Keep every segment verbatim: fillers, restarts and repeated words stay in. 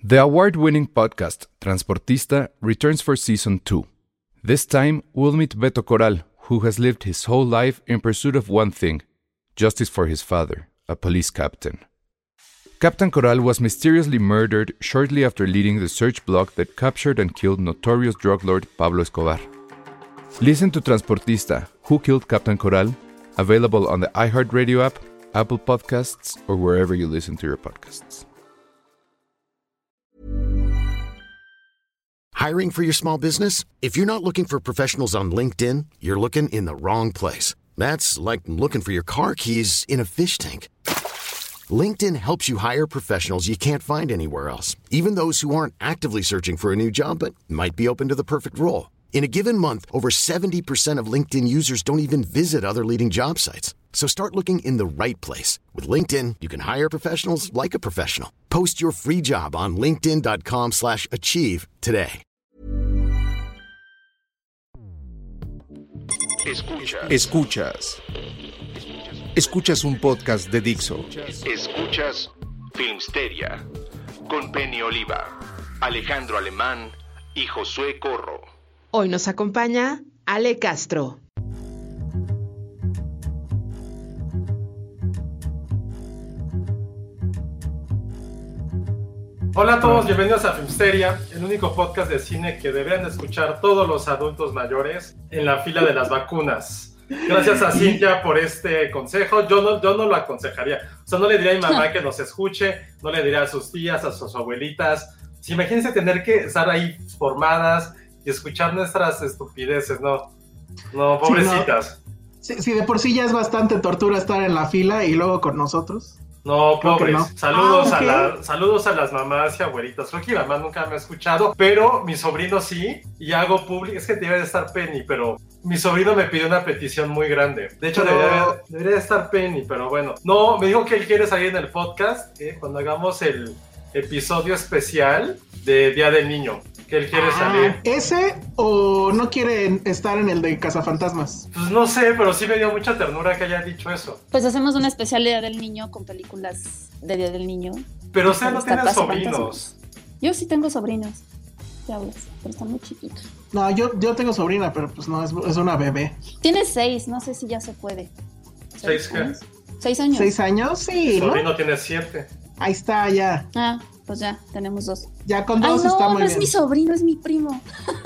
The award-winning podcast Transportista returns for season two. This time, we'll meet Beto Corral, who has lived his whole life in pursuit of one thing: justice for his father, a police captain. Captain Corral was mysteriously murdered shortly after leading the search block that captured and killed notorious drug lord Pablo Escobar. Listen to Transportista, Who Killed Captain Corral? Available on the iHeartRadio app, Apple Podcasts, or wherever you listen to your podcasts. Hiring for your small business? If you're not looking for professionals on LinkedIn, you're looking in the wrong place. That's like looking for your car keys in a fish tank. LinkedIn helps you hire professionals you can't find anywhere else, even those who aren't actively searching for a new job but might be open to the perfect role. In a given month, over seventy percent of LinkedIn users don't even visit other leading job sites. So start looking in the right place. With LinkedIn, you can hire professionals like a professional. Post your free job on linkedin.com slash achieve today. Escuchas. Escuchas. Escuchas un podcast de Dixo. Escuchas Filmsteria con Penny Oliva, Alejandro Alemán y Josué Corro. Hoy nos acompaña Ale Castro. Hola a todos, bienvenidos a Filmsteria, el único podcast de cine que deberían de escuchar todos los adultos mayores en la fila de las vacunas. Gracias a Cintia por este consejo. Yo no, yo no lo aconsejaría. O sea, no le diría a mi mamá que nos escuche, no le diría a sus tías, a sus abuelitas. Si imagínense tener que estar ahí formadas y escuchar nuestras estupideces, no, no, pobrecitas. Sí, no. sí, sí, de por sí ya es bastante tortura estar en la fila y luego con nosotros. No, pobres. No. Saludos, ah, okay. a la, saludos a las mamás y abuelitas. Creo que mi mamá nunca me ha escuchado, pero mi sobrino sí, y hago público. Es que debe de estar Penny, pero mi sobrino me pidió una petición muy grande. De hecho, pero... debería, debería de estar Penny, pero bueno. No, me dijo que él quiere salir en el podcast, ¿eh? Cuando hagamos el episodio especial de Día del Niño, que él quiere ah, salir. ¿Ese o no quiere estar en el de Cazafantasmas? Pues no sé, pero sí me dio mucha ternura que haya dicho eso. Pues hacemos una especial Día del Niño con películas de Día del Niño. Pero usted no tiene sobrinos. Yo sí tengo sobrinos, diablos, pero están muy chiquitos. No, yo, yo tengo sobrina, pero pues no, es, es una bebé. Tiene seis, no sé si ya se puede. ¿Seis qué? Seis años. ¿Seis años? Sí, Mi sobrino ¿no? tiene siete. Ahí está, ya. Ah, pues ya, tenemos dos. Ya con dos Ay, no, está muy no bien. Es mi sobrino, es mi primo.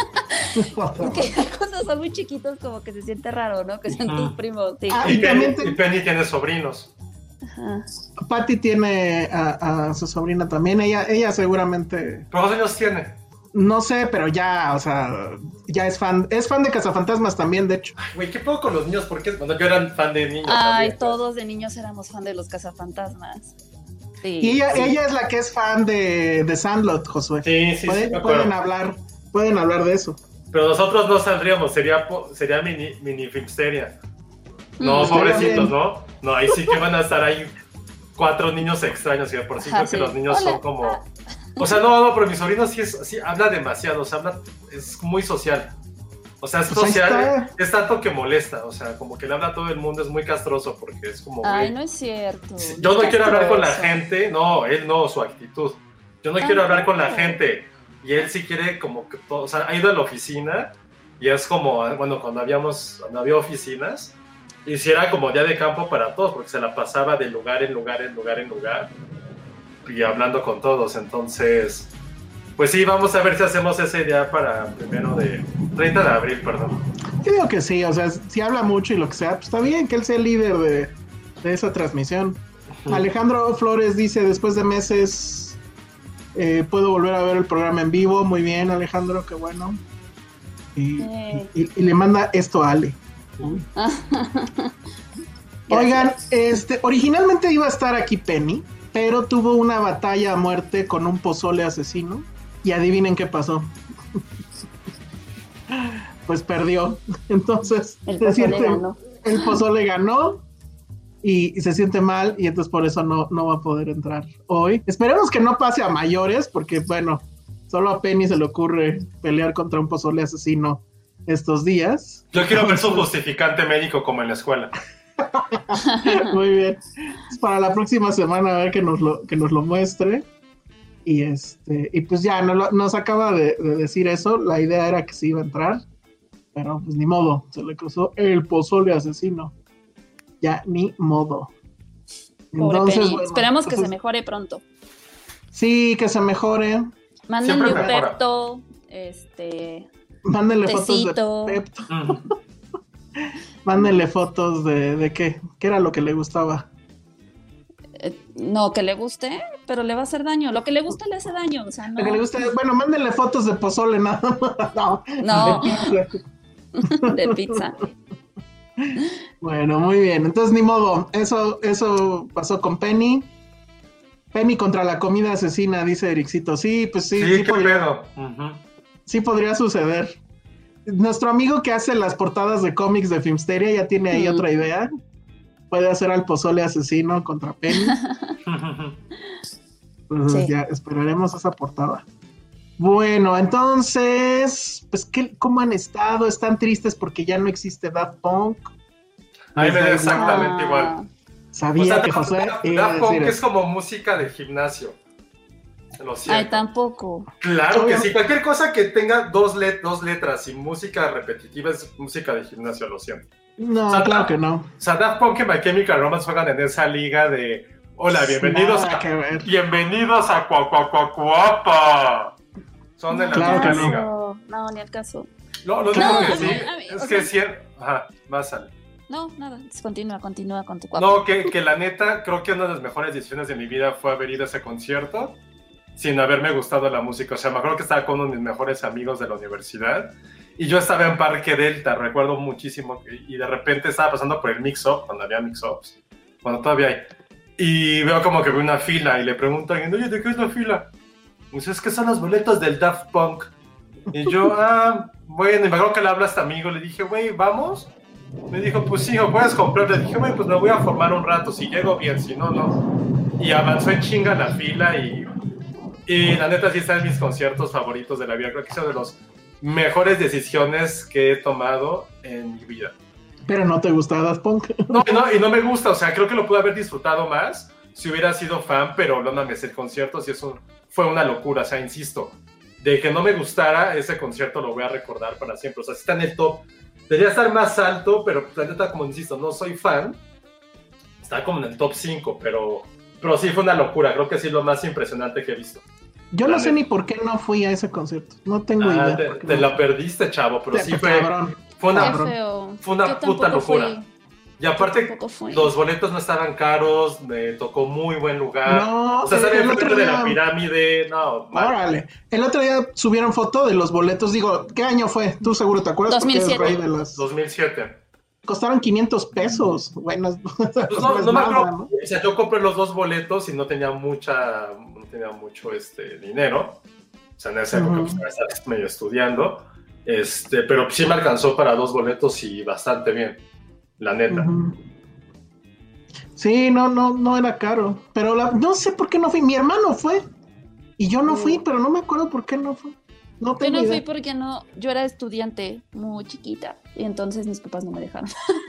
Porque las cosas son muy chiquitos, como que se siente raro, ¿no? Que sean uh-huh. tus primos. Sí. Ah, y, y, Penny, te... y Penny tiene sobrinos. Ajá. Patty tiene a, a su sobrina también. Ella, ella seguramente. ¿Cuántos años tiene? No sé, pero ya, o sea, ya es fan. Es fan de Cazafantasmas también, de hecho. Güey, ¿qué puedo con los niños? Porque bueno, yo era fan de niños. Ay, también, todos de niños éramos fan de los Cazafantasmas. Sí, y ella, sí. ella es la que es fan de, de Sandlot, Josué. Sí, sí, pueden, sí. Pueden hablar, pueden hablar de eso. Pero nosotros no saldríamos, sería, sería mini, mini Filmsteria. No, mm, pobrecitos, ¿no? No, ahí sí que van a estar ahí cuatro niños extraños y de por sí creo sí. que los niños Hola. son como... O sea, no, no, pero mi sobrino sí, es, sí habla demasiado, o sea, habla, es muy social. O sea, es pues social, es tanto que molesta, o sea, como que le habla a todo el mundo, es muy castroso porque es como... Ay, güey, no es cierto. Yo no quiero hablar con la gente, no, él no, su actitud. Yo no Ay, quiero hablar con la gente y él sí quiere como que todo, o sea, ha ido a la oficina y es como, bueno, cuando habíamos, cuando había oficinas, hiciera como día de campo para todos porque se la pasaba de lugar en lugar, en lugar, en lugar y hablando con todos, entonces... Pues sí, vamos a ver si hacemos ese día para primero de... treinta de abril, perdón. Yo digo que sí, o sea, si habla mucho y lo que sea, pues está bien que él sea el líder de, de esa transmisión. Uh-huh. Alejandro Flores dice, después de meses, eh, puedo volver a ver el programa en vivo. Muy bien, Alejandro, qué bueno. Y, eh. y, y, y le manda esto a Ale. Uy. Oigan, este, originalmente iba a estar aquí Penny, pero tuvo una batalla a muerte con un pozole asesino. Y adivinen qué pasó. Pues perdió. Entonces el se pozole siente, ganó. El pozole ganó y, y se siente mal y entonces por eso no, no va a poder entrar hoy. Esperemos que no pase a mayores porque bueno, solo a Penny se le ocurre pelear contra un pozole asesino estos días. Yo quiero ver su justificante médico como en la escuela. Muy bien. Para la próxima semana a ver que nos lo, que nos lo muestre. Y este, y pues ya no, nos acaba de, de decir eso. La idea era que se iba a entrar, pero pues ni modo, se le cruzó el pozole asesino. Ya ni modo. Entonces, bueno, esperamos que pues, se mejore pronto. Sí, que se mejore. Mándenle un Pepto, este. Mándenle tecito. Fotos de Pepto. Mándenle fotos de, de qué, qué era lo que le gustaba. Eh, no, que le guste, pero le va a hacer daño. Lo que le gusta le hace daño, o sea, no. Lo que le gusta, bueno, mándenle fotos de pozole, nada más. No, no. De pizza. De pizza. Bueno, muy bien. Entonces, ni modo. Eso, eso pasó con Penny. Penny contra la comida asesina, dice Ericito. Sí, pues sí. Sí, sí qué podría, pedo. Uh-huh. Sí podría suceder. Nuestro amigo que hace las portadas de cómics de Filmsteria ya tiene ahí uh-huh. otra idea. Puede hacer al pozole asesino contra Penny. Entonces sí. Ya esperaremos esa portada. Bueno, entonces, pues, ¿qué, ¿cómo han estado? ¿Están tristes porque ya no existe Daft Punk? A mí me da exactamente igual. Sabía o sea, que José Daft, Daft Punk es como música de gimnasio. Lo siento. Ay, tampoco. Claro que sí, cualquier cosa que tenga dos, let- dos letras y música repetitiva es música de gimnasio, lo siento. No, o sea, claro Daft, que no. O sea, Daft Punk y My Chemical Romance juegan en esa liga de hola, bienvenidos Nada a bienvenidos a Cuacuacuacuapa. Son de la claro misma no. liga. No, ni al caso. No, lo único no, que no, sí no, mí, es que sí. Ajá, más al. No, nada, continúa, continúa con tu cuapo. No, que, que la neta, creo que una de las mejores decisiones de mi vida fue haber ido a ese concierto sin haberme gustado la música. O sea, me acuerdo que estaba con uno de mis mejores amigos de la universidad y yo estaba en Parque Delta, recuerdo muchísimo, y de repente estaba pasando por el mix-up, cuando había mix-ups, cuando todavía hay, y veo como que veo una fila y le pregunto a alguien, oye, ¿de qué es la fila? Y dice, es que son los boletos del Daft Punk. Y yo, ah, bueno, y me acuerdo que le habla a este amigo, le dije, güey, ¿vamos? Me dijo, pues sí, ¿o puedes comprar? Le dije, güey, pues me voy a formar un rato, si llego bien, si no, no. Y avanzó en chinga la fila y, y la neta sí está en mis conciertos favoritos de la vida. Creo que es una de las mejores decisiones que he tomado en mi vida. Pero no te gusta Daft Punk. No, no, y no me gusta, o sea, creo que lo pude haber disfrutado más si hubiera sido fan, pero no mames, el concierto sí eso fue una locura, o sea, insisto, de que no me gustara, ese concierto lo voy a recordar para siempre, o sea, sí está en el top. Debería estar más alto, pero la neta, como insisto, no soy fan. Está como en el top cinco, pero, pero sí fue una locura. Creo que sí lo más impresionante que he visto. Yo no sé ni por qué no fui a ese concierto. No tengo ah, idea. Te, te no. la perdiste, chavo, pero te, sí fue, fue una, fue una puta locura. Fui. Y aparte, los boletos no estaban caros, me tocó muy buen lugar. No, o sea, sale el frente de la pirámide, no. Órale. El otro día subieron foto de los boletos, digo, ¿qué año fue? Tú seguro te acuerdas. dos mil siete. De las... dos mil siete. Costaron quinientos pesos. Bueno, pues no, no, no me acuerdo. ¿No? O sea, yo compré los dos boletos y no tenía mucha, no tenía mucho este, dinero. O sea, en esa época uh-huh. pues, estaba medio estudiando. Este, pero sí me alcanzó para dos boletos y bastante bien. La neta. Uh-huh. Sí, no, no, no era caro. Pero la, no sé por qué no fui. Mi hermano fue. Y yo no fui, pero no me acuerdo por qué no fue. No yo no idea. fui porque no, yo era estudiante muy chiquita. Y entonces mis papás no me dejaron.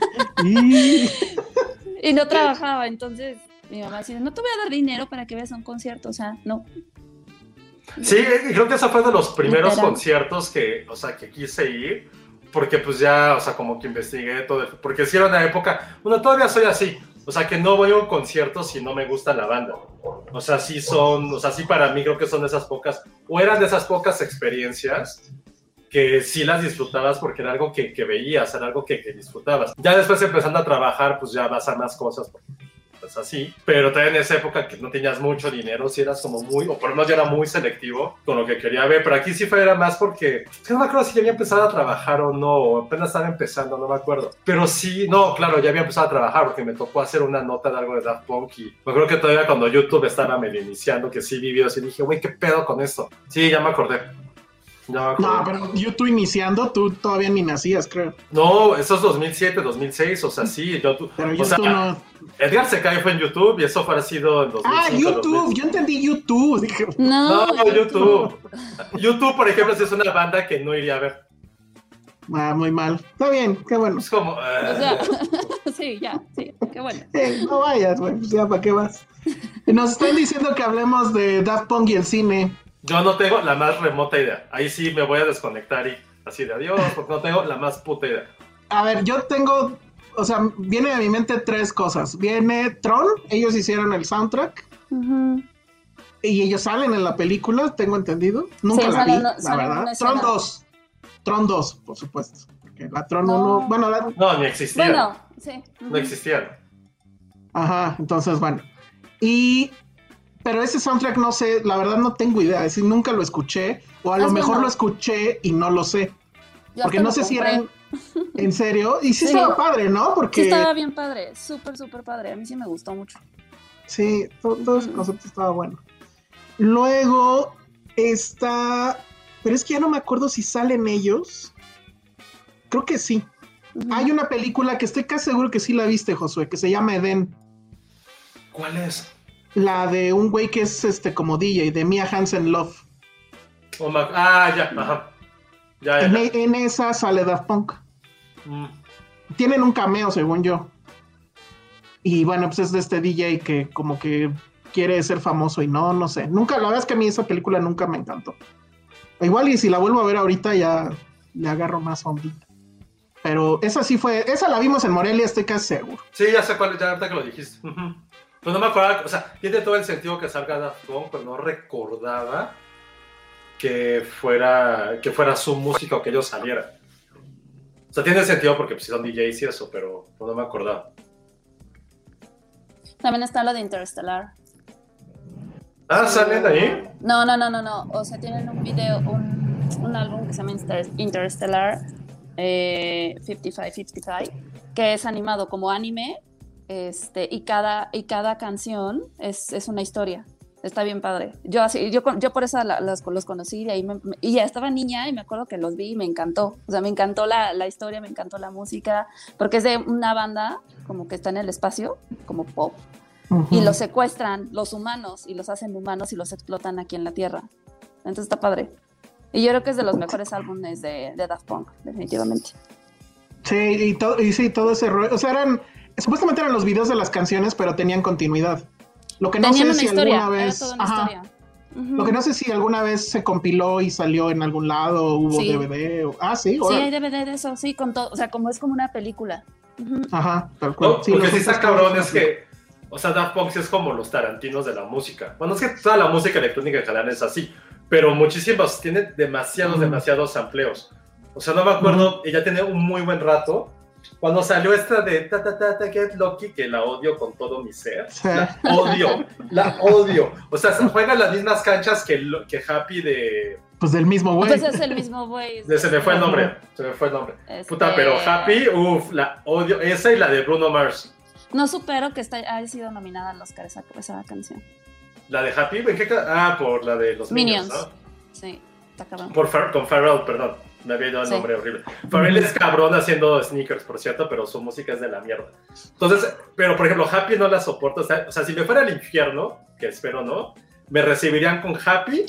Y, y no trabajaba. Entonces mi mamá decía, no te voy a dar dinero para que veas un concierto. O sea, no. Sí, creo que ese fue de los primeros Literal. conciertos que, o sea, que quise ir. Porque pues ya, o sea, como que investigué todo, porque sí era una época, bueno, todavía soy así, o sea, que no voy a un concierto si no me gusta la banda, o sea, sí son, o sea, sí para mí creo que son de esas pocas, o eran de esas pocas experiencias que sí las disfrutabas porque era algo que, que veías, era algo que, que disfrutabas. Ya después empezando a trabajar, pues ya vas a más cosas, pues así, pero también en esa época que no tenías mucho dinero, sí eras como muy, o por lo menos yo era muy selectivo con lo que quería ver, pero aquí sí fue era más porque, no me acuerdo si ya había empezado a trabajar o no, o apenas estaba empezando, no me acuerdo, pero sí, no, claro, ya había empezado a trabajar porque me tocó hacer una nota de algo de Daft Punk y me acuerdo que todavía cuando YouTube estaba medio iniciando, que sí vi videos y dije, güey, ¿qué pedo con esto? Sí, ya me acordé. No, pero yo tú iniciando, tú todavía ni nacías, creo. No, eso es dos mil siete, dos mil seis, o sea, sí. Yo, pero o YouTube sea, no. Edgar se cae fue en YouTube y eso fue sido en dos mil cinco. Ah, YouTube, dos mil cinco. Yo entendí YouTube. Dije, no, no, YouTube. YouTube, por ejemplo, es una banda que no iría a ver. Ah, muy mal. Está bien, qué bueno. Es como... Uh... O sea, sí, ya, sí, qué bueno. Eh, no vayas, güey, pues ya, ¿para qué vas? Nos están diciendo que hablemos de Daft Punk y el cine. Yo no tengo la más remota idea. Ahí sí me voy a desconectar y así de adiós, porque no tengo la más puta idea. A ver, yo tengo, o sea, viene a mi mente tres cosas. Viene Tron, ellos hicieron el soundtrack. Uh-huh. Y ellos salen en la película, tengo entendido. Nunca Sí, la salen, vi, no, la salen verdad. una Tron escena. dos. Tron dos, por supuesto. Porque la Tron No. uno, bueno, la... No, ni existían. Bueno, sí. No ujú. existían. Ajá, entonces, bueno. Y... Pero ese soundtrack no sé, la verdad no tengo idea. Es decir, nunca lo escuché. O a lo Es mejor bueno. lo escuché y no lo sé. Yo Porque hasta no lo sé si compré. eran... ¿En serio? Y sí, Sí. estaba padre, ¿no? Porque... Sí, estaba bien padre. Súper, súper padre. A mí sí me gustó mucho. Sí, to- todo ese Mm. concepto estaba bueno. Luego está... Pero es que ya no me acuerdo si salen ellos. Creo que sí. Ujú. Hay una película que estoy casi seguro que sí la viste, Josué, que se llama Eden. ¿Cuál es? La de un güey que es este como D J, de Mia Hansen Love. Oh, ma- ah, ya, ajá. Ya, ya. En, ya. e- en esa sale Daft Punk. Mm. Tienen un cameo, según yo. Y bueno, pues es de este D J que como que quiere ser famoso y no, no sé. Nunca, la verdad es que a mí esa película nunca me encantó. Igual y si la vuelvo a ver ahorita ya le agarro más ondita. Pero esa sí fue, esa la vimos en Morelia, estoy casi seguro. Sí, ya sé cuál, ya ahorita que lo dijiste. Ujú. Pues no me acordaba, o sea, tiene todo el sentido que salga Daft Punk, pero no recordaba que fuera, que fuera su música o que ellos salieran. O sea, tiene sentido porque pues, son D Js y eso, pero pues, no me acordaba. También está lo de Interstellar. Ah, ¿salen ahí? No, no, no, no, no. O sea, tienen un video, un, un álbum que se llama Inter- Interstellar eh, cincuenta y cinco cincuenta y cinco, que es animado como anime, este, y cada, y cada canción es, es una historia. Está bien padre. Yo así, yo, con- yo por eso la- los, los conocí, de ahí me- me- y ya estaba niña y me acuerdo que los vi y me encantó. O sea, me encantó la, la historia, me encantó la música, porque es de una banda como que está en el espacio, como pop. Y los secuestran, los humanos, y los hacen humanos y los explotan aquí en la Tierra. Entonces está padre. Y yo creo que es de los mejores álbumes de, de Daft Punk, definitivamente. Sí, y, to- y sí, todo ese rollo. O sea, eran, supuestamente eran los videos de las canciones, pero tenían continuidad. Lo que no Tenían sé una si historia, alguna era vez... toda una ajá. historia. Ujú. Lo que no sé si alguna vez se compiló y salió en algún lado, hubo Sí. D V D. O... Ah, sí, Sí, órale. hay D V D de eso, sí, con todo, o sea, como es como una película. Ujú. Ajá, tal cual. No, Sí, porque los sí está otros cabrón, todos- es que, o sea, Daft Punk sí es como los Tarantinos de la música. Bueno, es que toda la música electrónica en general es así, pero muchísimos, tiene demasiados, Mm. demasiados sampleos. O sea, no me acuerdo, ella tiene un muy buen rato. Cuando salió esta de ta ta ta ta Get Lucky, que la odio con todo mi ser, Sí. la odio, la odio. O sea, se juegan las mismas canchas que, lo- que Happy de, Pues del mismo güey. Pues es el mismo güey. de- se me fue el nombre, se me fue el nombre. Este- Puta, pero Happy, uff, la odio. Esa y la de Bruno Mars. No supero que está, haya sido nominada al Oscar esa, esa canción. La de Happy, ¿en qué ca- ah, por la de los Minions, Minions. ¿no? Sí, está cabrón. Por Far- con Pharrell, perdón. Me había ido el Sí. nombre horrible. Pharrell es cabrón haciendo sneakers, por cierto, pero su música es de la mierda. Entonces, pero por ejemplo, Happy no la soporto. O sea, o sea, si me fuera al infierno, que espero no, me recibirían con Happy,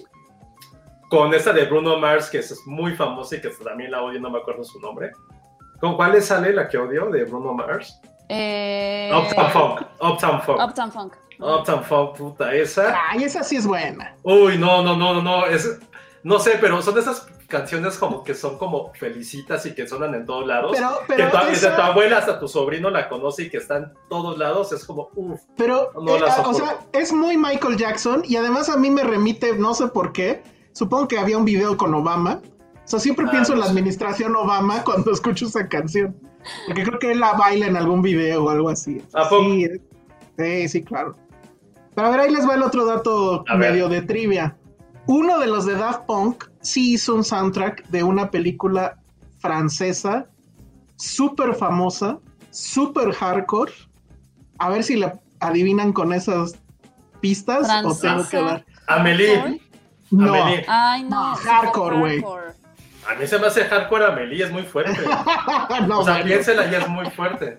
con esta de Bruno Mars, que es muy famosa y que también la odio, no me acuerdo su nombre. ¿Con cuál le sale la que odio de Bruno Mars? Eh, Uptown Funk. Uptown Funk. Uptown Funk. Uptown Funk, puta, esa. Ay, esa sí es buena. Uy, no, no, no, no, no, es, no sé, pero son de esas canciones como que son como felicitas y que suenan en todos lados. Pero, pero que tu, esa- desde tu abuela hasta tu sobrino la conoce y que está en todos lados, es como, uff. Pero, No eh, la o soporto. sea, es muy Michael Jackson y además a mí me remite, no sé por qué, supongo que había un video con Obama. O sea, siempre Ah, pienso en no la sé. administración Obama cuando escucho esa canción. Porque creo que él la baila en algún video o algo así. ¿A poco? Sí, eh, sí, sí, claro. Pero a ver, ahí les va el otro dato A ver. medio de trivia. Uno de los de Daft Punk sí hizo un soundtrack de una película francesa súper famosa, súper hardcore. A ver si la adivinan con esas pistas o tengo que dar. Amelie. No, Amelie. Ay, no. No, sí, hardcore, güey. hardcore. A mí se me hace hardcore Amelie, es muy fuerte. no, O sea, bueno. piénsela, ya es muy fuerte.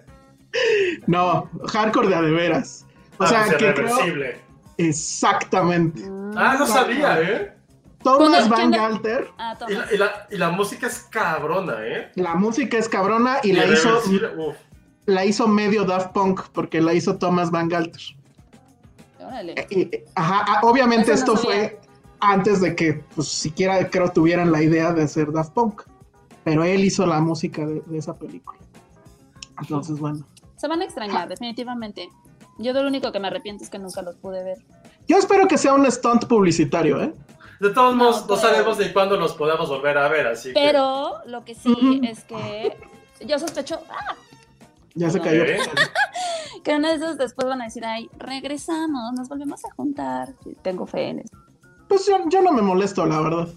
No, hardcore de a de veras. O Ah, sea, pues, que creo irreversible. exactamente. Ah, no sabía, ¿eh? Thomas ¿Quién Van de- Galter, Ah, Y Thomas. la, y, la, y la música es cabrona, ¿eh? la música es cabrona y la hizo, Irreversible, uf. la hizo medio Daft Punk porque la hizo Thomas Van Galter. Órale. Y, ajá, obviamente Eso no esto sabía. fue antes de que, pues, siquiera creo tuvieran la idea de hacer Daft Punk. Pero él hizo la música de, de esa película. Entonces, bueno. Se van a extrañar, definitivamente. Yo de lo único que me arrepiento es que nunca los pude ver. Yo espero que sea un stunt publicitario, ¿eh? De todos No, modos, no, pero- sabemos ni cuándo los podamos volver a ver, así que... Pero lo que sí Ujú. es que yo sospecho ¡ah! Ya se No. cayó. ¿Eh? que una de esas después van a decir, ay, regresamos, nos volvemos a juntar. Sí, tengo fe en eso. Pues yo, yo no me molesto, la verdad.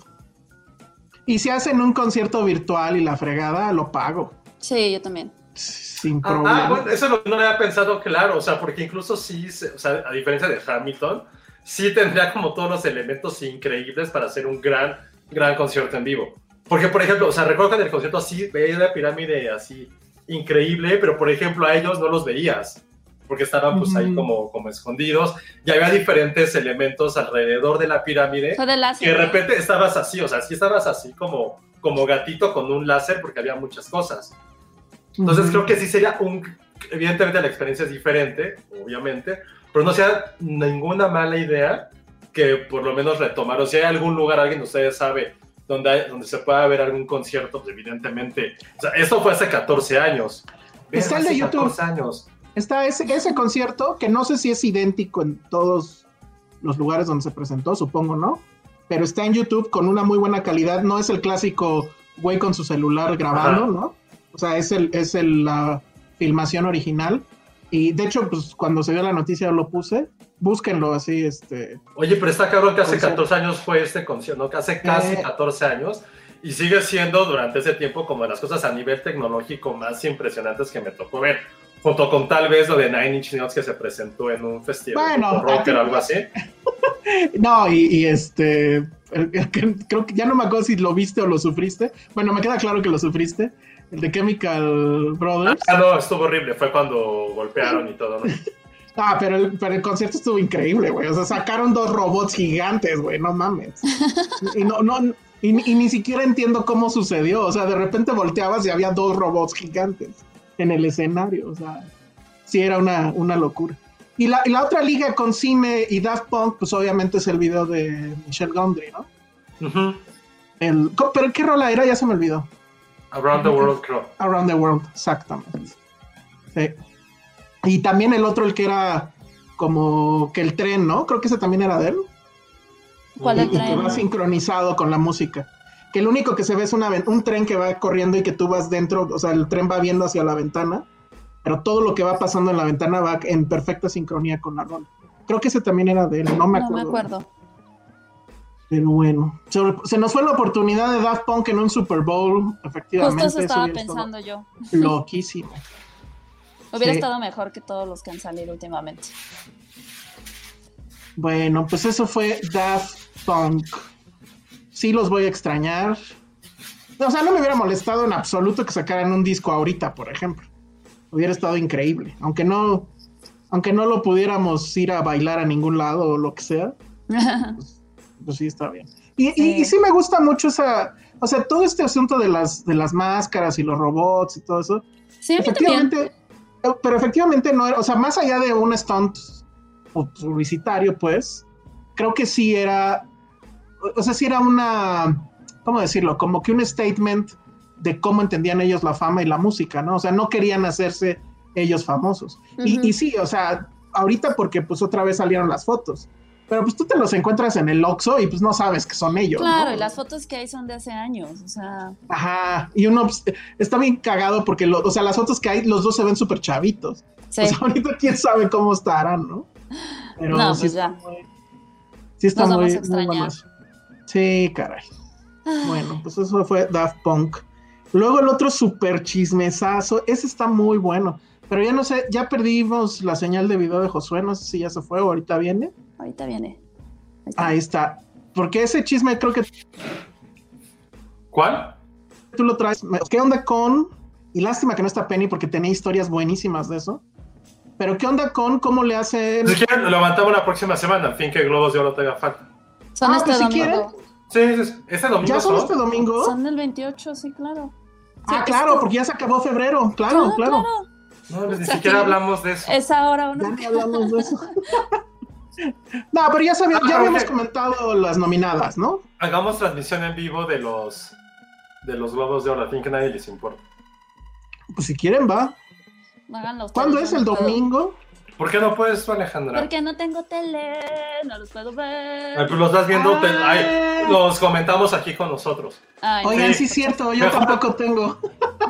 Y si hacen un concierto virtual y la fregada, lo pago. Sí, yo también. Sin Ah, problema. ah, bueno, eso es lo que no le había pensado, claro, o sea, porque incluso sí, se- o sea, a diferencia de Hamilton, sí tendría como todos los elementos increíbles para hacer un gran, gran concierto en vivo. Porque, por ejemplo, o sea, recuerdo que en el concierto sí veía la pirámide así increíble, pero por ejemplo a ellos no los veías, porque estaban pues ahí Ujú. como, como escondidos, y había diferentes elementos alrededor de la pirámide, Fue de y láser. de ¿no? repente estabas así, o sea, sí estabas así como, como gatito con un láser, porque había muchas cosas. Entonces Ujú. creo que sí sería un... Evidentemente la experiencia es diferente, obviamente, pero no sea ninguna mala idea que por lo menos retomar, o si hay algún lugar, alguien de ustedes sabe, donde, hay- donde se pueda ver algún concierto, pues evidentemente... O sea, esto fue hace catorce años. Está el Hace de YouTube. catorce años. Está ese, ese concierto, que no sé si es idéntico en todos los lugares donde se presentó, supongo, ¿no? Pero está en YouTube con una muy buena calidad. No es el clásico güey con su celular grabando, Ajá. ¿no? O sea, es el, es el, la filmación original. Y de hecho, pues cuando se dio la noticia lo puse. Búsquenlo así, este. Oye, pero está cabrón que hace Concierto. catorce años fue este concierto, ¿no? Que hace casi Eh. catorce años, y sigue siendo durante ese tiempo como de las cosas a nivel tecnológico más impresionantes que me tocó ver, junto con tal vez lo de Nine Inch Nails que se presentó en un festival Bueno, de rock a ti- o algo así. No, y, y este. el- el que- creo que ya no me acuerdo si lo viste o lo sufriste. Bueno, me queda claro que lo sufriste. El de Chemical Brothers. Ah, no, estuvo horrible, fue cuando golpearon y todo, ¿no? Ah, pero el, pero el concierto estuvo increíble, güey. O sea, sacaron dos robots gigantes, güey, no mames. Y no, no, y, y ni siquiera entiendo cómo sucedió. O sea, de repente volteabas y había dos robots gigantes en el escenario. O sea, sí era una, una locura. Y la, y la otra liga con cine y Daft Punk, pues obviamente es el video de Michel Gondry, ¿no? Ujú. El, co- pero ¿qué rola era? Ya se me olvidó. Around the World, creo. Around the World, exactamente. Sí. Y también el otro, el que era como que el tren, ¿no? Creo que ese también era de él. ¿Cuál Y, el y que tren? va sincronizado con la música. Que lo único que se ve es una, ven- un tren que va corriendo y que tú vas dentro, o sea, el tren va viendo hacia la ventana, pero todo lo que va pasando en la ventana va en perfecta sincronía con la rola. Creo que ese también era de él, no me No acuerdo. me acuerdo. Pero bueno, se, se nos fue la oportunidad de Daft Punk en un Super Bowl, efectivamente. Justo eso estaba hubiera estado pensando yo. loquísimo. Hubiera Sí. estado mejor que todos los que han salido últimamente. Bueno, pues eso fue Daft Punk. Sí los voy a extrañar. O sea, no me hubiera molestado en absoluto que sacaran un disco ahorita, por ejemplo. Hubiera estado increíble. Aunque no, aunque no lo pudiéramos ir a bailar a ningún lado o lo que sea, pues sí está bien. Y, Sí. y, y sí me gusta mucho esa, o sea, todo este asunto de las, de las máscaras y los robots y todo eso. Sí, a mí también. Efectivamente, eh, pero efectivamente no era, o sea, más allá de un stunt publicitario, pues, creo que sí era, o sea, sí era una, ¿cómo decirlo? Como que un statement de cómo entendían ellos la fama y la música, ¿no? O sea, no querían hacerse ellos famosos. Y, Ujú. y sí, o sea, ahorita porque pues otra vez salieron las fotos, pero pues tú te los encuentras en el Oxxo y pues no sabes que son ellos, Claro, ¿no? y las fotos que hay son de hace años, o sea, Ajá, y uno pues, está bien cagado porque, lo, o sea, las fotos que hay, los dos se ven súper chavitos. sí. O sea, ahorita quién sabe cómo estarán, ¿no? Pero No, sí pues está ya. muy, sí está Nos vamos muy, a muy extrañar. bueno eso. Sí, caray. Bueno, pues eso fue Daft Punk. Luego el otro super chismesazo, ese está muy bueno, pero ya no sé, ya perdimos la señal de video de Josué, no sé si ya se fue o ahorita viene. Ahorita viene. Ahí está. Ahí está, porque ese chisme creo que ¿Cuál? tú lo traes. ¿Qué onda con, y lástima que no está Penny porque tenía historias buenísimas de eso, pero qué onda con cómo le hacen... Si quieren, lo levantamos la próxima semana, al fin que Globos de Oro te haga falta. Son Ah, este pues si domingo. Sí, es- este domingo ¿Ya son son. este domingo? Son el veintiocho, sí, claro. Ah, Sí, claro, es- porque ya se acabó febrero, claro, claro. No, pues ni O sea, siquiera sí. hablamos de eso. Es ahora o Ya no. ni hablamos de eso. No, pero ya, sabía, Ah, ya habíamos ok. comentado las nominadas, ¿no? Hagamos transmisión en vivo de los de los Globos de Oro, a fin que nadie les importa. Pues si quieren, va. Háganlo ustedes, ¿Cuándo yo es no el puedo. domingo? ¿Por qué no puedes tú, Alejandra? Porque no tengo tele, no los puedo ver. Ay, pues los estás viendo, Ah. te- ay, los comentamos aquí con nosotros. Ay, Oigan, Sí. sí es cierto, yo Mejor- tampoco tengo.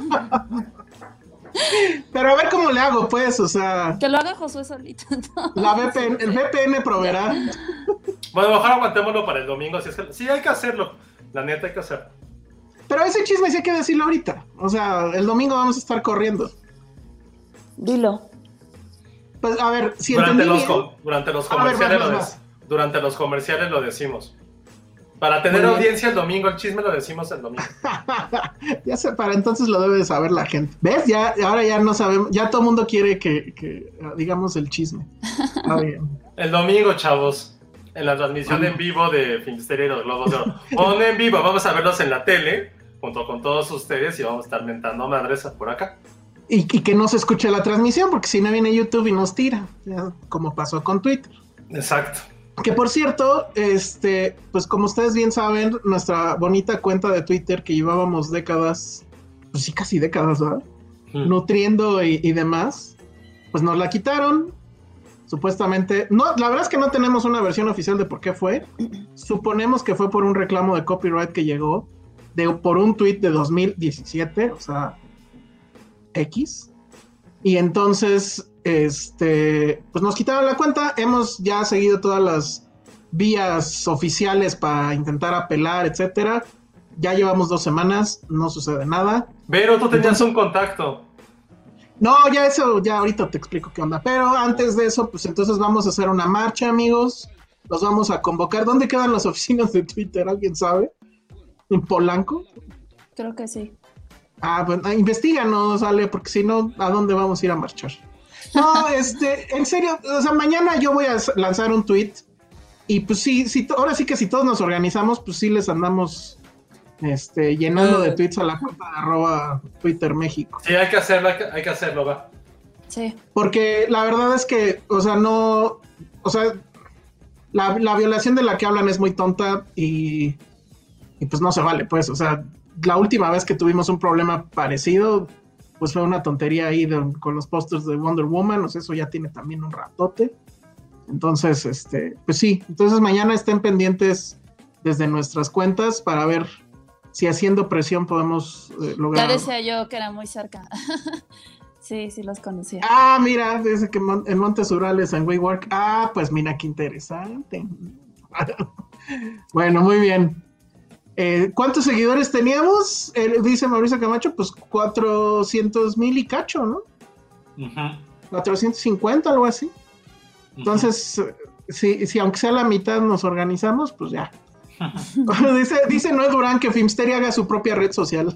Pero a ver cómo le hago, pues, o sea, que lo haga Josué solito. ¿no? la V P N, el V P N proveerá. Bueno, mejor aguantémoslo para el domingo. Si es que... Sí, hay que hacerlo. La neta, hay que hacerlo. Pero ese chisme sí hay que decirlo ahorita. O sea, el domingo vamos a estar corriendo. Dilo. Pues, a ver, si durante, entendí los bien... com- durante los A ver, comerciales vas, lo vas, dec- durante los comerciales lo decimos. Para tener Muy bien. audiencia el domingo, el chisme lo decimos el domingo. Ya sé, para entonces lo debe de saber la gente. ¿Ves? Ya, ahora ya no sabemos, ya todo el mundo quiere que, que digamos el chisme. Está bien. El domingo, chavos, en la transmisión en vivo de Filmsteria y los Globos de Oro. Pon en vivo, vamos a verlos en la tele, junto con todos ustedes, y vamos a estar mentando madres por acá. Y, y que no se escuche la transmisión, porque si no viene YouTube y nos tira, ya, como pasó con Twitter. Exacto. Que por cierto, este, pues como ustedes bien saben, nuestra bonita cuenta de Twitter que llevábamos décadas, pues sí, casi décadas, ¿verdad? Mm. Nutriendo y, y demás, pues nos la quitaron. Supuestamente, no, la verdad es que no tenemos una versión oficial de por qué fue. Suponemos que fue por un reclamo de copyright que llegó de, por un tweet de dos mil diecisiete, o sea, X. Y entonces, este, pues nos quitaron la cuenta. Hemos ya seguido todas las vías oficiales para intentar apelar, etcétera. Ya llevamos dos semanas, no sucede nada. Pero tú tenías un contacto. No, ya eso, ya ahorita te explico qué onda. Pero antes de eso, pues entonces vamos a hacer una marcha, amigos. Los vamos a convocar. ¿Dónde quedan las oficinas de Twitter? ¿Alguien sabe? ¿En Polanco? Creo que sí. Ah, bueno, investiganos, Ale, porque si no, ¿a dónde vamos a ir a marchar? No, este, en serio, o sea, mañana yo voy a lanzar un tweet y pues sí, sí, ahora sí que si todos nos organizamos, pues sí les andamos este, llenando de tweets a la cuenta de arroba Twitter México. Sí, hay que hacerlo, hay que, hay que hacerlo, va. Sí. Porque la verdad es que, o sea, no, o sea, la, la violación de la que hablan es muy tonta y, y pues no se vale, pues, o sea, la última vez que tuvimos un problema parecido, pues fue una tontería ahí de, con los pósters de Wonder Woman, o sea, eso ya tiene también un ratote. Entonces, este, pues sí, entonces mañana estén pendientes desde nuestras cuentas para ver si haciendo presión podemos eh, lograr. Ya decía yo que era muy cerca. Sí, sí los conocía. Ah, mira, dice que mon- en Montes Urales, en WeWork. Ah, pues mira qué interesante. Bueno, muy bien. Eh, ¿Cuántos seguidores teníamos? Eh, dice Mauricio Camacho, pues cuatrocientos mil y cacho, ¿no? Uh-huh. cuatrocientos cincuenta, algo así. Entonces, uh-huh. si, si aunque sea la mitad nos organizamos, pues ya. dice, dice Noé Durán que Filmsteria haga su propia red social.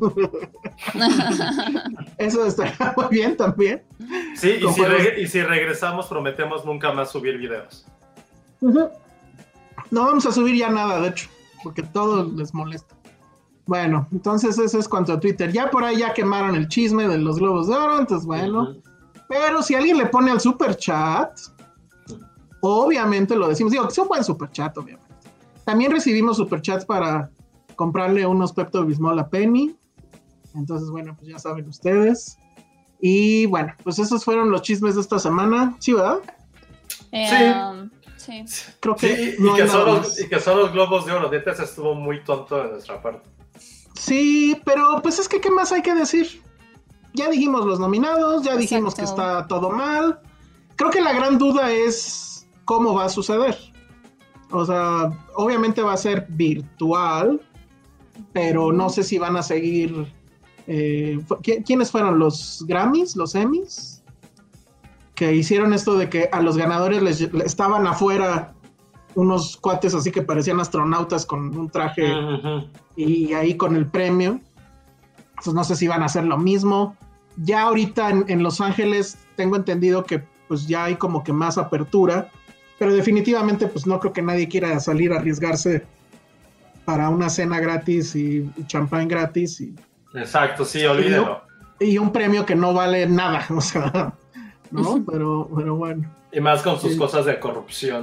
Eso estaría muy bien también. Sí, y si, re- y si regresamos prometemos nunca más subir videos. Uh-huh. No vamos a subir ya nada, de hecho, porque todo les molesta. Bueno, entonces eso es cuanto a Twitter. Ya por ahí ya quemaron el chisme de los Globos de Oro, entonces bueno. Uh-huh. Pero si alguien le pone al super chat, obviamente lo decimos. Digo, que es un buen super chat, obviamente. También recibimos super chats para comprarle unos Pepto Bismol a Penny. Entonces, bueno, pues ya saben ustedes. Y bueno, pues esos fueron los chismes de esta semana. ¿Sí, verdad? Eh, um, sí. Creo que sí, no y, que hay son nada los, más. y que son los Globos de Oro. Neta, se estuvo muy tonto de nuestra parte. Sí, pero pues es que ¿qué más hay que decir? Ya dijimos los nominados, ya dijimos Exacto. que está todo mal. Creo que la gran duda es cómo va a suceder. O sea, obviamente va a ser virtual, pero no sé si van a seguir... Eh, ¿Quiénes fueron? ¿Los Grammys? ¿Los Emmys? Que hicieron esto de que a los ganadores les, les estaban afuera unos cuates así que parecían astronautas con un traje uh-huh. y ahí con el premio. Pues no sé si van a hacer lo mismo. Ya ahorita en, en Los Ángeles tengo entendido que pues ya hay como que más apertura, pero definitivamente pues no creo que nadie quiera salir a arriesgarse para una cena gratis y, y champán gratis y exacto, sí, olvídelo. Y, y un premio que no vale nada, o sea, ¿no? Pero, pero bueno. Y más con sus sí. cosas de corrupción.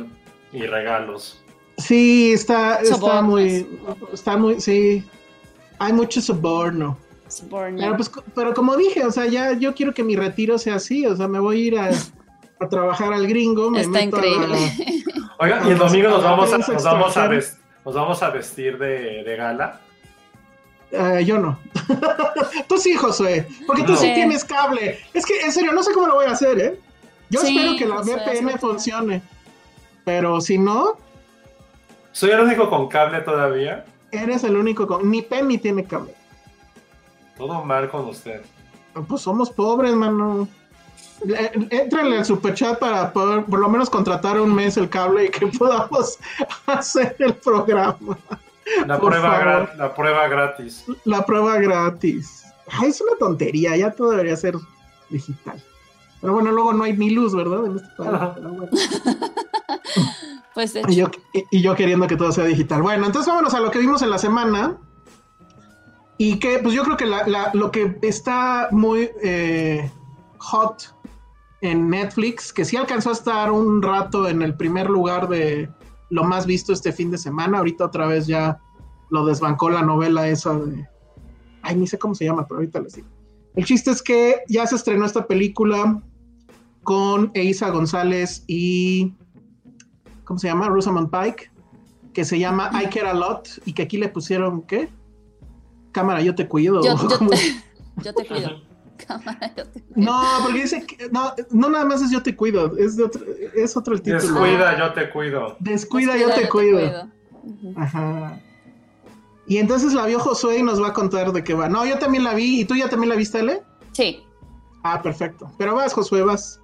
y regalos. Sí, está, está Sobornos. muy, está muy, sí, hay mucho soborno. Soborno. Pero, pues, co- pero como dije, o sea, ya yo quiero que mi retiro sea así, o sea, me voy a ir a, a trabajar al gringo, me Está meto a increíble. la- Oiga, y el domingo nos vamos a, Prensa nos vamos a, extranjera. ves- nos vamos a vestir de, de gala. Eh, yo no. Tú sí, Josué, porque tú No. sí Sí. tienes cable. Es que, en serio, no sé cómo lo voy a hacer, ¿eh? Yo Sí, espero que la Josué, V P N hazlo. funcione, pero si no, Soy el único con cable todavía. eres el único con... Ni Penny tiene cable. Todo mal con usted. Pues somos pobres, mano. Le- Éntrenle al superchat para poder por lo menos contratar un mes el cable y que podamos hacer el programa. La Por prueba, favor. gra- la prueba gratis. La prueba gratis. Ay, es una tontería, ya todo debería ser digital. Pero bueno, luego no hay ni luz, ¿verdad? En este país, Ajá. pero bueno. Pues de Y yo, hecho, y- y yo queriendo que todo sea digital. Bueno, entonces vámonos a lo que vimos en la semana. Y que, pues yo creo que la- la- lo que está muy eh, hot en Netflix, que sí alcanzó a estar un rato en el primer lugar de lo más visto este fin de semana. Ahorita otra vez ya lo desbancó la novela esa de... Ay, ni sé cómo se llama, pero ahorita les digo. El chiste es que ya se estrenó esta película con Eiza González y... ¿Cómo se llama? Rosamund Pike, que se llama I Care a Lot, y que aquí le pusieron, ¿qué? Cámara, yo te cuido. yo, yo, ¿Cómo? te, yo te cuido. Cámara, yo te cuido. No, porque dice que, no, no nada más es yo te cuido, es, de otro, es otro el título. Descuida, yo te cuido. Descuida, yo te cuido. Ujú. Ajá. Y entonces la vio Josué y nos va a contar de qué va. No, yo también la vi, ¿y tú ya también la viste, Ale? Sí. Ah, perfecto. Pero vas, Josué, vas.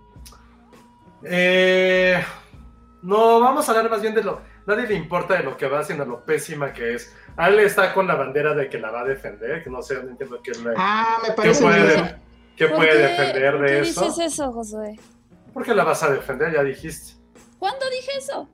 Eh, no, vamos a hablar más bien de lo... Nadie le importa de lo que va, sino lo pésima que es. Ale está con la bandera de que la va a defender, que no sé, no entiendo qué, le- Ah, me qué parece puede, bien. de- qué ¿Por puede qué- defender por de qué eso. dices eso, Josué? ¿Por qué la vas a defender? Ya dijiste. ¿Cuándo dije eso?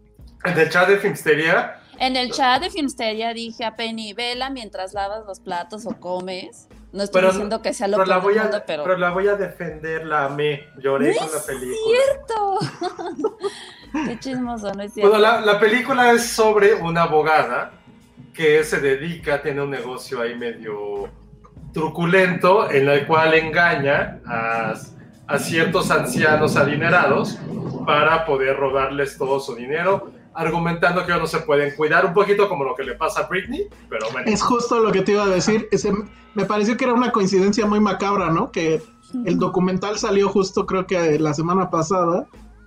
En el chat de Filmsteria, En el chat de Filmsteria dije a Penny, vela mientras lavas los platos o comes. No estoy Pero- diciendo que sea lo pero la, peor voy del a, mundo, pero... pero la voy a defender, la amé. Lloré ¡No con la es película. cierto! Qué chismoso, no es cierto. Bueno, la, la película es sobre una abogada que se dedica, tiene un negocio ahí medio truculento, en el cual engaña a, a ciertos ancianos adinerados para poder robarles todo su dinero, argumentando que ellos no se pueden cuidar, un poquito como lo que le pasa a Britney, pero bueno. Es justo lo que te iba a decir. Ese- me pareció que era una coincidencia muy macabra, ¿no? Que el documental salió justo creo que la semana pasada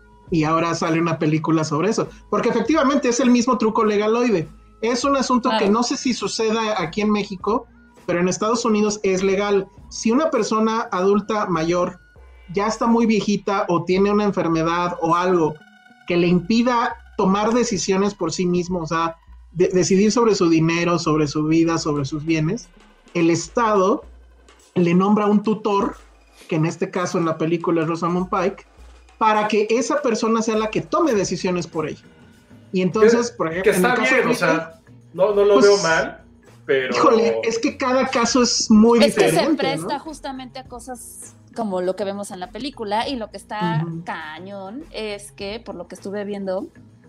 y ahora sale una película sobre eso. Porque efectivamente es el mismo truco legaloide. Es un asunto Claro. que no sé si suceda aquí en México, pero en Estados Unidos es legal. Si una persona adulta mayor ya está muy viejita o tiene una enfermedad o algo que le impida tomar decisiones por sí mismo, o sea, de- decidir sobre su dinero, sobre su vida, sobre sus bienes, el Estado le nombra un tutor, que en este caso en la película es Rosamund Pike, para que esa persona sea la que tome decisiones por ella. Y entonces, que, por ejemplo, que en el está caso bien, de o sea, no, no lo pues, veo mal, pero... híjole, es que cada caso es muy Es que diferente, se presta ¿no? justamente a cosas como lo que vemos en la película, y lo que está Ujú. cañón es que, por lo que estuve viendo,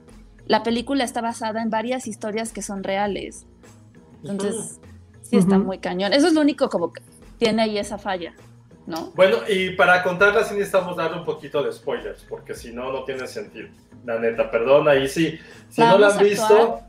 la película está basada en varias historias que son reales. Entonces, sí está Ujú. muy cañón. Eso es lo único como que tiene ahí esa falla, ¿no? Bueno, y para contarla sí necesitamos darle un poquito de spoilers, porque si no, no tiene sentido. La neta, perdón, ahí sí. Si no la Vamos han a visto, actuar.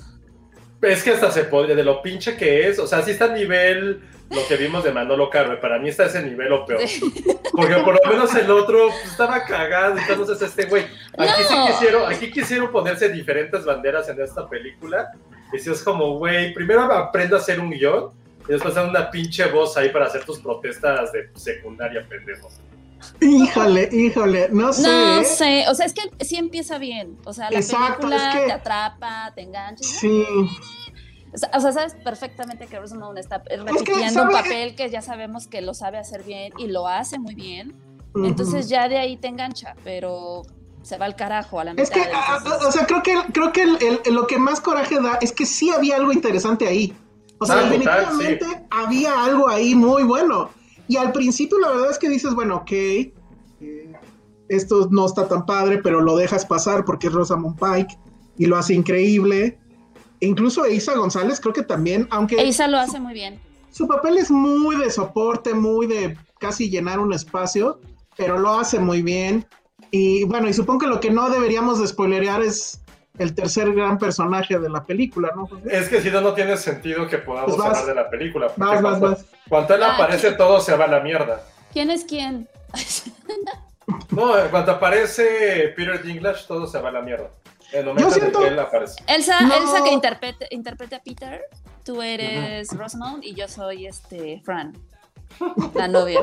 es que hasta se podría, de lo pinche que es, o sea, sí está a nivel lo que vimos de Manolo Caro, para mí está a ese nivel o peor. Porque por lo menos el otro pues, estaba cagado, entonces este güey, aquí sí No. quisieron, aquí quisieron ponerse diferentes banderas en esta película, y si es como, güey, primero aprenda a hacer un guión, y después dan una pinche voz ahí para hacer tus protestas de secundaria, pendejo. Híjole, híjole, no sé. No ¿eh? sé, o sea, es que sí empieza bien. O sea, la Exacto, película es que- te atrapa, te engancha. Sí. O sea, o sea, sabes perfectamente que Rosamund está que, repitiendo un ¿sabe? papel que ya sabemos que lo sabe hacer bien y lo hace muy bien. Ujú. Entonces ya de ahí te engancha, pero se va al carajo a la mitad. Es que, a- entonces- a- o sea, creo que, creo que el- el- lo que más coraje da es que sí había algo interesante ahí. O sea, Ah, total, definitivamente había algo ahí muy bueno. Y al principio la verdad es que dices, bueno, ok, eh, esto no está tan padre, pero lo dejas pasar porque es Rosamund Pike y lo hace increíble. E incluso Eiza González creo que también, aunque... Eiza lo hace muy bien. Su papel es muy de soporte, muy de casi llenar un espacio, pero lo hace muy bien. Y bueno, y supongo que lo que no deberíamos de spoilerear es el tercer gran personaje de la película, ¿no? Es que si no, no tiene sentido que podamos Pues vas, hablar de la película. Porque vas, vas, cuando, vas. cuando él Ah, aparece, ¿quién? todo se va a la mierda. ¿Quién es quién? No, cuando aparece Peter Dinklage, todo se va a la mierda. En el momento siento- en que él aparece. Elsa, No. Elsa que interprete, interprete a Peter, tú eres uh-huh. Rosamund y yo soy este Fran, la novia.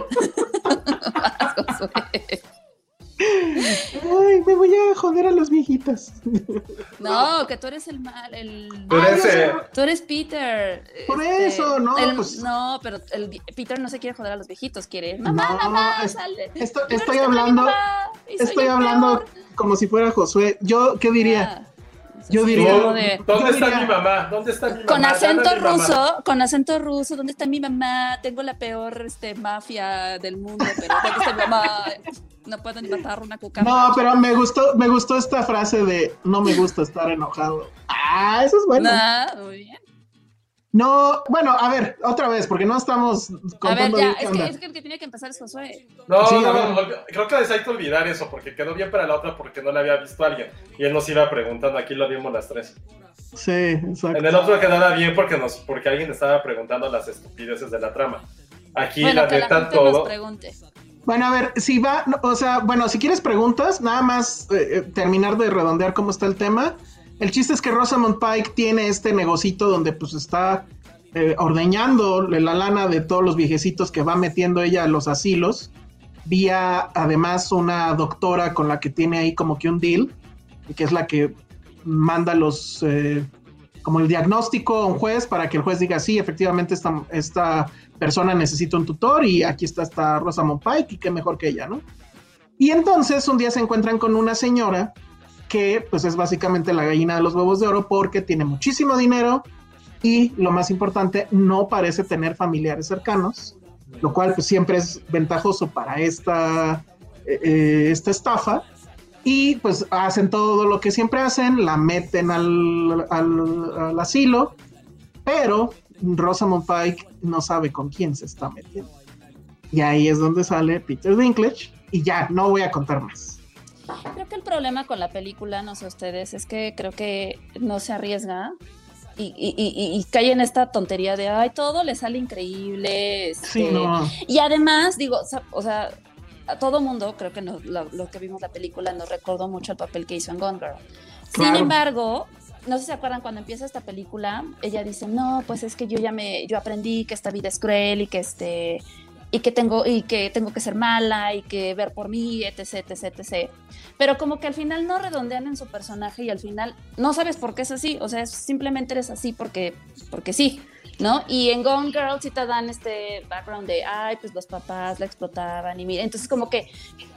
Ay, me voy a joder a las viejitas. No, que tú eres el mal, el... Tú eres, Ay, eh, Tú eres Peter. Por este, eso, no, el- pues- no, pero el Peter no se quiere joder a los viejitos, quiere mamá, No, mamá, es- sale. esto- Yo estoy rescaté a mi hablando- mamá y soy Estoy el hablando peor. como si fuera Josué. Yo, ¿qué diría? Ah, Yo sí, diría- como de- ¿Dónde yo está diría- mi mamá? ¿Dónde está mi mamá? Con acento Dame mi mamá. ruso, con acento ruso, ¿dónde está mi mamá? Tengo la peor este, mafia del mundo, pero ¿dónde está mi mamá? No puedo ni matar una cucaracha. No, pero me gustó, me gustó esta frase de no me gusta estar enojado. Ah, eso es bueno. Nah, muy bien. No, bueno, a ver, otra vez, porque no estamos A ver, contando ya, bien qué es que, onda. es que el que tiene que empezar es Josué. No, Sí, no, a ver. no, no, creo que hay que olvidar eso, porque quedó bien para la otra, porque no la había visto alguien. Y él nos iba preguntando, aquí lo vimos las tres. Sí, exacto. En el otro quedaba bien porque nos, porque alguien estaba preguntando las estupideces de la trama. Aquí Bueno, la que la neta gente todo. nos pregunte. Bueno, a ver, si va, no, o sea, bueno, si quieres preguntas, nada más eh, eh, terminar de redondear cómo está el tema. El chiste es que Rosamund Pike tiene este negocito donde pues está eh, ordeñando la lana de todos los viejecitos que va metiendo ella a los asilos, vía además una doctora con la que tiene ahí como que un deal, que es la que manda los, eh, como el diagnóstico a un juez para que el juez diga, sí, efectivamente esta, esta persona necesita un tutor y aquí está esta Rosamund Pike y qué mejor que ella, ¿no? Y entonces un día se encuentran con una señora que pues es básicamente la gallina de los huevos de oro porque tiene muchísimo dinero y lo más importante, no parece tener familiares cercanos, lo cual pues siempre es ventajoso para esta, eh, esta estafa. Y pues hacen todo lo que siempre hacen, la meten al, al, al asilo, pero Rosamund Pike no sabe con quién se está metiendo. Y ahí es donde sale Peter Dinklage, y ya, no voy a contar más. Creo que el problema con la película, no sé ustedes, es que creo que no se arriesga y, y, y, y cae en esta tontería de, ay, todo le sale increíble. Este, Sí, no. Y además, digo, o sea, a todo mundo, creo que nos, lo, lo que vimos la película nos recordó mucho el papel que hizo en Gone Girl. Claro. Sin embargo, no sé si se acuerdan cuando empieza esta película, ella dice, no, pues es que yo ya me, yo aprendí que esta vida es cruel y que este, y que tengo, y que tengo que ser mala y que ver por mí, etc, etc, etc. Pero como que al final no redondean en su personaje y al final no sabes por qué es así, o sea, simplemente eres así porque, porque sí, ¿no? Y en Gone Girl sí te dan este background de, ay, pues los papás la explotaban y mira, entonces como que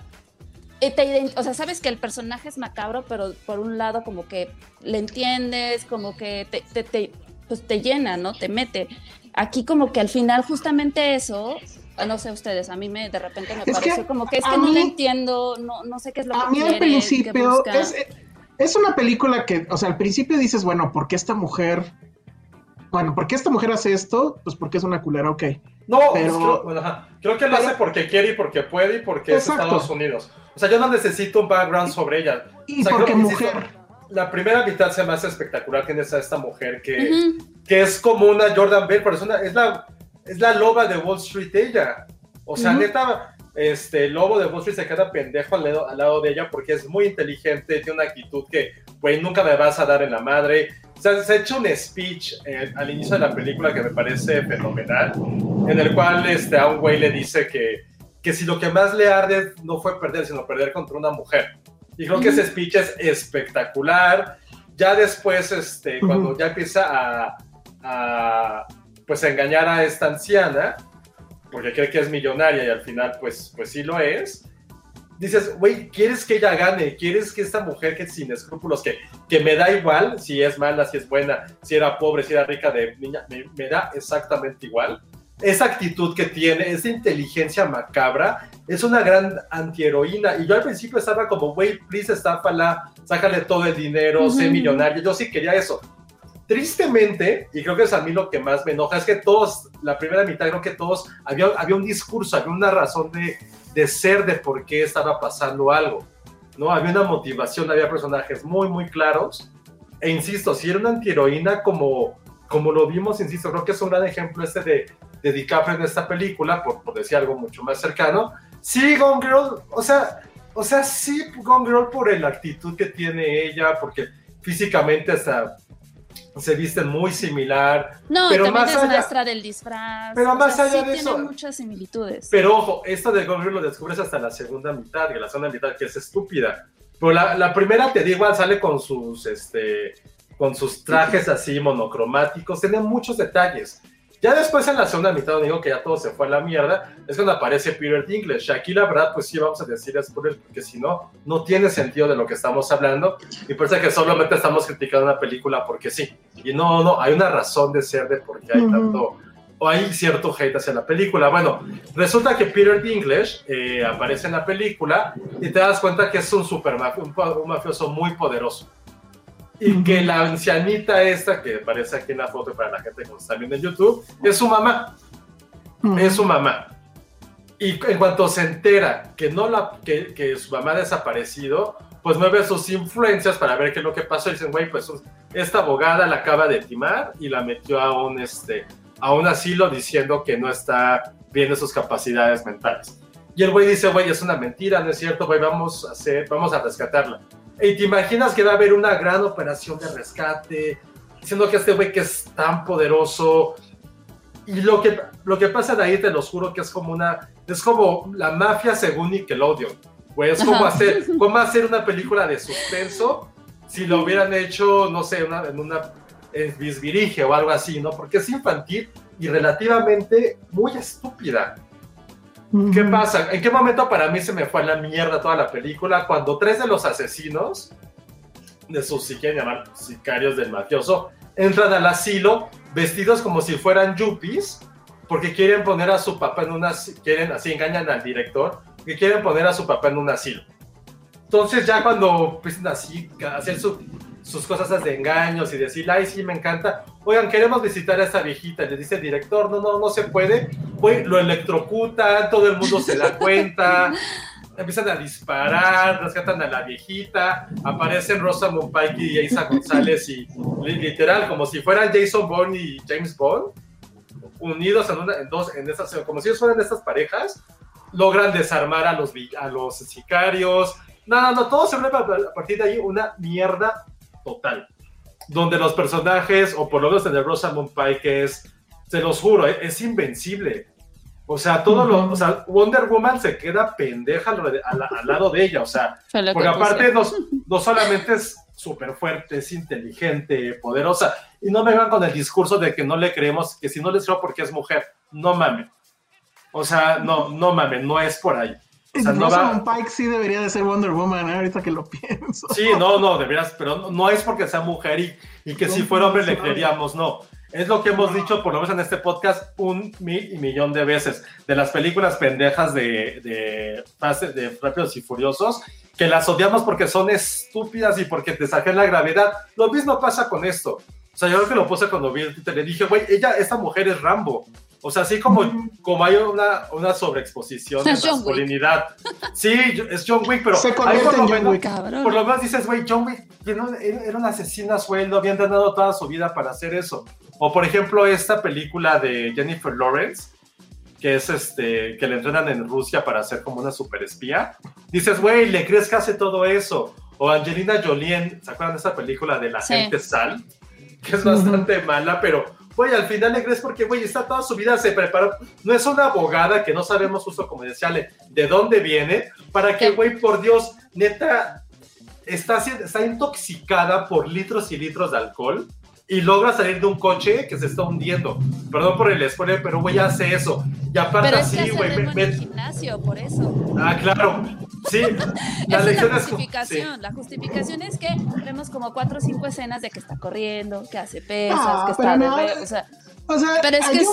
eh, te ident- o sea, sabes que el personaje es macabro, pero por un lado como que le entiendes, como que te, te, te, pues te llena, ¿no? Te mete. Aquí como que al final justamente eso, no sé ustedes, a mí me de repente me Es pareció que como que es a que no mí- lo entiendo, no, no sé qué es lo que A mí quiere, al principio qué busca. es, es una película que, o sea, al principio dices, bueno, ¿por qué esta mujer, bueno, ¿por qué esta mujer hace esto? Pues porque es una culera, ok. No, Pero- pues creo, bueno, ajá. creo que lo pero- hace porque quiere y porque puede y porque Exacto. es Estados Unidos. O sea, yo no necesito un background sobre ella. Y O sea, porque creo que, insisto, mujer. la primera mitad se me hace espectacular. Tienes a esta mujer que, Ujú. que es como una Jordan Bell, pero es, una, es, la, es la loba de Wall Street ella. O sea, Ujú. neta, este el lobo de Wall Street se queda pendejo al lado, al lado de ella porque es muy inteligente, tiene una actitud que, güey, nunca me vas a dar en la madre. O sea, se ha hecho un speech eh, al inicio de la película que me parece fenomenal, en el cual este, a un güey le dice que, que si lo que más le arde no fue perder, sino perder contra una mujer. Y creo que ese speech es espectacular. Ya después, este, cuando Ujú. ya empieza a, a, pues, a engañar a esta anciana, porque cree que es millonaria y al final, pues, pues sí lo es, dices, güey, ¿quieres que ella gane? ¿Quieres que esta mujer que sin escrúpulos, que, que me da igual si es mala, si es buena, si era pobre, si era rica de niña, me, me da exactamente igual? esa actitud que tiene, esa inteligencia macabra, es una gran antiheroína. Y yo al principio estaba como, güey, please, estápala, sácale todo el dinero, uh-huh. sé millonario. Yo sí quería eso. Tristemente, y creo que es a mí lo que más me enoja, es que todos, la primera mitad, creo que todos, había, había un discurso, había una razón de, de ser, de por qué estaba pasando algo, ¿no? Había una motivación, había personajes muy, muy claros, e insisto, si era una antiheroína como, como lo vimos, insisto, creo que es un gran ejemplo este de, de DiCaprio en esta película, por, por decir algo mucho más cercano. Sí, Gone Girl, o sea, o sea, sí, Gone Girl por la actitud que tiene ella, porque físicamente hasta se visten muy similar. No, pero también más es allá, maestra del disfraz. Pero más sea, allá sí de eso. Tiene muchas similitudes. Pero ojo, esto de Gone Girl lo descubres hasta la segunda mitad, que la segunda mitad que es estúpida. Pero la, la primera, te digo, igual sale con sus, este, con sus trajes así monocromáticos, tiene muchos detalles. Ya después en la segunda mitad, digo que ya todo se fue a la mierda, es cuando aparece Peter Dinklage. Aquí la verdad, pues sí, vamos a decir spoilers, porque si no, no tiene sentido de lo que estamos hablando, y parece que solamente estamos criticando una película porque sí. Y no, no, hay una razón de ser de por qué hay uh-huh. tanto, o hay cierto hate hacia la película. Bueno, resulta que Peter Dinklage eh, aparece en la película y te das cuenta que es un super mafioso, un, un mafioso muy poderoso. Y uh-huh. que la ancianita esta, que aparece aquí en la foto para la gente que nos está viendo en YouTube, es su mamá. Uh-huh. Es su mamá. Y en cuanto se entera que, no la, que, que su mamá ha desaparecido, pues mueve sus influencias para ver qué es lo que pasó. Y dicen, güey, pues esta abogada la acaba de timar y la metió a un, este, a un asilo diciendo que no está bien de sus capacidades mentales. Y el güey dice, güey, es una mentira, no es cierto, güey, vamos a hacer, vamos a rescatarla. Y te imaginas que va a haber una gran operación de rescate, siendo que este güey que es tan poderoso, y lo que, lo que pasa de ahí, te lo juro que es como una, es como la mafia según Nickelodeon, güey, es como hacer, como hacer una película de suspenso, si lo hubieran hecho, no sé, una, en una en Bisbirige o algo así, ¿no? Porque es infantil y relativamente muy estúpida. ¿Qué pasa? ¿En qué momento para mí se me fue a la mierda toda la película? Cuando tres de los asesinos, de sus, si quieren llamar, sicarios del mafioso, entran al asilo vestidos como si fueran yuppies, porque quieren poner a su papá en una, quieren, así engañan al director, que quieren poner a su papá en un asilo. Entonces ya cuando empiezan así a hacer su, sus cosas de engaños y decir, ay, sí, me encanta, oigan, queremos visitar a esta viejita, y le dice el director, no, no, no se puede, güey, lo electrocutan, todo el mundo se da cuenta, empiezan a disparar, rescatan a la viejita, aparecen Rosamund Pike y Eiza González y literal, como si fueran Jason Bourne y James Bond, unidos en, una, en dos, en estas, como si ellos fueran estas parejas, logran desarmar a los, a los sicarios. No, no, no, todo se vuelve a partir de ahí una mierda total, donde los personajes, o por lo menos en el Rosamund Pike, es, se los juro, es, es invencible. O sea, todo uh-huh. lo, o sea, Wonder Woman se queda pendeja al, al, al lado de ella, o sea, porque aparte no, no solamente es súper fuerte, es inteligente, poderosa, y no me vengan con el discurso de que no le creemos, que si no les creo porque es mujer, no mames. O sea, no, no mames, no es por ahí. O sea, no va... Pike sí debería de ser Wonder Woman, ¿eh? Ahorita que lo pienso. Sí, no, no, deberías, pero no, no es porque sea mujer y, y que si fuera hombre le creeríamos, no. Es lo que hemos dicho, por lo menos en este podcast, un mil y millón de veces, de las películas pendejas de, de, de, de Rápidos y Furiosos, que las odiamos porque son estúpidas y porque te sacan la gravedad. Lo mismo pasa con esto. O sea, yo creo que lo puse cuando vi el título, le dije, güey, ella, esta mujer es Rambo. O sea, así como, mm. como hay una, una sobreexposición de masculinidad. Sí, es John Wick, pero se convierte por, lo en menos, John Wick. Por lo menos dices, güey, John Wick era una asesina a sueldo, había entrenado toda su vida para hacer eso. O por ejemplo, esta película de Jennifer Lawrence, que es este, que le entrenan en Rusia para ser como una superespía. Dices, güey, ¿le crees que hace todo eso? O Angelina Jolie, ¿se acuerdan de esa película de La sí. Gente Sal? Que es bastante uh-huh. mala, pero güey, al final le crees porque, güey, está toda su vida, se preparó. No es una abogada que no sabemos justo como decía, de dónde viene, para que, güey, por Dios, neta, está, está intoxicada por litros y litros de alcohol y logra salir de un coche que se está hundiendo. Perdón por el spoiler, pero güey, hace eso. Y aparte pero así, es que güey. Me, me... en el gimnasio, por eso. Ah, claro. Sí. La Esa lección es la justificación. Es... Sí. La justificación es que vemos como cuatro o cinco escenas de que está corriendo, que hace pesas, ah, que está no, de... O sea, o sea, pero es que es... un,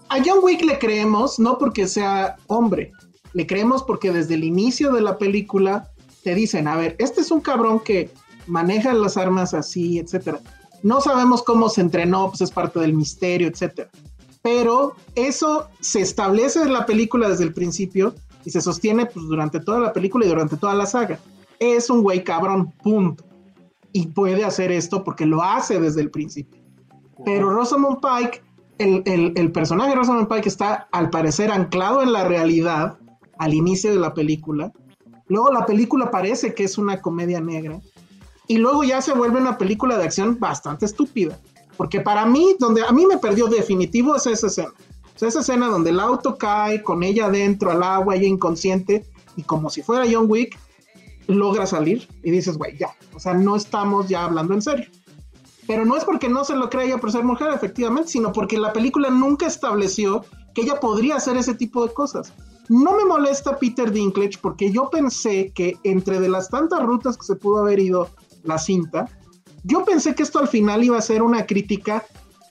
a John Wick le creemos no porque sea hombre, le creemos porque desde el inicio de la película te dicen, a ver, este es un cabrón que maneja las armas así, etcétera. No sabemos cómo se entrenó, pues es parte del misterio, etcétera. Pero eso se establece en la película desde el principio y se sostiene pues, durante toda la película y durante toda la saga. Es un güey cabrón, punto. Y puede hacer esto porque lo hace desde el principio. Pero Rosamund Pike, el, el, el personaje de Rosamund Pike está al parecer anclado en la realidad al inicio de la película. Luego la película parece que es una comedia negra. Y luego ya se vuelve una película de acción bastante estúpida. Porque para mí, donde a mí me perdió definitivo es esa escena. O sea, esa escena donde el auto cae con ella adentro al agua, ella inconsciente, y como si fuera John Wick, logra salir y dices, güey, ya. O sea, no estamos ya hablando en serio. Pero no es porque no se lo crea ella por ser mujer, efectivamente, sino porque la película nunca estableció que ella podría hacer ese tipo de cosas. No me molesta Peter Dinklage porque yo pensé que entre de las tantas rutas que se pudo haber ido la cinta, yo pensé que esto al final iba a ser una crítica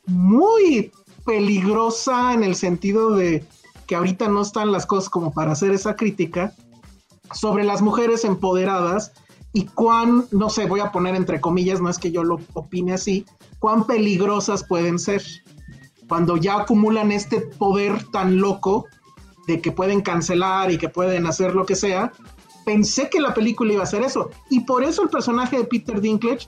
muy peligrosa en el sentido de que ahorita no están las cosas como para hacer esa crítica sobre las mujeres empoderadas y cuán, no sé, voy a poner entre comillas, no es que yo lo opine así, cuán peligrosas pueden ser cuando ya acumulan este poder tan loco de que pueden cancelar y que pueden hacer lo que sea. Pensé que la película iba a hacer eso y por eso el personaje de Peter Dinklage,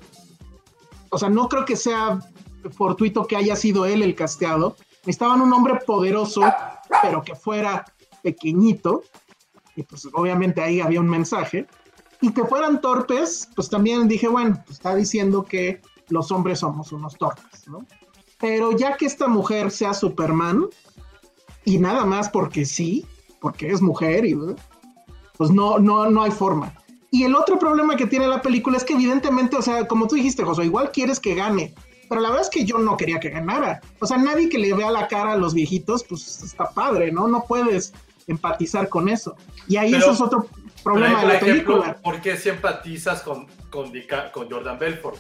o sea, no creo que sea fortuito que haya sido él el casteado. Necesitaban un hombre poderoso pero que fuera pequeñito y pues obviamente ahí había un mensaje. Y que fueran torpes, pues también dije, bueno, pues está diciendo que los hombres somos unos torpes, ¿no? Pero ya que esta mujer sea Superman, y nada más porque sí, porque es mujer, y, pues no, no, no hay forma. Y el otro problema que tiene la película es que evidentemente, o sea, como tú dijiste, Josué, igual quieres que gane, pero la verdad es que yo no quería que ganara. O sea, nadie que le vea la cara a los viejitos, pues está padre, ¿no? No puedes empatizar con eso. Y ahí pero, eso es otro problema de la ejemplo, película. ¿Por qué si empatizas con, con, con Jordan Belfort?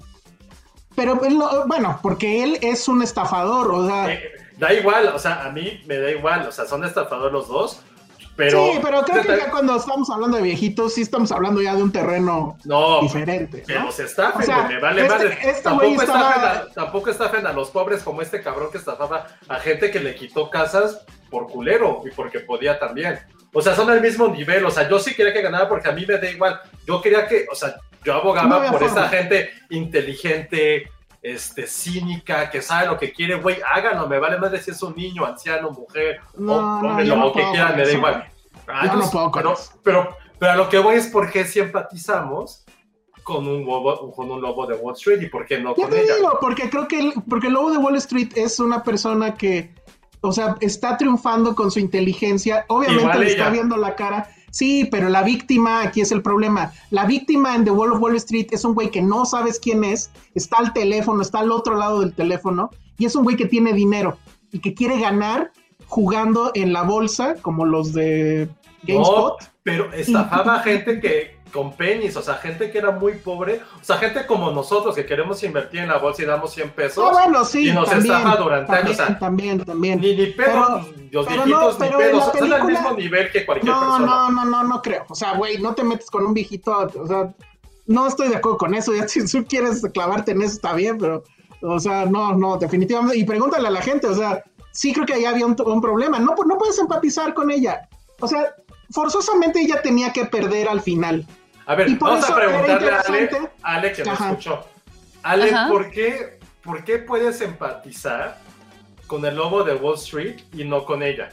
Pero, bueno, porque él es un estafador, o sea... Eh, da igual, o sea, a mí me da igual, o sea, son estafadores los dos, pero... Sí, pero creo que ya cuando estamos hablando de viejitos, sí estamos hablando ya de un terreno no, diferente. Que ¿no? los estafen, o sea, me vale este, madre. Este tampoco, estaba... estafen a, tampoco estafen a los pobres como este cabrón que estafaba a gente que le quitó casas por culero y porque podía también. O sea, son al mismo nivel, o sea, yo sí quería que ganara porque a mí me da igual. Yo quería que, o sea, yo abogaba no por esa gente inteligente, este, cínica, que sabe lo que quiere, güey, háganlo, me vale más de si es un niño, anciano, mujer, no, o no, hombre, lo no que quieran, me da igual. Ah, yo no puedo con pero, eso. Pero, pero a lo que voy es por qué si empatizamos con un lobo, con un lobo de Wall Street y por qué no ya con te ella. Digo, porque creo que el, porque el lobo de Wall Street es una persona que, o sea, está triunfando con su inteligencia, obviamente igual le ella. está viendo la cara. Sí, pero la víctima, aquí es el problema. La víctima en The Wolf of Wall Street es un güey que no sabes quién es, está al teléfono, está al otro lado del teléfono, y es un güey que tiene dinero y que quiere ganar jugando en la bolsa, como los de GameSpot. No, pero estafaba a gente que con pennies, o sea, gente que era muy pobre, o sea, gente como nosotros que queremos invertir en la bolsa y damos cien pesos. Ah, bueno, sí, y nos también, estafa durante también, años. O sea, también, también. Ni, ni pedo, pero, los pero viejitos no, ni pero pedos, película, son al mismo nivel que cualquier no, persona. No, no, no, no creo. O sea, güey, no te metes con un viejito, o sea, no estoy de acuerdo con eso. Ya si tú quieres clavarte en eso está bien, pero, o sea, no, no, definitivamente. Y pregúntale a la gente, o sea, sí creo que ahí había un, un problema. No, no puedes empatizar con ella. O sea, forzosamente ella tenía que perder al final. A ver, vamos a preguntarle a Ale, Ale que nos Ajá. escuchó. Ale, Ajá. ¿por qué, ¿por qué puedes empatizar con el lobo de Wall Street y no con ella?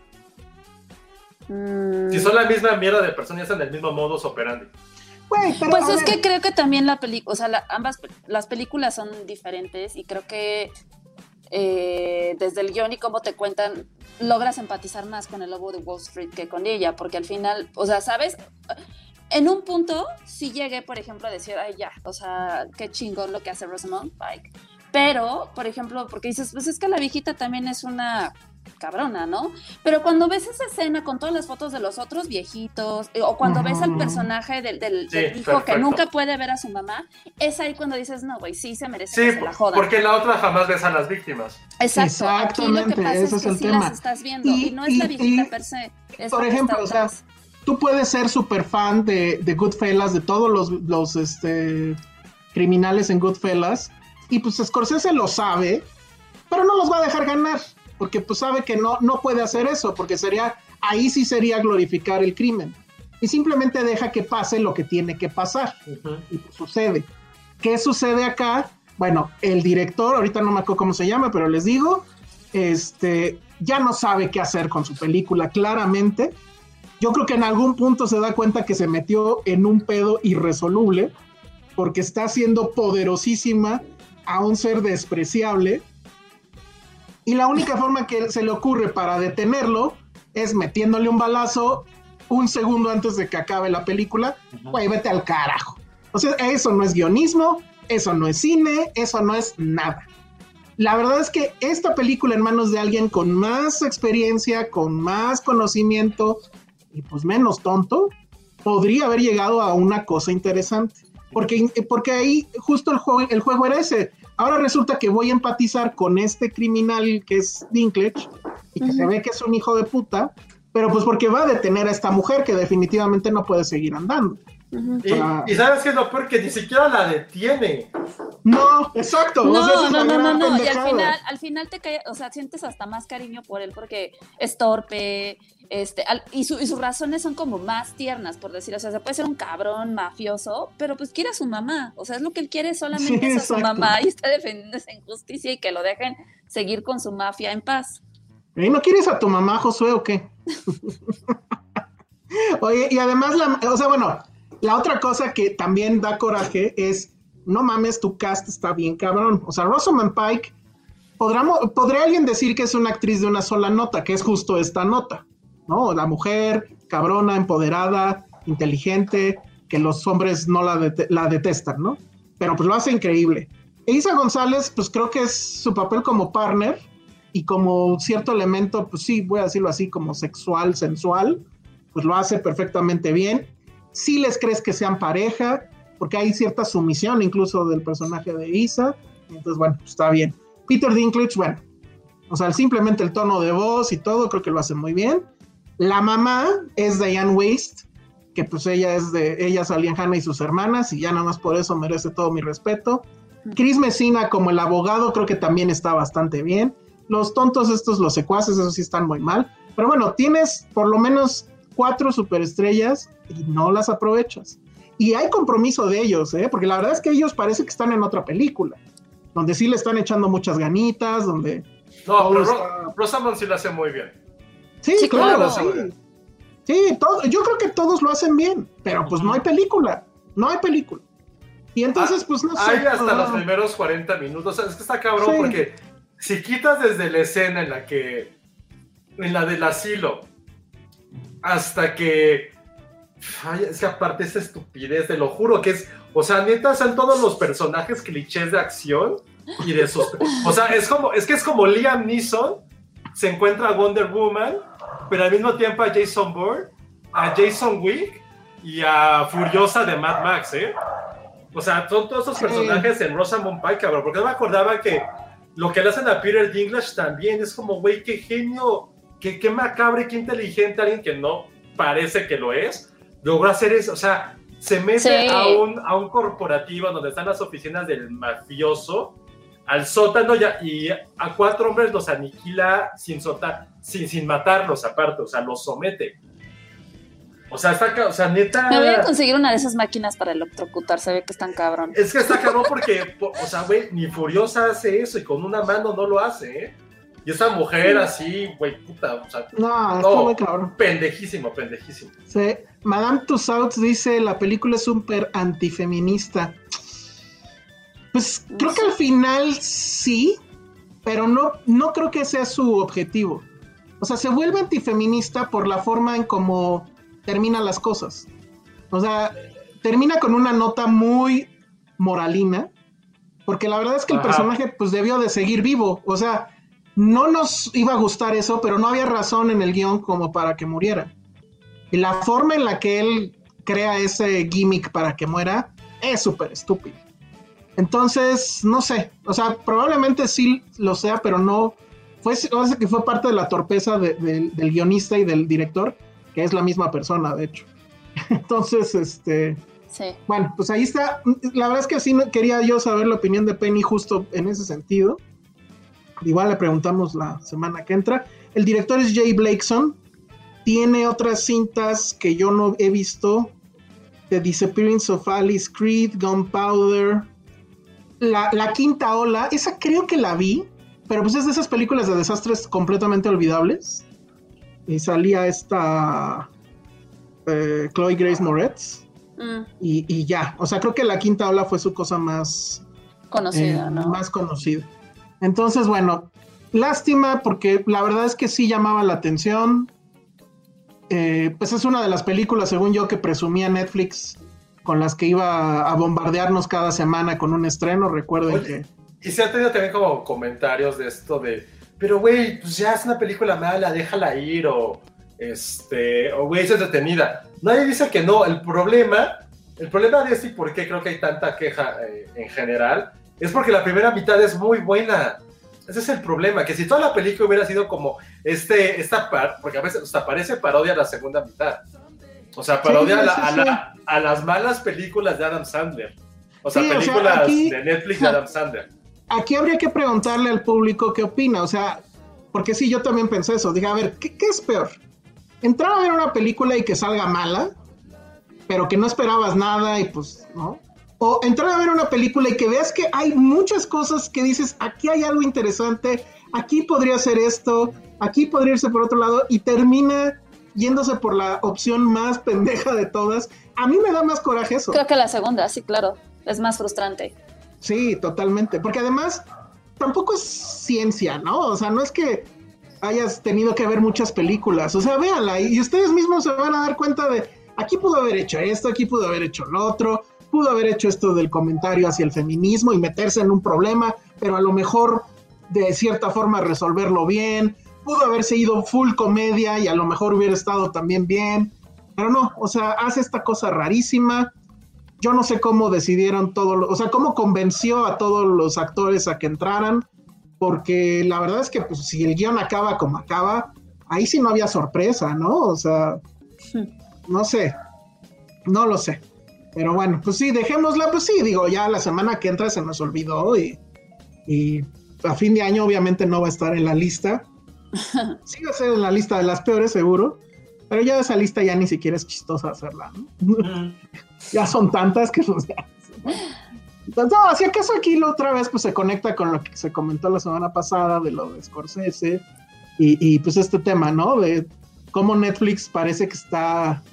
Mm. Si son la misma mierda de personas, en el mismo modus operandi. Güey, pero, Pues a es ver, que creo que también la película, o sea, la, ambas las películas son diferentes y creo que eh, desde el guión y cómo te cuentan, logras empatizar más con el lobo de Wall Street que con ella, porque al final, o sea, ¿sabes? En un punto sí llegué, por ejemplo, a decir, ay, ya, o sea, qué chingón lo que hace Rosamund Pike. Pero, por ejemplo, porque dices, pues es que la viejita también es una cabrona, ¿no? Pero cuando ves esa escena con todas las fotos de los otros viejitos, eh, o cuando uh-huh. ves al personaje del, del, sí, del hijo perfecto. que nunca puede ver a su mamá, es ahí cuando dices, no, güey, sí se merece sí, que se la jodan. Porque en la otra jamás ves a las víctimas. Exacto, aquí lo que pasa ese es que es el sí tema. las estás viendo, y, y no es y, la viejita y, per se. Es por ejemplo, o sea, tú puedes ser súper fan de, de Goodfellas, de todos los, los este, criminales en Goodfellas, y pues Scorsese lo sabe, pero no los va a dejar ganar, porque pues sabe que no, no puede hacer eso, porque sería, ahí sí sería glorificar el crimen, y simplemente deja que pase lo que tiene que pasar, uh-huh. y pues sucede. ¿Qué sucede acá? Bueno, el director, ahorita no me acuerdo cómo se llama, pero les digo, este, ya no sabe qué hacer con su película, claramente. Yo creo que en algún punto se da cuenta que se metió en un pedo irresoluble, porque está siendo poderosísima a un ser despreciable, y la única forma que se le ocurre para detenerlo es metiéndole un balazo un segundo antes de que acabe la película. Güey, vete al carajo. O sea, eso no es guionismo, eso no es cine, eso no es nada. La verdad es que esta película en manos de alguien con más experiencia, con más conocimiento y pues menos tonto, podría haber llegado a una cosa interesante. Porque, porque ahí justo el juego, el juego era ese. Ahora resulta que voy a empatizar con este criminal que es Dinklage y que uh-huh. se ve que es un hijo de puta, pero pues porque va a detener a esta mujer que definitivamente no puede seguir andando. Uh-huh. O sea, y, y sabes qué es lo peor, que ni siquiera la detiene. No, exacto. No, o sea, no, no, no, no. Y al final, al final te cae, o sea, sientes hasta más cariño por él porque es torpe, este, al, y, su, y sus razones son como más tiernas, por decir, o sea, se puede ser un cabrón mafioso, pero pues quiere a su mamá, o sea, es lo que él quiere solamente sí, es a su mamá y está defendiendo esa injusticia y que lo dejen seguir con su mafia en paz. ¿Y no quieres a tu mamá, Josué, o qué? Oye, y además, la, o sea, bueno, la otra cosa que también da coraje es, no mames, tu cast está bien cabrón. O sea, Rosamund Pike, ¿podrá, ¿podría alguien decir que es una actriz de una sola nota? Que es justo esta nota, ¿no? La mujer, cabrona, empoderada, inteligente, que los hombres no la, det- la detestan, ¿no? Pero pues lo hace increíble. Eiza González, pues creo que es su papel como partner y como cierto elemento, pues sí, voy a decirlo así, como sexual, sensual, pues lo hace perfectamente bien. Sí les crees que sean pareja, porque hay cierta sumisión incluso del personaje de Isa, entonces bueno, pues está bien. Peter Dinklage, bueno, o sea, simplemente el tono de voz y todo, creo que lo hace muy bien. La mamá es Diane Wiest, que pues ella es de, ella salía en Hannah y sus hermanas, y ya nada más por eso merece todo mi respeto. Chris Messina como el abogado, creo que también está bastante bien. Los tontos estos, los secuaces, esos sí están muy mal, pero bueno, tienes por lo menos cuatro superestrellas y no las aprovechas. Y hay compromiso de ellos, ¿eh? Porque la verdad es que ellos parece que están en otra película, donde sí le están echando muchas ganitas, donde... No, pero está... Rosamund sí lo hace muy bien. Sí, sí claro, claro, sí. Sí, todo, yo creo que todos lo hacen bien, pero pues uh-huh. no hay película, no hay película. Y entonces, ah, pues no sé. Hay hasta uh, los primeros cuarenta minutos, o sea, es que está cabrón, sí. Porque si quitas desde la escena en la que, en la del asilo, hasta que... Ay, es que aparte esa estupidez, te lo juro que es, o sea, neta son todos los personajes clichés de acción y de sus, o sea, es como, es que es como Liam Neeson se encuentra a Wonder Woman, pero al mismo tiempo a Jason Bourne, a Jason Wick y a Furiosa de Mad Max, ¿eh? O sea, son todos esos personajes en Rosamund Pike, cabrón, porque no me acordaba que lo que le hacen a Peter Dinklage también es como, güey, qué genio, qué, qué macabre, qué inteligente, alguien que no parece que lo es. Logró hacer eso, o sea, se mete sí. a, un, a un corporativo donde están las oficinas del mafioso, al sótano y a, y a cuatro hombres los aniquila sin, soltar, sin, sin matarlos aparte, o sea, los somete. O sea, está, o sea, neta... Me voy a conseguir una de esas máquinas para electrocutar, se ve que están cabrón. Es que está cabrón porque, o sea, güey, ni Furiosa hace eso y con una mano no lo hace, ¿eh? Y esa mujer así, güey, puta, o sea... No, está no, muy cabrón. Pendejísimo, pendejísimo. Sí, Madame Tussauds dice, la película es súper antifeminista. Pues no creo sé. que al final sí, pero no, no creo que sea su objetivo. O sea, se vuelve antifeminista por la forma en cómo terminan las cosas. O sea, termina con una nota muy moralina, porque la verdad es que el Ajá. personaje pues debió de seguir vivo, o sea, no nos iba a gustar eso, pero no había razón en el guión como para que muriera. Y la forma en la que él crea ese gimmick para que muera es súper estúpido. Entonces, no sé, o sea, probablemente sí lo sea, pero no, fue, parece que fue parte de la torpeza de, de, del guionista y del director, que es la misma persona, de hecho. Entonces, este... Sí. Bueno, pues ahí está. La verdad es que sí quería yo saber la opinión de Penny justo en ese sentido. Igual le preguntamos la semana que entra. El director es Jay Blakeson. Tiene otras cintas que yo no he visto. The Disappearance of Alice Creed, Gunpowder. La, la Quinta Ola. Esa creo que la vi. Pero pues es de esas películas de desastres completamente olvidables. Y salía esta... Eh, Chloe Grace Moretz. Mm. Y, y ya. O sea, creo que La Quinta Ola fue su cosa más... Conocida, eh, ¿no? Más conocida. Entonces, bueno, lástima porque la verdad es que sí llamaba la atención. Eh, pues es una de las películas, según yo, que presumía Netflix con las que iba a bombardearnos cada semana con un estreno. Recuerden Oye, que... Y se ha tenido también como comentarios de esto de, pero güey, pues ya es una película mala, déjala ir, o este, o güey, es entretenida. Nadie dice que no. El problema, el problema de esto y por qué creo que hay tanta queja eh, en general, es porque la primera mitad es muy buena. Ese es el problema, que si toda la película hubiera sido como este, esta par, porque a veces hasta parece parodia a la segunda mitad. O sea, parodia sí, a, la, sí, sí. A, la, a las malas películas de Adam Sandler. O sea, sí, películas o sea, aquí, de Netflix de Adam Sandler. Aquí habría que preguntarle al público qué opina, o sea, porque sí, yo también pensé eso. Dije, a ver, ¿qué, qué es peor? ¿Entrar a ver una película y que salga mala, pero que no esperabas nada y pues, ¿no? O entrar a ver una película y que veas que hay muchas cosas que dices, aquí hay algo interesante, aquí podría ser esto, aquí podría irse por otro lado, y termina yéndose por la opción más pendeja de todas. A mí me da más coraje eso. Creo que la segunda, sí, claro, es más frustrante. Sí, totalmente, porque además tampoco es ciencia, ¿no? O sea, no es que hayas tenido que ver muchas películas, o sea, véanla, y ustedes mismos se van a dar cuenta de, aquí pudo haber hecho esto, aquí pudo haber hecho lo otro, pudo haber hecho esto del comentario hacia el feminismo y meterse en un problema, pero a lo mejor de cierta forma resolverlo bien, pudo haberse ido full comedia y a lo mejor hubiera estado también bien, pero no, o sea, hace esta cosa rarísima. Yo no sé cómo decidieron todo, lo, o sea, cómo convenció a todos los actores a que entraran, porque la verdad es que pues, si el guión acaba como acaba, ahí sí no había sorpresa, ¿no? O sea, no sé, no lo sé. Pero bueno, pues sí, dejémosla, pues sí, digo, ya la semana que entra se nos olvidó y, y a fin de año obviamente no va a estar en la lista. Sí va a ser en la lista de las peores, seguro, pero ya esa lista ya ni siquiera es chistosa hacerla, ¿no? Ya son tantas que pues ya... Entonces, no, si acaso aquí la otra vez pues se conecta con lo que se comentó la semana pasada de lo de Scorsese y, y pues este tema, ¿no? De cómo Netflix parece que está...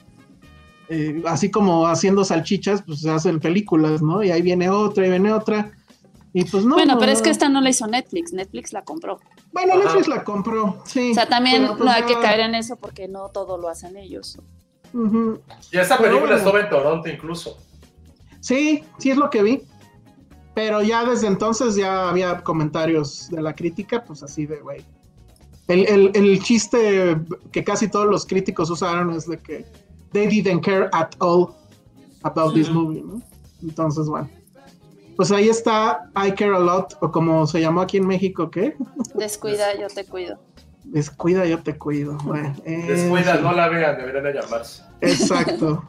Eh, así como haciendo salchichas, pues se hacen películas, ¿no? Y ahí viene otra, y viene otra. Y pues no. Bueno, no, pero no. es que esta no la hizo Netflix, Netflix la compró. Bueno, Ajá. Netflix la compró, sí. O sea, también pero, pues, no hay ya... que caer en eso porque no todo lo hacen ellos. Uh-huh. Y esta película bueno. estuvo en Toronto incluso. Sí, sí es lo que vi. Pero ya desde entonces ya había comentarios de la crítica, pues así de, güey. El, el, el chiste que casi todos los críticos usaron es de que they didn't care at all about this movie, ¿no? Entonces, bueno. Pues ahí está I Care a Lot, o como se llamó aquí en México, ¿qué? Descuida, yo te cuido. Descuida, yo te cuido. Bueno, Descuida, eso. no la vean, deberían de llamarse. Exacto.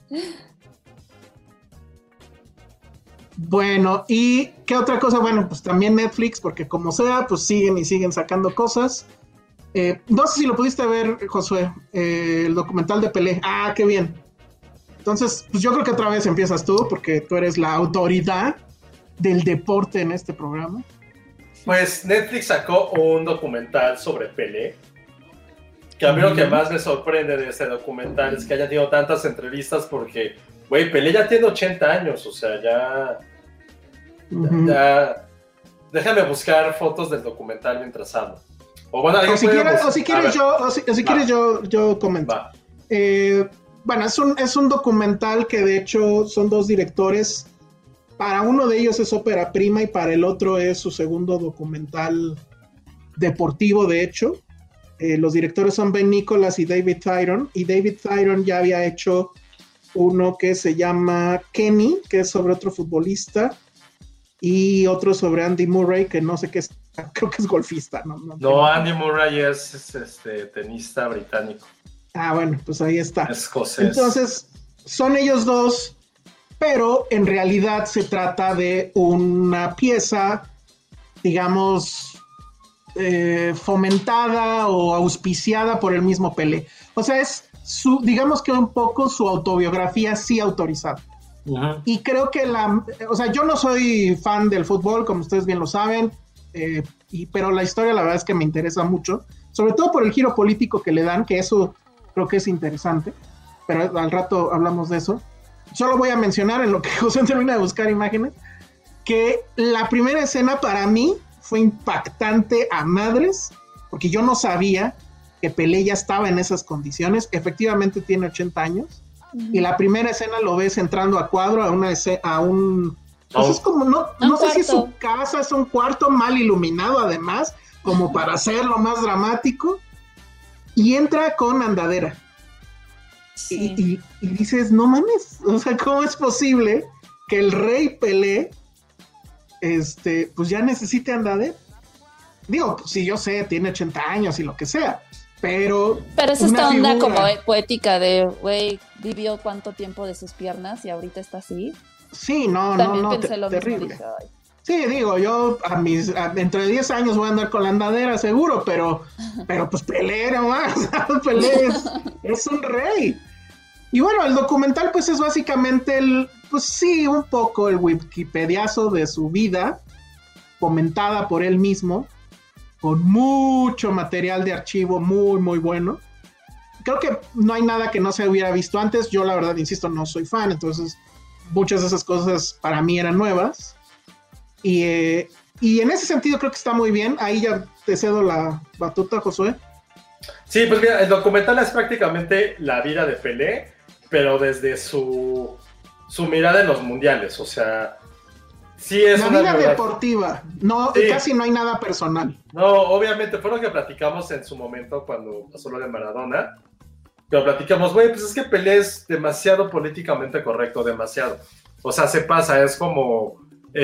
Bueno, ¿y qué otra cosa? Bueno, pues también Netflix, porque como sea, pues siguen y siguen sacando cosas. Eh, no sé si lo pudiste ver, Josué, eh, el documental de Pelé. Ah, qué bien. Entonces, pues yo creo que otra vez empiezas tú, porque tú eres la autoridad del deporte en este programa. Pues Netflix sacó un documental sobre Pelé, que a mí mm. lo que más me sorprende de este documental es que haya tenido tantas entrevistas, porque, güey, Pelé ya tiene ochenta años, o sea, ya, uh-huh. ya, ya... Déjame buscar fotos del documental mientras hablo. O, bueno, o si quieres, o si quieres yo, o si, o si quieres yo, yo comento. Eh, bueno, es un, es un documental que de hecho son dos directores para uno de ellos es ópera prima y para el otro es su segundo documental deportivo, de hecho. Eh, los directores son Ben Nicholas y David Tyron, y David Tyron ya había hecho uno que se llama Kenny, que es sobre otro futbolista, y otro sobre Andy Murray, que no sé qué es, creo que es golfista. No, no, no Andy Murray es, es este tenista británico. Ah, bueno, pues ahí está. Escocés. Entonces, son ellos dos, pero en realidad se trata de una pieza, digamos, eh, fomentada o auspiciada por el mismo Pelé. O sea, es su, digamos que un poco su autobiografía sí autorizada. Uh-huh. Y creo que la, o sea, yo no soy fan del fútbol, como ustedes bien lo saben, eh, y, pero la historia la verdad es que me interesa mucho, sobre todo por el giro político que le dan, que eso creo que es interesante, pero al rato hablamos de eso. Solo voy a mencionar, en lo que José termina de buscar imágenes, que la primera escena para mí fue impactante a madres, porque yo no sabía que Pelé ya estaba en esas condiciones. Efectivamente tiene ochenta años, uh-huh. Y la primera escena lo ves entrando a cuadro a una escena, a un... Pues oh. es como, no, no sé si es su casa, es un cuarto mal iluminado además, como para hacerlo más dramático, y entra con andadera. Sí. Y, y, y dices, no mames, o sea, ¿cómo es posible que el rey Pelé este, pues ya necesite andadera? Digo, pues sí, yo sé, tiene ochenta años y lo que sea, pero... Pero es esta onda figura... como poética de, güey, vivió cuánto tiempo de sus piernas y ahorita está así. Sí, no, También no, no, pensé te, lo terrible. Mismo, dije, sí, digo, yo a mis, a, dentro de diez años voy a andar con la andadera seguro, pero, pero pues Pelé nomás, Pelé es, es un rey. Y bueno, el documental pues es básicamente el, pues sí, un poco el wikipediazo de su vida, comentada por él mismo, con mucho material de archivo muy, muy bueno. Creo que no hay nada que no se hubiera visto antes. Yo la verdad, insisto, no soy fan, entonces muchas de esas cosas para mí eran nuevas. Y, eh, y en ese sentido creo que está muy bien. Ahí ya te cedo la batuta, Josué. Sí, pues mira, el documental es prácticamente la vida de Pelé, pero desde su, su mirada en los mundiales. O sea, sí es la una vida verdad... deportiva. No, sí. Casi no hay nada personal. No, obviamente, fue lo que platicamos en su momento cuando pasó lo de Maradona. Pero platicamos, güey, pues es que Pelé es demasiado políticamente correcto, demasiado. O sea, se pasa, es como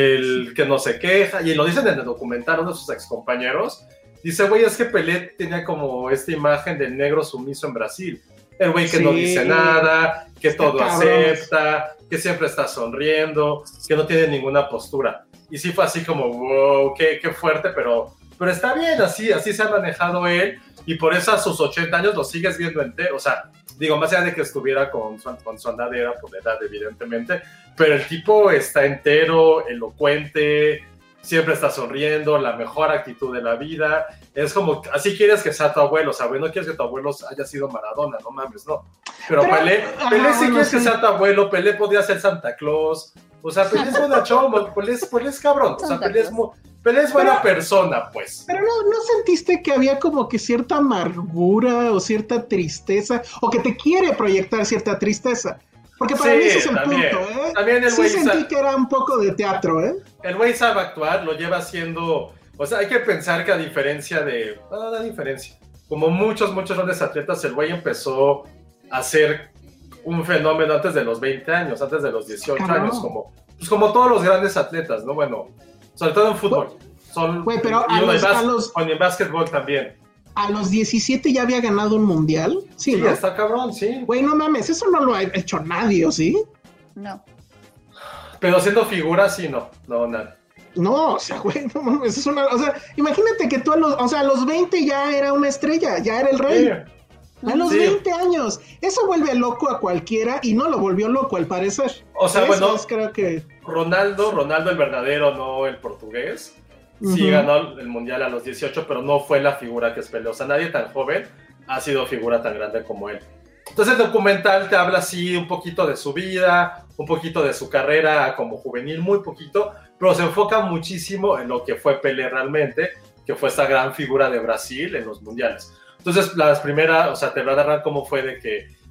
el que no se queja, y lo dicen en el documental, uno de sus excompañeros, dice, güey, es que Pelé tenía como esta imagen del negro sumiso en Brasil. El güey que sí, no dice nada, que está todo cabrón. Acepta, que siempre está sonriendo, que no tiene ninguna postura. Y sí fue así como, wow, qué, qué fuerte, pero, pero está bien, así, así se ha manejado él, y por eso a sus ochenta años lo sigues viendo entero. O sea, digo, más allá de que estuviera con su, con su andadera por la edad, evidentemente, pero el tipo está entero, elocuente, siempre está sonriendo, la mejor actitud de la vida. Es como, así quieres que sea tu abuelo, o sea, güey, no quieres que tu abuelo haya sido Maradona, no mames, no. Pero, pero Pelé, Pelé ah, sí bueno, quieres sí. que sea tu abuelo, Pelé podría ser Santa Claus, o sea, Pelé es buena choma, Pelé es, Pelé es cabrón, o sea, Pelé es, Pelé es buena pero, persona, pues. Pero no, ¿no sentiste que había como que cierta amargura o cierta tristeza, o que te quiere proyectar cierta tristeza? Porque para sí, mí ese es el también, punto, ¿eh? También el sí sentí sabe, que era un poco de teatro, ¿eh? El güey sabe actuar, lo lleva haciendo... O sea, hay que pensar que a diferencia de... No, no hay diferencia. Como muchos, muchos grandes atletas, el güey empezó a ser un fenómeno antes de los veinte años, antes de los dieciocho Caramba. años, como, pues como todos los grandes atletas, ¿no? Bueno, sobre todo en fútbol. Son, güey, pero y a los, bas- a los... en básquetbol también. ¿A los diecisiete ya había ganado un mundial? Sí, sí, ¿no? Está cabrón, sí. Güey, no mames, eso no lo ha hecho nadie, ¿o sí? No. Pero siendo figura, sí, no. No, nada. No, o sea, güey, no mames, es una... O sea, imagínate que tú a los... O sea, a los veinte ya era una estrella, ya era el rey. Sí. A los sí. veinte años. Eso vuelve loco a cualquiera y no lo volvió loco, al parecer. O sea, eso bueno, es, creo que... Ronaldo, Ronaldo el verdadero, no el portugués. Sí uh-huh. ganó el mundial a los dieciocho, pero no fue la figura que es Pelé. O sea, nadie tan joven ha sido figura tan grande como él. Entonces el documental te habla así un poquito de su vida, un poquito de su carrera como juvenil, muy poquito, pero se enfoca muchísimo en lo que fue Pelé realmente, que fue esta gran figura de Brasil en los mundiales. Entonces las primeras, o sea, te va a narrar cómo fue de que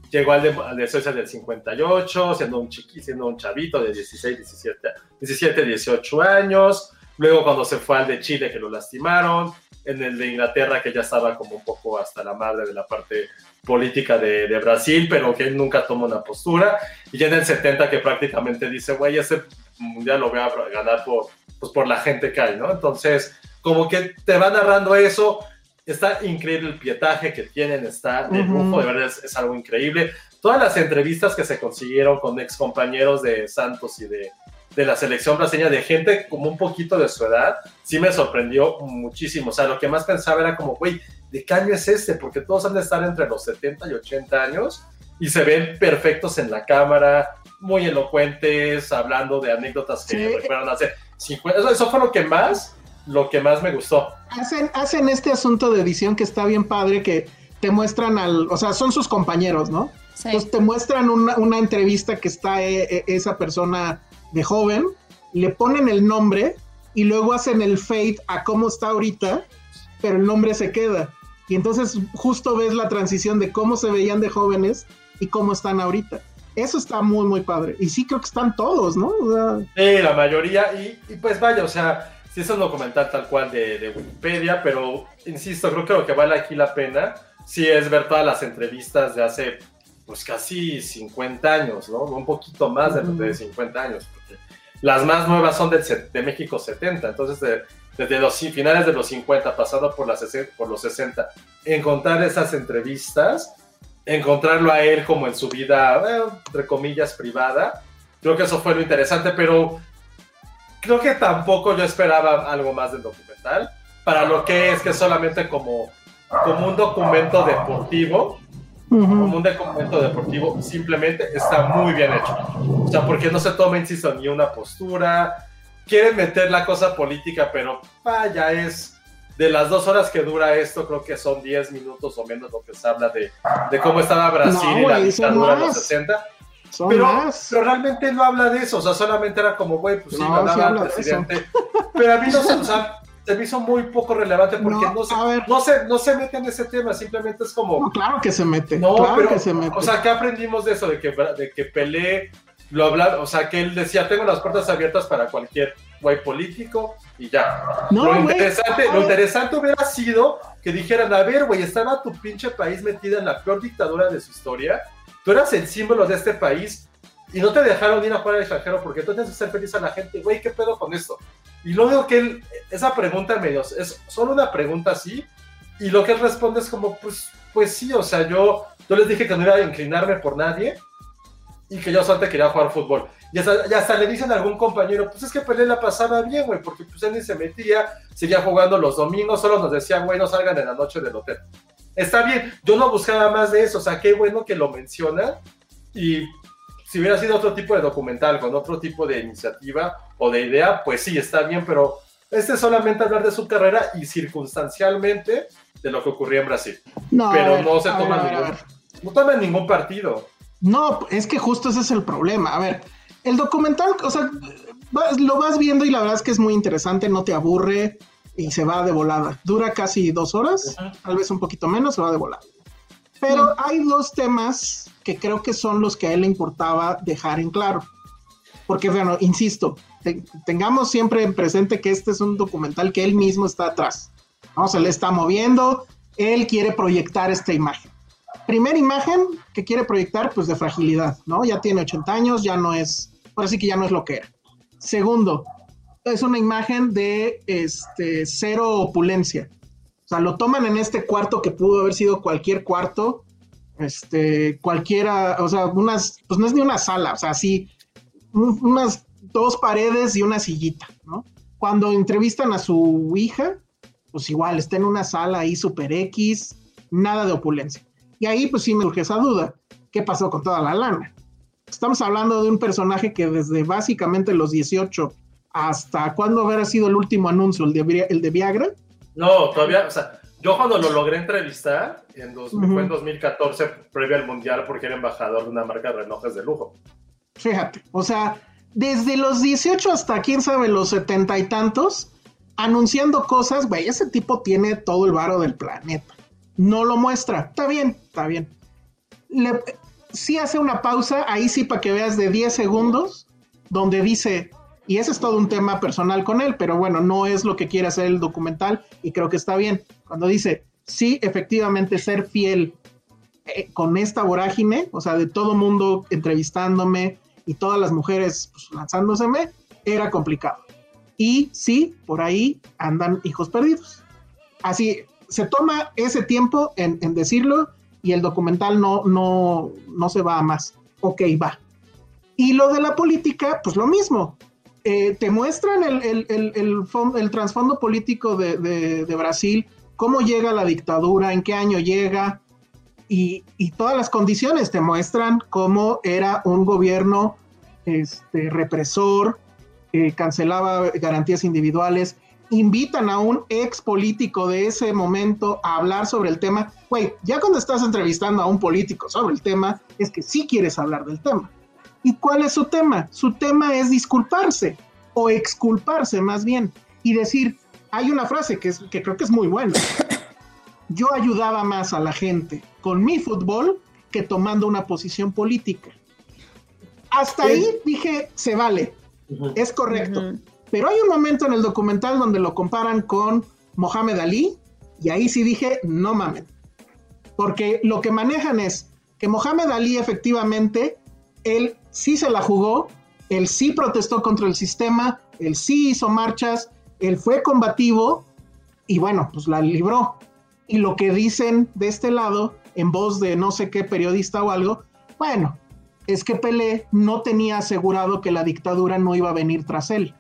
llegó al de, al de Suecia del cincuenta y ocho, siendo un chiqui, siendo un chavito de dieciséis, diecisiete, dieciocho años. Luego cuando se fue al de Chile, que lo lastimaron. En el de Inglaterra, que ya estaba como un poco hasta la madre de la parte política de, de Brasil, pero que él nunca tomó una postura. Y ya en el setenta, que prácticamente dice, güey, ese mundial lo voy a ganar por, pues por la gente que hay, ¿no? Entonces, como que te va narrando eso. Está increíble el pietaje que tienen, está de lujo, uh-huh. de verdad es, es algo increíble. Todas las entrevistas que se consiguieron con ex compañeros de Santos y de, de la selección brasileña, de gente como un poquito de su edad, sí me sorprendió muchísimo. O sea, lo que más pensaba era como, güey, ¿de qué año es este? Porque todos han de estar entre los setenta y ochenta años y se ven perfectos en la cámara, muy elocuentes, hablando de anécdotas que sí. recuerdan hace cincuenta. Eso, eso fue lo que más... lo que más me gustó. Hacen, hacen este asunto de edición que está bien padre, que te muestran al, o sea, son sus compañeros, ¿no? Sí. Entonces te muestran una, una entrevista que está eh, esa persona de joven, le ponen el nombre y luego hacen el fade a cómo está ahorita, pero el nombre se queda. Y entonces justo ves la transición de cómo se veían de jóvenes y cómo están ahorita. Eso está muy, muy padre. Y sí creo que están todos, ¿no? O sea... Sí, la mayoría. Y, y pues vaya, o sea... Sí, es un documental tal cual de, de Wikipedia, pero insisto, creo que lo que vale aquí la pena sí es ver todas las entrevistas de hace pues casi cincuenta años, ¿no? Un poquito más de, de cincuenta años, porque las más nuevas son de, de México setenta, entonces de, desde los finales de los cincuenta, pasando por, las, por los sesenta, encontrar esas entrevistas, encontrarlo a él como en su vida, eh, entre comillas, privada, creo que eso fue lo interesante, pero... creo que tampoco yo esperaba algo más del documental, para lo que es que es solamente como, como un documento deportivo, uh-huh. como un documento deportivo, simplemente está muy bien hecho. O sea, porque no se toma, insisto, ni una postura, quieren meter la cosa política, pero vaya, es de las dos horas que dura esto, creo que son diez minutos o menos lo que se habla de, de cómo estaba Brasil no, y la dictadura en los sesenta. Pero, pero realmente no habla de eso, o sea, solamente era como, güey, pues sí, no, mandaba sí al presidente, pero a mí no se, o sea, se me hizo muy poco relevante porque no, no, se, no, se, no se mete en ese tema, simplemente es como... No, claro que se mete, no, claro pero, que se mete. O sea, ¿qué aprendimos de eso? De que, de que Pelé lo hablaba, o sea, que él decía, tengo las puertas abiertas para cualquier güey político y ya. No, lo, interesante, wey, lo interesante hubiera sido que dijeran, a ver, güey, estaba tu pinche país metida en la peor dictadura de su historia, tú eras el símbolo de este país y no te dejaron ir a jugar al extranjero porque tú tienes que ser feliz a la gente, güey, ¿qué pedo con esto? Y luego que él, esa pregunta medio, es solo una pregunta así, y lo que él responde es como, pues, pues sí, o sea, yo, yo les dije que no iba a inclinarme por nadie y que yo solamente quería jugar fútbol. Y hasta, y hasta le dicen a algún compañero, pues es que Pelé la pasaba bien, güey, porque pues él ni se metía, seguía jugando los domingos, solo nos decían, güey, no salgan en la noche del hotel. Está bien, yo no buscaba más de eso, o sea, qué bueno que lo menciona, y si hubiera sido otro tipo de documental, con otro tipo de iniciativa o de idea, pues sí, está bien, pero este es solamente hablar de su carrera y circunstancialmente de lo que ocurría en Brasil. No, pero ver, no se toma ver, ningún, no toma ningún partido. No, es que justo ese es el problema. A ver, el documental, o sea, lo vas viendo y la verdad es que es muy interesante, no te aburre y se va de volada. Dura casi dos horas, uh-huh. tal vez un poquito menos, se va de volada. Pero uh-huh. hay dos temas que creo que son los que a él le importaba dejar en claro. Porque, bueno, insisto, te, tengamos siempre en presente que este es un documental que él mismo está atrás, ¿no? Se le está moviendo, él quiere proyectar esta imagen. Primera imagen que quiere proyectar, pues de fragilidad, ¿no? Ya tiene ochenta años, ya no es, ahora sí que ya no es lo que era. Segundo, es una imagen de este, cero opulencia. O sea, lo toman en este cuarto que pudo haber sido cualquier cuarto, este, cualquiera, o sea, unas, pues no es ni una sala, o sea, sí, un, unas dos paredes y una sillita, ¿no? Cuando entrevistan a su hija, pues igual, está en una sala ahí super X, nada de opulencia. Y ahí pues sí me surge esa duda, ¿qué pasó con toda la lana? Estamos hablando de un personaje que desde básicamente los dieciocho hasta cuándo habrá sido el último anuncio, el de, el de Viagra. No, todavía, o sea, yo cuando lo logré entrevistar, en dos, uh-huh. fue en dos mil catorce, previo al Mundial, porque era embajador de una marca de relojes de lujo. Fíjate, o sea, desde los dieciocho hasta quién sabe los setenta y tantos, anunciando cosas, güey, ese tipo tiene todo el varo del planeta. No lo muestra, está bien, está bien. Le, sí hace una pausa, ahí sí para que veas de diez segundos, donde dice, y ese es todo un tema personal con él, pero bueno, no es lo que quiere hacer el documental y creo que está bien. Cuando dice, sí, efectivamente ser fiel eh, con esta vorágine, o sea, de todo mundo entrevistándome y todas las mujeres pues, lanzándoseme, era complicado. Y sí, por ahí andan hijos perdidos. Así, se toma ese tiempo en, en decirlo y el documental no, no, no se va a más. Ok, va. Y lo de la política, pues lo mismo. Eh, te muestran el, el, el, el, fond, el trasfondo político de, de, de Brasil, cómo llega la dictadura, en qué año llega, y, y todas las condiciones te muestran cómo era un gobierno este, represor, eh, cancelaba garantías individuales, invitan a un ex político de ese momento a hablar sobre el tema. Güey, ya cuando estás entrevistando a un político sobre el tema, es que sí quieres hablar del tema. ¿Y cuál es su tema? Su tema es disculparse, o exculparse más bien, y decir, hay una frase que, es, que creo que es muy buena, yo ayudaba más a la gente con mi fútbol que tomando una posición política. Hasta ahí dije, se vale, uh-huh. es correcto, uh-huh. pero hay un momento en el documental donde lo comparan con Mohamed Ali, y ahí sí dije, no mamen, porque lo que manejan es que Mohamed Ali efectivamente, él sí se la jugó, él sí protestó contra el sistema, él sí hizo marchas, él fue combativo y bueno, pues la libró. Y lo que dicen de este lado, en voz de no sé qué periodista o algo, bueno, es que Pelé no tenía asegurado que la dictadura no iba a venir tras él.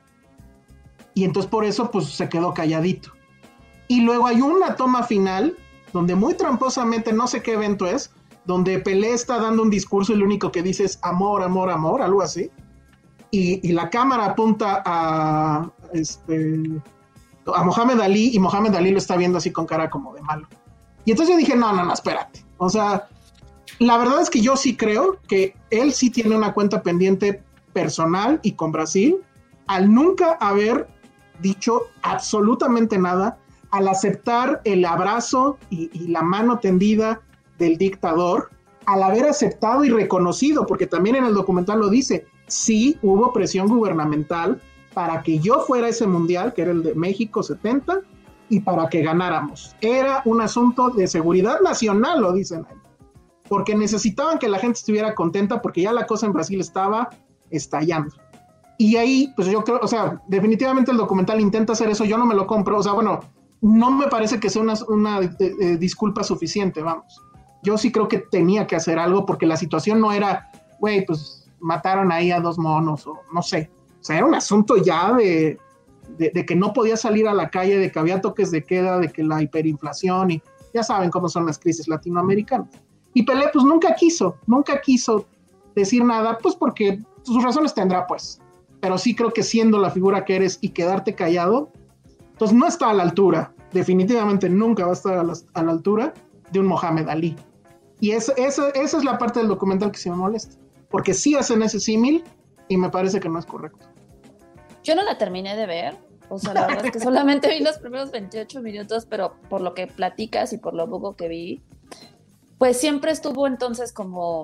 Y entonces por eso pues se quedó calladito. Y luego hay una toma final, donde muy tramposamente, no sé qué evento es, donde Pelé está dando un discurso y lo único que dice es amor, amor, amor, algo así, y, y la cámara apunta a, este, a Mohamed Ali, y Mohamed Ali lo está viendo así con cara como de malo. Y entonces yo dije, no, no, no, espérate. O sea, la verdad es que yo sí creo que él sí tiene una cuenta pendiente personal y con Brasil, al nunca haber dicho absolutamente nada, al aceptar el abrazo y, y la mano tendida del dictador, al haber aceptado y reconocido, porque también en el documental lo dice, sí hubo presión gubernamental para que yo fuera a ese mundial, que era el de México setenta, y para que ganáramos. Era un asunto de seguridad nacional, lo dicen ahí, porque necesitaban que la gente estuviera contenta, porque ya la cosa en Brasil estaba estallando. Y ahí, pues yo creo, o sea, definitivamente el documental intenta hacer eso, yo no me lo compro, o sea, bueno, no me parece que sea una, una eh, eh, disculpa suficiente, vamos. Yo sí creo que tenía que hacer algo porque la situación no era, güey, pues mataron ahí a dos monos o no sé. O sea, era un asunto ya de, de, de que no podía salir a la calle, de que había toques de queda, de que la hiperinflación y ya saben cómo son las crisis latinoamericanas. Y Pelé pues nunca quiso, nunca quiso decir nada, pues porque sus razones tendrá pues. Pero sí creo que siendo la figura que eres y quedarte callado, entonces no está a la altura, definitivamente nunca va a estar a la, a la altura de un Mohamed Ali. Y eso, eso, esa es la parte del documental que sí me molesta, porque sí hacen ese símil y me parece que no es correcto. Yo no la terminé de ver, o sea, la verdad es que solamente vi los primeros veintiocho minutos, pero por lo que platicas y por lo poco que vi, pues siempre estuvo entonces como,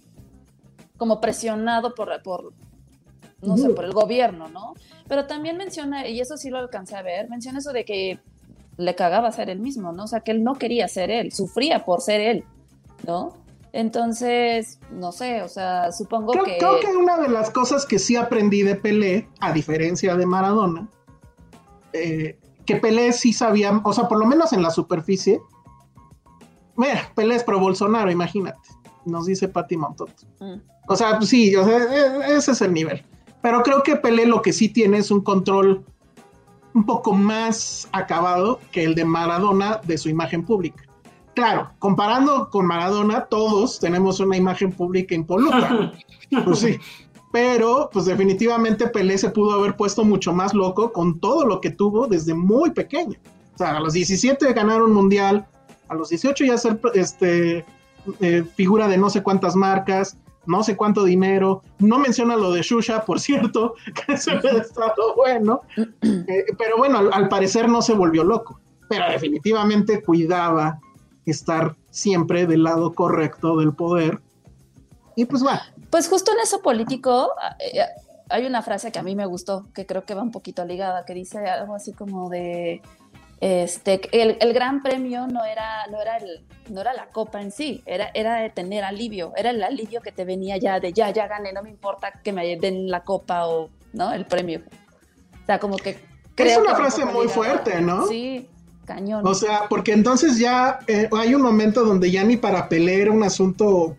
como presionado por, por no sé, por el gobierno, ¿no? Pero también menciona, y eso sí lo alcancé a ver, menciona eso de que le cagaba ser él mismo, ¿no? O sea, que él no quería ser él, sufría por ser él, ¿no? Entonces, no sé, o sea, supongo creo, que... Creo que una de las cosas que sí aprendí de Pelé, a diferencia de Maradona, eh, que Pelé sí sabía, o sea, por lo menos en la superficie, mira, Pelé es pro Bolsonaro, imagínate, nos dice Pati Montot. Mm. O sea, pues sí, o sea, ese es el nivel. Pero creo que Pelé lo que sí tiene es un control un poco más acabado que el de Maradona de su imagen pública. Claro, comparando con Maradona, todos tenemos una imagen pública impoluta. Pues sí, pero pues definitivamente Pelé se pudo haber puesto mucho más loco con todo lo que tuvo desde muy pequeño. O sea, a los diecisiete ganar un mundial, a los dieciocho ya ser este, eh, figura de no sé cuántas marcas, no sé cuánto dinero, no menciona lo de Xuxa, por cierto, que eso hubiera estado bueno, eh, pero bueno, al, al parecer no se volvió loco, pero definitivamente cuidaba estar siempre del lado correcto del poder, Y pues bueno. Pues justo en eso político eh, hay una frase que a mí me gustó, que creo que va un poquito ligada, que dice algo así como de este el, el gran premio no era, no era el, no era la copa en sí, era, era de tener alivio, era el alivio que te venía ya de ya, ya gané, no me importa que me den la copa o no el premio. O sea, como que creo es una que frase muy ligada. Fuerte, ¿no? Sí, cañón. O sea, porque entonces ya eh, hay un momento donde ya ni para Pelé era un asunto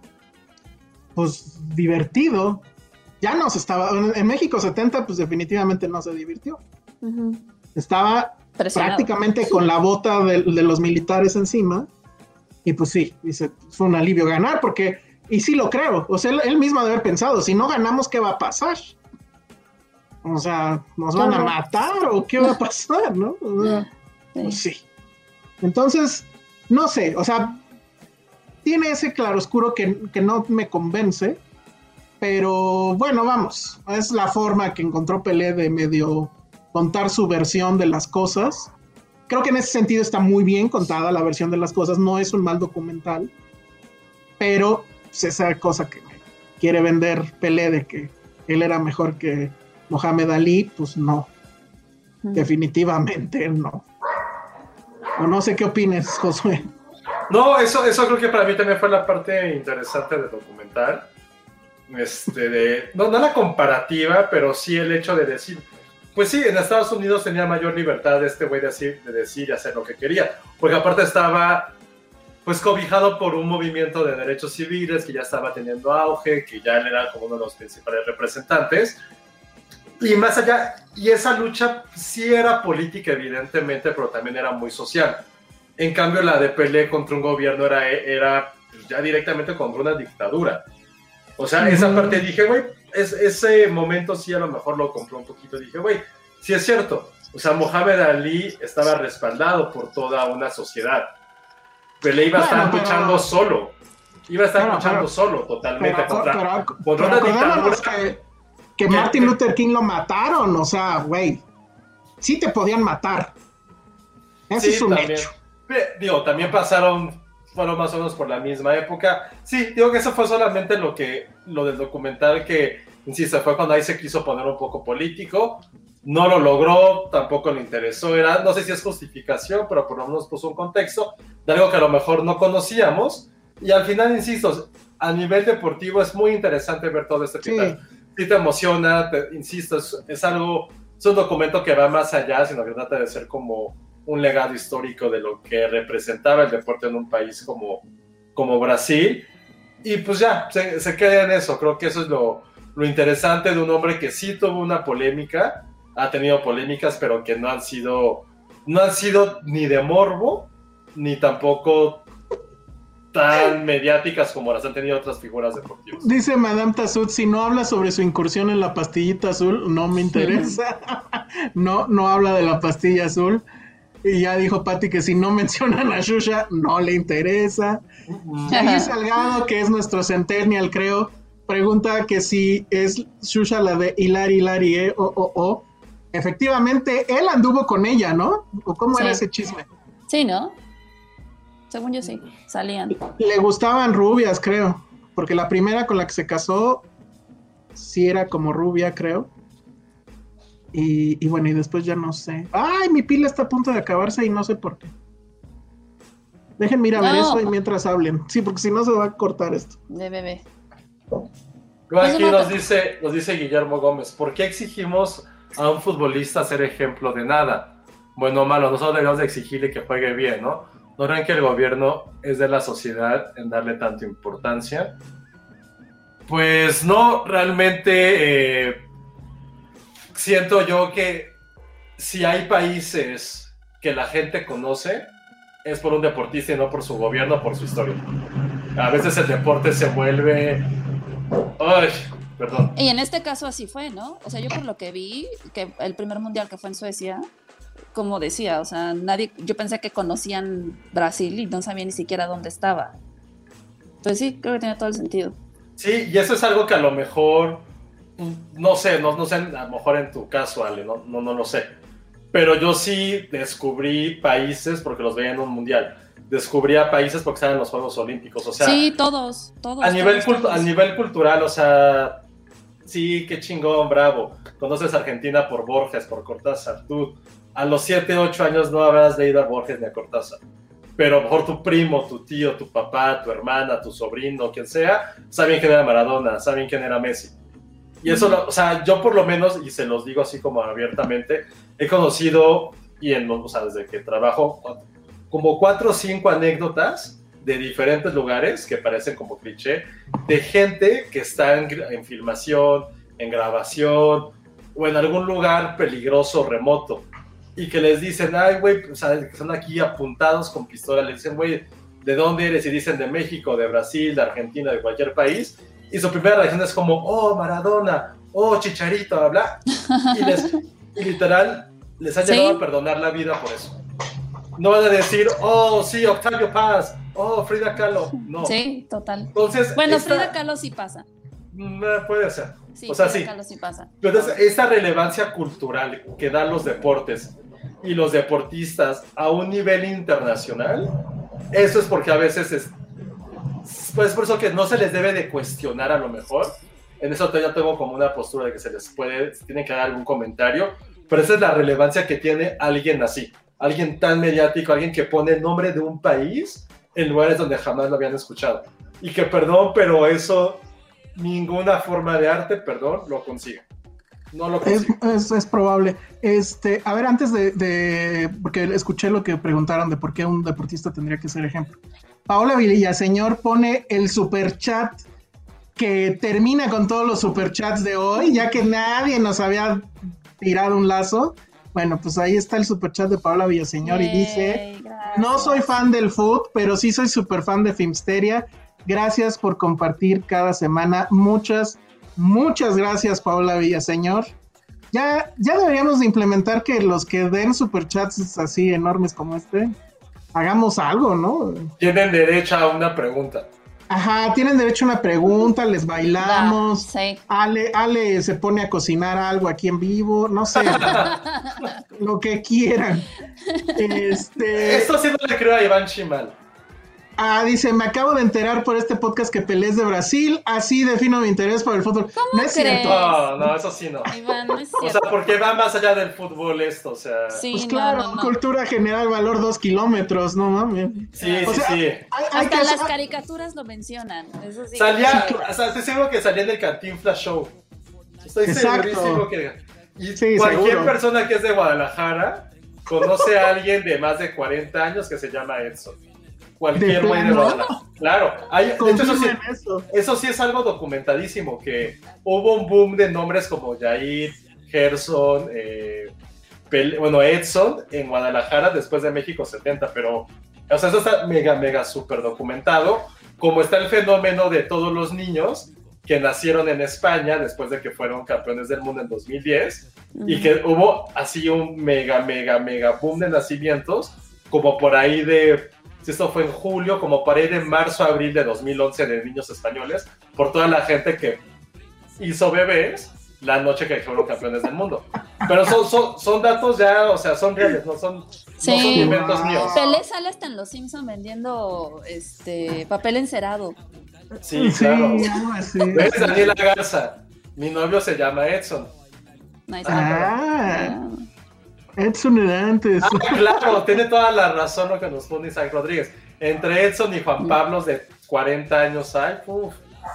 pues divertido. Ya no se estaba, en México setenta pues definitivamente no se divirtió. Uh-huh. Estaba Presionado. prácticamente sí. con la bota de, de los militares encima, y pues sí, dice, fue un alivio ganar, porque, y sí lo creo, o sea, él, él mismo debe haber pensado, si no ganamos, ¿qué va a pasar? O sea, ¿nos van a matar o qué va a pasar, no? O sea, sí. Pues sí. Entonces, no sé, o sea, tiene ese claroscuro que, que no me convence, pero bueno, vamos, es la forma que encontró Pelé de medio contar su versión de las cosas. Creo que en ese sentido está muy bien contada la versión de las cosas, no es un mal documental, pero pues, esa cosa que quiere vender Pelé de que él era mejor que Mohamed Ali, pues no, mm. definitivamente no. O no sé qué opines, Josué. No, eso, eso creo que para mí también fue la parte interesante del documental. Este, de, no, no la comparativa, pero sí el hecho de decir, pues sí, en Estados Unidos tenía mayor libertad este güey de decir, de decir y hacer lo que quería, porque aparte estaba pues cobijado por un movimiento de derechos civiles que ya estaba teniendo auge, que ya él era como uno de los principales representantes, y más allá, y esa lucha sí era política evidentemente, pero también era muy social. En cambio la de Pelé contra un gobierno era, era ya directamente contra una dictadura. O sea, uh-huh. esa parte dije, güey, es, ese momento sí a lo mejor lo compró un poquito. Dije, güey, sí es cierto. O sea, Mohamed Ali estaba respaldado por toda una sociedad. Pelé iba a estar bueno, pero... luchando solo. Iba a estar pero, luchando pero, solo, totalmente pero, contra, pero, contra pero una dictadura. Que, que Martin Luther King lo mataron. O sea, güey, sí te podían matar. Ese sí, es un también. hecho. Digo, también pasaron... fueron más o menos por la misma época. Sí, digo que eso fue solamente lo que lo del documental que, insisto, fue cuando ahí se quiso poner un poco político. No lo logró, tampoco le interesó. Era, no sé si es justificación, pero por lo menos puso un contexto de algo que a lo mejor no conocíamos. Y al final, insisto, a nivel deportivo es muy interesante ver todo este final. Sí, sí te emociona, te, insisto, es, es algo, es un documento que va más allá, sino que trata de ser como un legado histórico de lo que representaba el deporte en un país como, como Brasil, y pues ya, se, se queda en eso. Creo que eso es lo, lo interesante de un hombre que sí tuvo una polémica, ha tenido polémicas, pero que no han sido, no han sido ni de morbo, ni tampoco tan mediáticas como las han tenido otras figuras deportivas. Dice Madame Tassoud, si no habla sobre su incursión en la pastillita azul, no me interesa. no, no habla de la pastilla azul. Y ya dijo Pati que si no mencionan a Xuxa, no le interesa. Ahí Salgado, que es nuestro centennial, creo, pregunta que si es Xuxa la de Hilari Hilari, eh, o, o, o. Efectivamente, él anduvo con ella, ¿no? ¿O cómo sí. era ese chisme? Sí, ¿no? Según yo sí, salían. Le gustaban rubias, creo, porque la primera con la que se casó sí era como rubia, creo. Y, y bueno, y después ya no sé. ¡Ay, mi pila está a punto de acabarse y no sé por qué! Déjenme ir a ver no. eso y mientras hablen. Sí, porque si no se va a cortar esto. De bebé. Aquí nos dice, nos dice Guillermo Gómez, ¿por qué exigimos a un futbolista ser ejemplo de nada? Bueno o malo, nosotros debemos de exigirle que juegue bien, ¿no? ¿No creen que el gobierno es de la sociedad en darle tanta importancia? Pues no, realmente... Eh, siento yo que si hay países que la gente conoce, es por un deportista y no por su gobierno, por su historia. A veces el deporte se vuelve... Ay, perdón. Y en este caso así fue, ¿no? O sea, yo por lo que vi, que el primer mundial que fue en Suecia, como decía, o sea, nadie, yo pensé que conocían Brasil y no sabía ni siquiera dónde estaba. Entonces sí, creo que tiene todo el sentido. Sí, y eso es algo que a lo mejor... No sé, no, no sé, a lo mejor en tu caso, Ale, no, no, no lo sé. Pero yo sí descubrí países porque los veía en un mundial. descubría países porque estaban en los Juegos Olímpicos, o sea... Sí, todos, todos. A nivel, todos, cultu- todos. a nivel cultural, o sea... Sí, qué chingón, bravo. Conoces Argentina por Borges, por Cortázar. Tú a los siete, ocho años no habrás leído a Borges ni a Cortázar. Pero a lo mejor tu primo, tu tío, tu papá, tu hermana, tu sobrino, quien sea, saben quién era Maradona, saben quién era Messi. Y eso, lo, o sea, yo por lo menos, y se los digo así como abiertamente, he conocido, y en, o sea, desde que trabajo, como cuatro o cinco anécdotas de diferentes lugares que parecen como cliché, de gente que está en, en filmación, en grabación, o en algún lugar peligroso, remoto, y que les dicen, ay, güey, o sea, que están aquí apuntados con pistola, le dicen, güey, ¿de dónde eres? Y dicen, de México, de Brasil, de Argentina, de cualquier país, y su primera reacción es como, oh, Maradona, oh, Chicharito, bla, y, les, y literal, les han llegado ¿Sí? a perdonar la vida por eso. No van a decir, oh, sí, Octavio Paz, oh, Frida Kahlo, no. Sí, total. Entonces, Bueno, esta, Frida Kahlo sí pasa. No, puede ser. Sí, o sea, Frida sí. Kahlo sí pasa. Entonces, esa relevancia cultural que dan los deportes y los deportistas a un nivel internacional, eso es porque a veces es, pues por eso que no se les debe de cuestionar a lo mejor. En eso ya tengo como una postura de que se les puede, tienen que dar algún comentario, pero esa es la relevancia que tiene alguien así, alguien tan mediático, alguien que pone el nombre de un país en lugares donde jamás lo habían escuchado. Y que, perdón, pero eso, ninguna forma de arte, perdón, lo consigue. No lo consigue. Es, es, es probable. Este, a ver, antes de, de, porque escuché lo que preguntaron de por qué un deportista tendría que ser ejemplo. Paola Villaseñor pone el superchat que termina con todos los superchats de hoy, ya que nadie nos había tirado un lazo. Bueno, pues ahí está el superchat de Paola Villaseñor. Yay, y dice, gracias. No soy fan del food, pero sí soy super fan de Filmsteria. Gracias por compartir cada semana. Muchas, muchas gracias, Paola Villaseñor. Ya, ya deberíamos de implementar que los que den superchats así enormes como este, hagamos algo, ¿no? Tienen derecho a una pregunta. Ajá, tienen derecho a una pregunta, les bailamos. Da, sí. Ale, Ale se pone a cocinar algo aquí en vivo, no sé, lo que quieran. Este... Esto sí no le creo a Iván Chimal. Ah, dice, me acabo de enterar por este podcast que Pelé es de Brasil, así defino mi interés por el fútbol. ¿Cómo no es crees? cierto. No, no, eso sí no. Iván, no es cierto. O sea, porque va más allá del fútbol esto, o sea... Sí, pues no, claro, no, no. cultura general, valor dos kilómetros, no mames. Sí, O sí, sea, sí. Hay, hay Hasta que las hacer- caricaturas lo mencionan. Eso sí. Salía, o sea, estoy seguro que salía en el Cantinflas Show. Estoy Exacto. segurísimo que... Y Sí, cualquier seguro. persona que es de Guadalajara conoce a alguien de más de cuarenta años que se llama Edson. Cualquier ¿De güey de plano? Guadalajara. Claro. Hay, de hecho, eso sí, Confirmen eso. eso sí es algo documentadísimo, que hubo un boom de nombres como Jair, Gerson, eh, Pel- bueno, Edson en Guadalajara después de México setenta, pero, o sea, eso está mega, mega súper documentado, como está el fenómeno de todos los niños que nacieron en España después de que fueron campeones del mundo en dos mil diez, Mm. y que hubo así un mega, mega, mega boom de nacimientos, como por ahí de... Si esto fue en julio, como para ir en marzo, abril de dos mil once de niños españoles, por toda la gente que hizo bebés la noche que fueron campeones del mundo. Pero son, son, son datos ya, o sea, son reales, no son, Sí. no son inventos Wow. míos. Pelé sale hasta en Los Simpson vendiendo este papel encerado. Sí, claro. algo así. ¿Ves? Daniela Garza, mi novio se llama Edson. Nice. Ah, Edson era antes. Ah, claro, tiene toda la razón lo que nos pone Isaac Rodríguez. Entre Edson y Juan Pablo de cuarenta años hay, uf.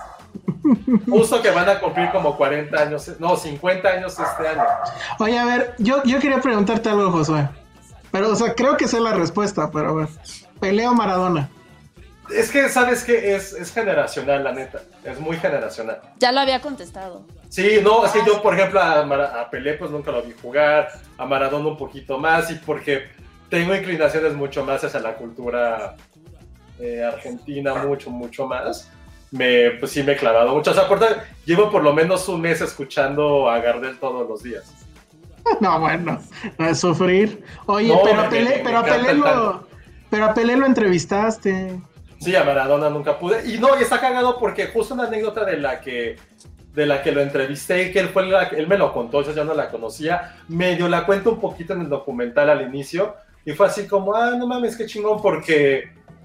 Justo que van a cumplir como cuarenta años, no, cincuenta años este año. Oye, a ver, yo, yo quería preguntarte algo, Josué. Pero, o sea, creo que sé la respuesta, pero a ver. Pelé o Maradona. Es que, ¿sabes qué? Es, es generacional, la neta. Es muy generacional. Ya lo había contestado. Sí, no, es que yo, por ejemplo, a, Mara- a Pelé pues nunca lo vi jugar, a Maradona un poquito más, y porque tengo inclinaciones mucho más hacia la cultura eh, argentina, mucho, mucho más. Me, pues sí me he clavado mucho. O sea, aparte, llevo por lo menos un mes escuchando a Gardel todos los días. No, bueno, a sufrir. Oye, No, pero, me- a Pelé, me- pero, a me encanta Pelé el lo, tango. pero a Pelé lo entrevistaste. Sí, a Maradona nunca pude. Y no, y está cagado porque justo una anécdota de la que de la que lo entrevisté, que él fue la, él me lo contó, yo ya no la conocía, medio la cuento un poquito en el documental al inicio, y fue así como, ah, no mames, qué chingón, porque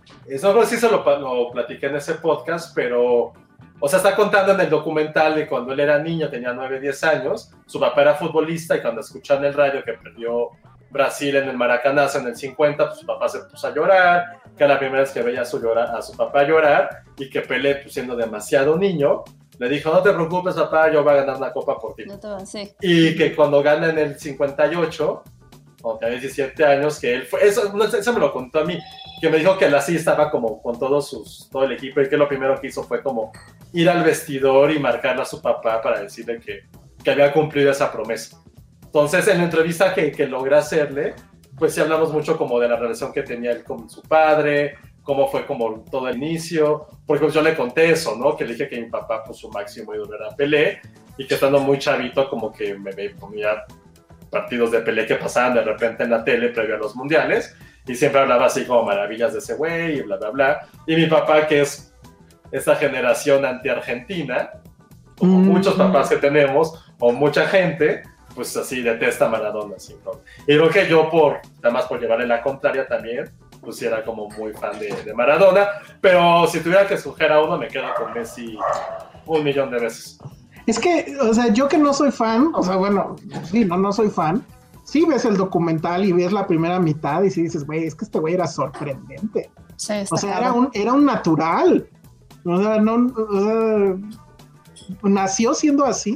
Eso no sé si se lo, lo platiqué en ese podcast, pero, o sea, está contando en el documental de cuando él era niño, tenía nueve, diez años, su papá era futbolista y cuando escuchó en el radio que perdió Brasil en el Maracanazo en el cincuenta, pues su papá se puso a llorar, que era la primera vez que veía a su, llorar, a su papá llorar, y que Pelé, pues, siendo demasiado niño, le dijo, no te preocupes, papá, yo voy a ganar una copa por ti. No te va, sí. Y que cuando gana en el cincuenta y ocho, cuando tenía diecisiete años, que él fue, eso, eso me lo contó a mí, que me dijo que él así estaba como con todos sus, todo el equipo, y que lo primero que hizo fue como ir al vestidor y marcarle a su papá para decirle que, que había cumplido esa promesa. Entonces, en la entrevista que, que logré hacerle, pues sí hablamos mucho como de la relación que tenía él con su padre, cómo fue como todo el inicio, porque pues yo le conté eso, ¿no? Que le dije que mi papá, pues su máximo ídolo era Pelé, y que estando muy chavito como que me, me ponía partidos de Pelé que pasaban de repente en la tele previo a los mundiales, y siempre hablaba así como maravillas de ese güey, y bla, bla, bla. Y mi papá, que es esta generación anti-argentina, como mm. muchos papás que tenemos, o mucha gente, pues así detesta a Maradona, así, ¿no? Y creo que yo, por, además por llevarle la contraria también, pues sí era como muy fan de, de Maradona, pero si tuviera que escoger a uno, me quedo con Messi un millón de veces. Es que, o sea, yo que no soy fan, o sea, bueno, sí, no, no soy fan, sí ves el documental y ves la primera mitad y sí dices, güey, es que este güey era sorprendente. Sí, está o sea, claro. era un, era un natural. O sea, no, o sea, nació siendo así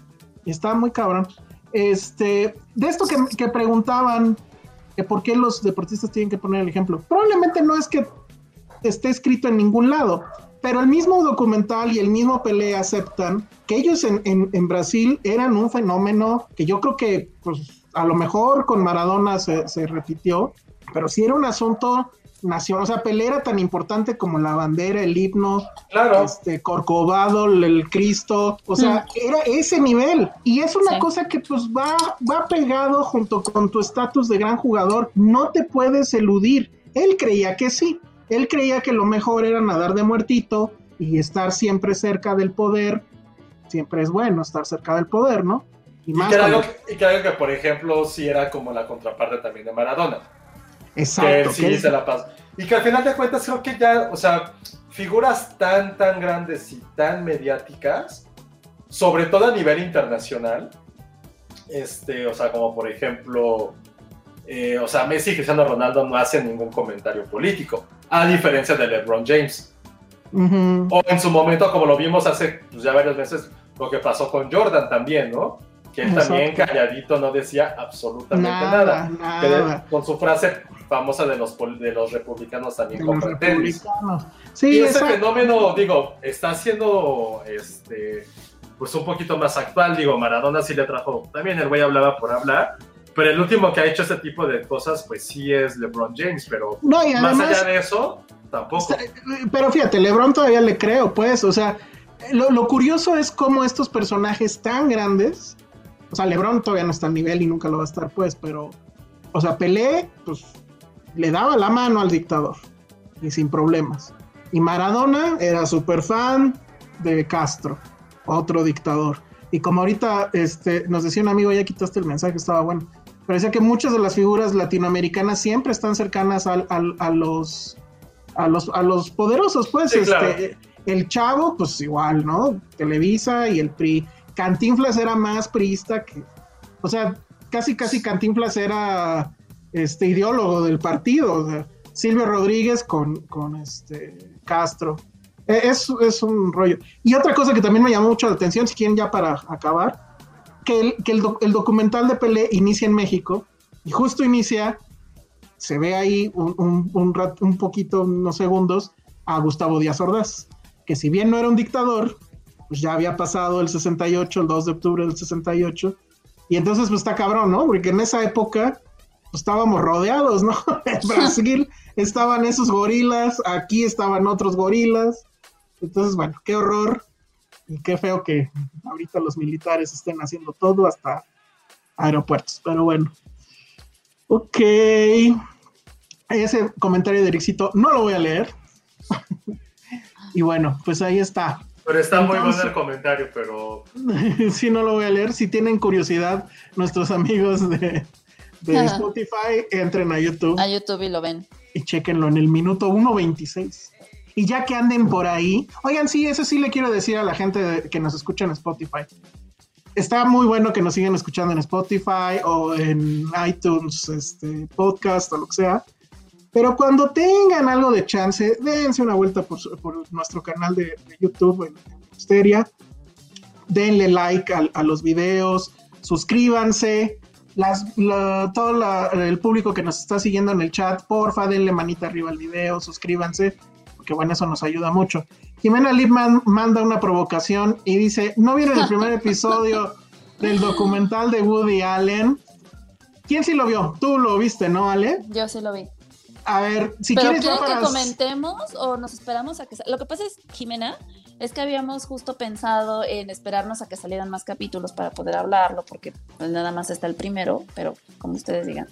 y estaba muy cabrón. Este, de esto que, que preguntaban, que por qué los deportistas tienen que poner el ejemplo, probablemente no es que esté escrito en ningún lado, pero el mismo documental y el mismo Pelé aceptan que ellos en, en, en Brasil eran un fenómeno que yo creo que pues a lo mejor con Maradona se, se repitió, pero sí era un asunto nacional. O sea, Pelé era tan importante como la bandera, el himno, claro. este, Corcovado, el Cristo, o sea, mm. era ese nivel, y es una sí. cosa que pues va, va pegado junto con tu estatus de gran jugador, no te puedes eludir. Él creía que sí, él creía que lo mejor era nadar de muertito y estar siempre cerca del poder, siempre es bueno estar cerca del poder, ¿no? Y, más y, que, cuando... algo, y que algo que, por ejemplo, sí era como la contraparte también de Maradona. Exacto. Que él sí que se la pasa. Y que al final de cuentas creo que ya, o sea, figuras tan, tan grandes y tan mediáticas, sobre todo a nivel internacional, este, o sea, como por ejemplo, eh, o sea, Messi y Cristiano Ronaldo no hacen ningún comentario político, a diferencia de LeBron James. Uh-huh. O en su momento, como lo vimos hace pues, ya varios meses, lo que pasó con Jordan también, ¿no? Que él Exacto. también calladito no decía absolutamente nada. nada. nada. Que con su frase famosa de los, de los republicanos también de compran tenis. Sí, y ese exacto. fenómeno, digo, está siendo este, pues un poquito más actual. Digo, Maradona sí le trajo, también el güey hablaba por hablar, pero el último que ha hecho ese tipo de cosas, pues sí es LeBron James, pero no, y además, más allá de eso, tampoco. Pero fíjate, LeBron todavía le creo, pues, o sea, lo, lo curioso es cómo estos personajes tan grandes, o sea, LeBron todavía no está al nivel y nunca lo va a estar, pues, pero, o sea, Pelé, pues, le daba la mano al dictador, y sin problemas. Y Maradona era súper fan de Castro, otro dictador. Y como ahorita este, nos decía un amigo, ya quitaste el mensaje, estaba bueno, pero decía que muchas de las figuras latinoamericanas siempre están cercanas al, al, a, los, a, los, a los poderosos, pues, sí, este, claro. El Chavo, pues igual, ¿no? Televisa y el P R I. Cantinflas era más priista que, o sea, casi casi Cantinflas era este ideólogo del partido, o sea, Silvio Rodríguez con, con este Castro, es, es un rollo. Y otra cosa que también me llamó mucho la atención, si quieren ya para acabar, que el, que el, do, el documental de Pelé inicia en México, y justo inicia, se ve ahí un, un, un, rat, un poquito, unos segundos, a Gustavo Díaz Ordaz, que si bien no era un dictador, pues ya había pasado el sesenta y ocho, el dos de octubre del sesenta y ocho, y entonces pues está cabrón, ¿no? Porque en esa época pues, estábamos rodeados, ¿no? En Brasil estaban esos gorilas, aquí estaban otros gorilas, entonces bueno, qué horror y qué feo que ahorita los militares estén haciendo todo hasta aeropuertos, pero bueno. Ok, ese comentario de Ericito no lo voy a leer. Y bueno, pues ahí está. Pero está Entonces, muy bueno el comentario, pero... sí, no lo voy a leer. Si tienen curiosidad, nuestros amigos de, de Ajá. Spotify, entren a YouTube. A YouTube y lo ven. Y chequenlo en el minuto uno veintiséis. Y ya que anden por ahí, oigan, sí, eso sí le quiero decir a la gente de, que nos escucha en Spotify. Está muy bueno que nos sigan escuchando en Spotify o en iTunes, este, podcast o lo que sea. Pero cuando tengan algo de chance, dense una vuelta por, por nuestro canal de, de YouTube en, en Filmsteria. Denle like a, a los videos, suscríbanse. Las, la, todo la, el público que nos está siguiendo en el chat, porfa, denle manita arriba al video, suscríbanse. Que bueno, eso nos ayuda mucho. Jimena Lipman manda una provocación y dice, ¿no vieron el primer episodio del documental de Woody Allen? ¿Quién sí lo vio? Tú lo viste, ¿no, Ale? Yo sí lo vi. A ver, si ¿Pero quieres... quieren para... que comentemos o nos esperamos a que... Lo que pasa es, Jimena, es que habíamos justo pensado en esperarnos a que salieran más capítulos para poder hablarlo, porque pues, nada más está el primero, pero como ustedes digan.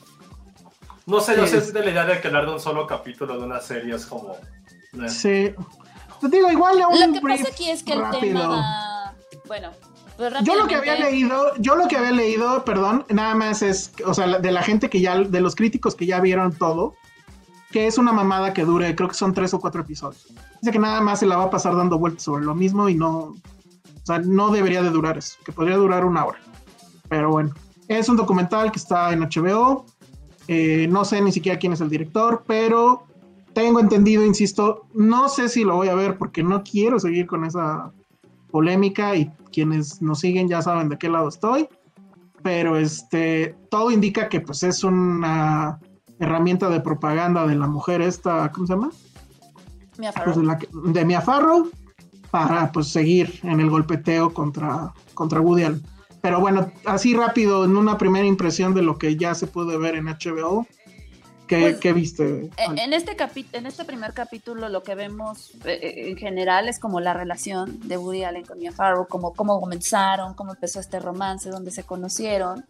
No sé, no sé si de la idea de que hablar de un solo capítulo de una serie es como... Eh. Sí. Te digo, igual un Lo que pasa aquí es que rápido. El tema da... Bueno, pues rápidamente... Yo lo que había leído, yo lo que había leído, perdón, nada más es, o sea, de la gente que ya, de los críticos que ya vieron todo, que es una mamada que dure, creo que son tres o cuatro episodios. Dice que nada más se la va a pasar dando vueltas sobre lo mismo y no, o sea, no debería de durar eso, que podría durar una hora. Pero bueno, es un documental que está en H B O, eh, no sé ni siquiera quién es el director, pero... Tengo entendido, insisto, no sé si lo voy a ver porque no quiero seguir con esa polémica y quienes nos siguen ya saben de qué lado estoy, pero este, todo indica que pues es una herramienta de propaganda de la mujer esta, ¿cómo se llama? Mia Farrow. Pues de, la, de Mia Farrow para pues seguir en el golpeteo contra, contra Woody Allen. Pero bueno, así rápido, en una primera impresión de lo que ya se puede ver en H B O, ¿Qué, pues, ¿Qué viste? En este, capi- en este primer capítulo lo que vemos eh, en general es como la relación de Woody Allen con Mia Farrow, como cómo comenzaron, cómo empezó este romance, dónde se conocieron.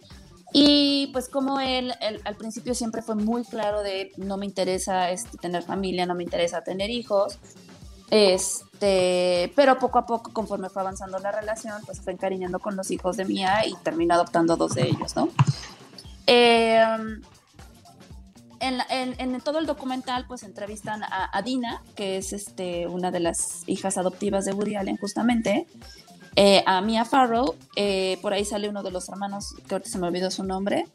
Y pues como él, él al principio siempre fue muy claro de no me interesa este, tener familia, no me interesa tener hijos. Este, pero poco a poco, conforme fue avanzando la relación, pues se fue encariñando con los hijos de Mia y terminó adoptando a dos de ellos, ¿no? Eh... En, en, en todo el documental pues entrevistan a, a Dina, que es este, una de las hijas adoptivas de Woody Allen justamente, eh, a Mia Farrow, eh, por ahí sale uno de los hermanos, que ahorita se me olvidó su nombre,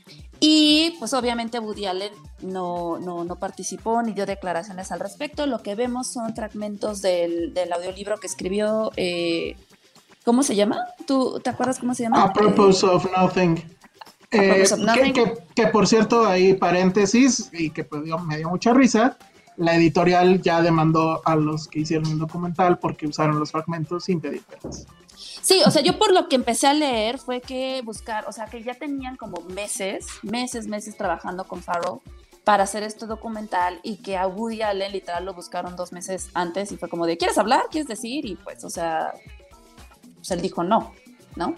y pues obviamente Woody Allen no, no, no participó ni dio declaraciones al respecto. Lo que vemos son fragmentos del, del audiolibro que escribió, eh, ¿cómo se llama? ¿Tú te acuerdas cómo se llama? A Purpose eh, of Nothing. Eh, que, que, que por cierto, ahí paréntesis, y que pues, dio, me dio mucha risa, la editorial ya demandó a los que hicieron el documental porque usaron los fragmentos sin pedir permiso. Sí, o sea, yo por lo que empecé a leer fue que buscar, o sea, que ya tenían como meses, meses, meses trabajando con Farrow para hacer este documental y que a Woody Allen literal lo buscaron dos meses antes y fue como de, ¿quieres hablar? ¿Quieres decir? Y pues, o sea, pues él dijo no, ¿no?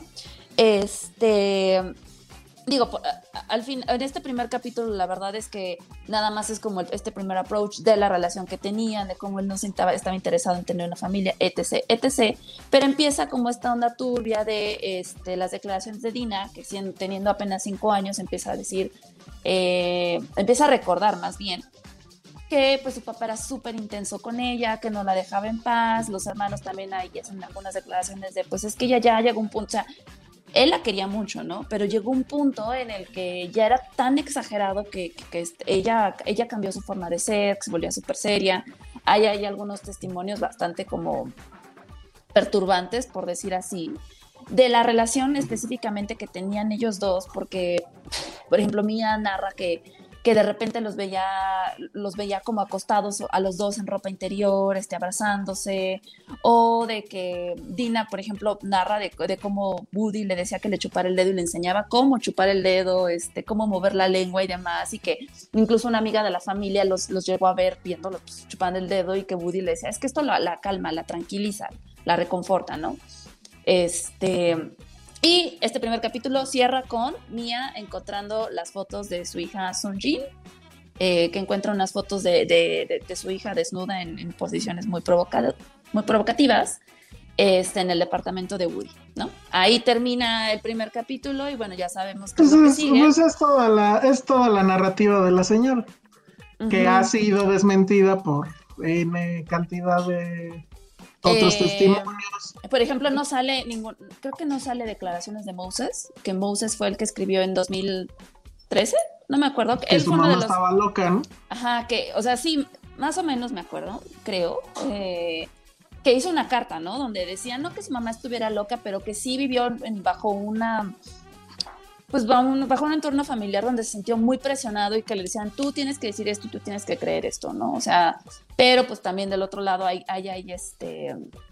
Este... Digo, al fin, en este primer capítulo la verdad es que nada más es como el, este primer approach de la relación que tenían, de cómo él no se estaba, estaba interesado en tener una familia, etc, etc. Pero empieza como esta onda turbia de este, las declaraciones de Dina, que siendo, teniendo apenas cinco años empieza a decir, eh, empieza a recordar más bien, que pues su papá era súper intenso con ella, que no la dejaba en paz. Los hermanos también ahí hacen algunas declaraciones de, pues es que ella ya llegó a un punto, o sea, él la quería mucho, ¿no? Pero llegó un punto en el que ya era tan exagerado que, que, que ella, ella cambió su forma de ser, que se volvía súper seria. Hay, hay algunos testimonios bastante como perturbantes, por decir así, de la relación específicamente que tenían ellos dos, porque, por ejemplo, Mia narra que que de repente los veía, los veía como acostados a los dos en ropa interior, este, abrazándose, o de que Dina, por ejemplo, narra de, de cómo Woody le decía que le chupara el dedo y le enseñaba cómo chupar el dedo, este, cómo mover la lengua y demás, y que incluso una amiga de la familia los, los llegó a ver viéndolo pues, chupando el dedo, y que Woody le decía, es que esto la, la calma, la tranquiliza, la reconforta, ¿no? Este... Y este primer capítulo cierra con Mia encontrando las fotos de su hija Sunjin, eh, que encuentra unas fotos de, de, de, de su hija desnuda en, en posiciones muy, provoca- muy provocativas este, en el departamento de Woody, ¿no? ahí termina el primer capítulo y bueno, ya sabemos qué es Pues lo que es, sigue. pues es toda la, es toda la narrativa de la señora, Ujú. que ha sido desmentida por N cantidad de otros Eh, testimonios. Por ejemplo, no sale ningún, creo que no sale declaraciones de Moses, que Moses fue el que escribió en dos mil trece, no me acuerdo. Que Él su fue uno mamá de los, estaba loca, ¿no? ajá, que, o sea, sí, más o menos me acuerdo, creo, eh, que hizo una carta, ¿no? Donde decía, no que su mamá estuviera loca, pero que sí vivió en- bajo una, pues bajo un, bajo un entorno familiar donde se sintió muy presionado y que le decían, tú tienes que decir esto y tú tienes que creer esto, ¿no? O sea, pero pues también del otro lado hay, hay, hay este,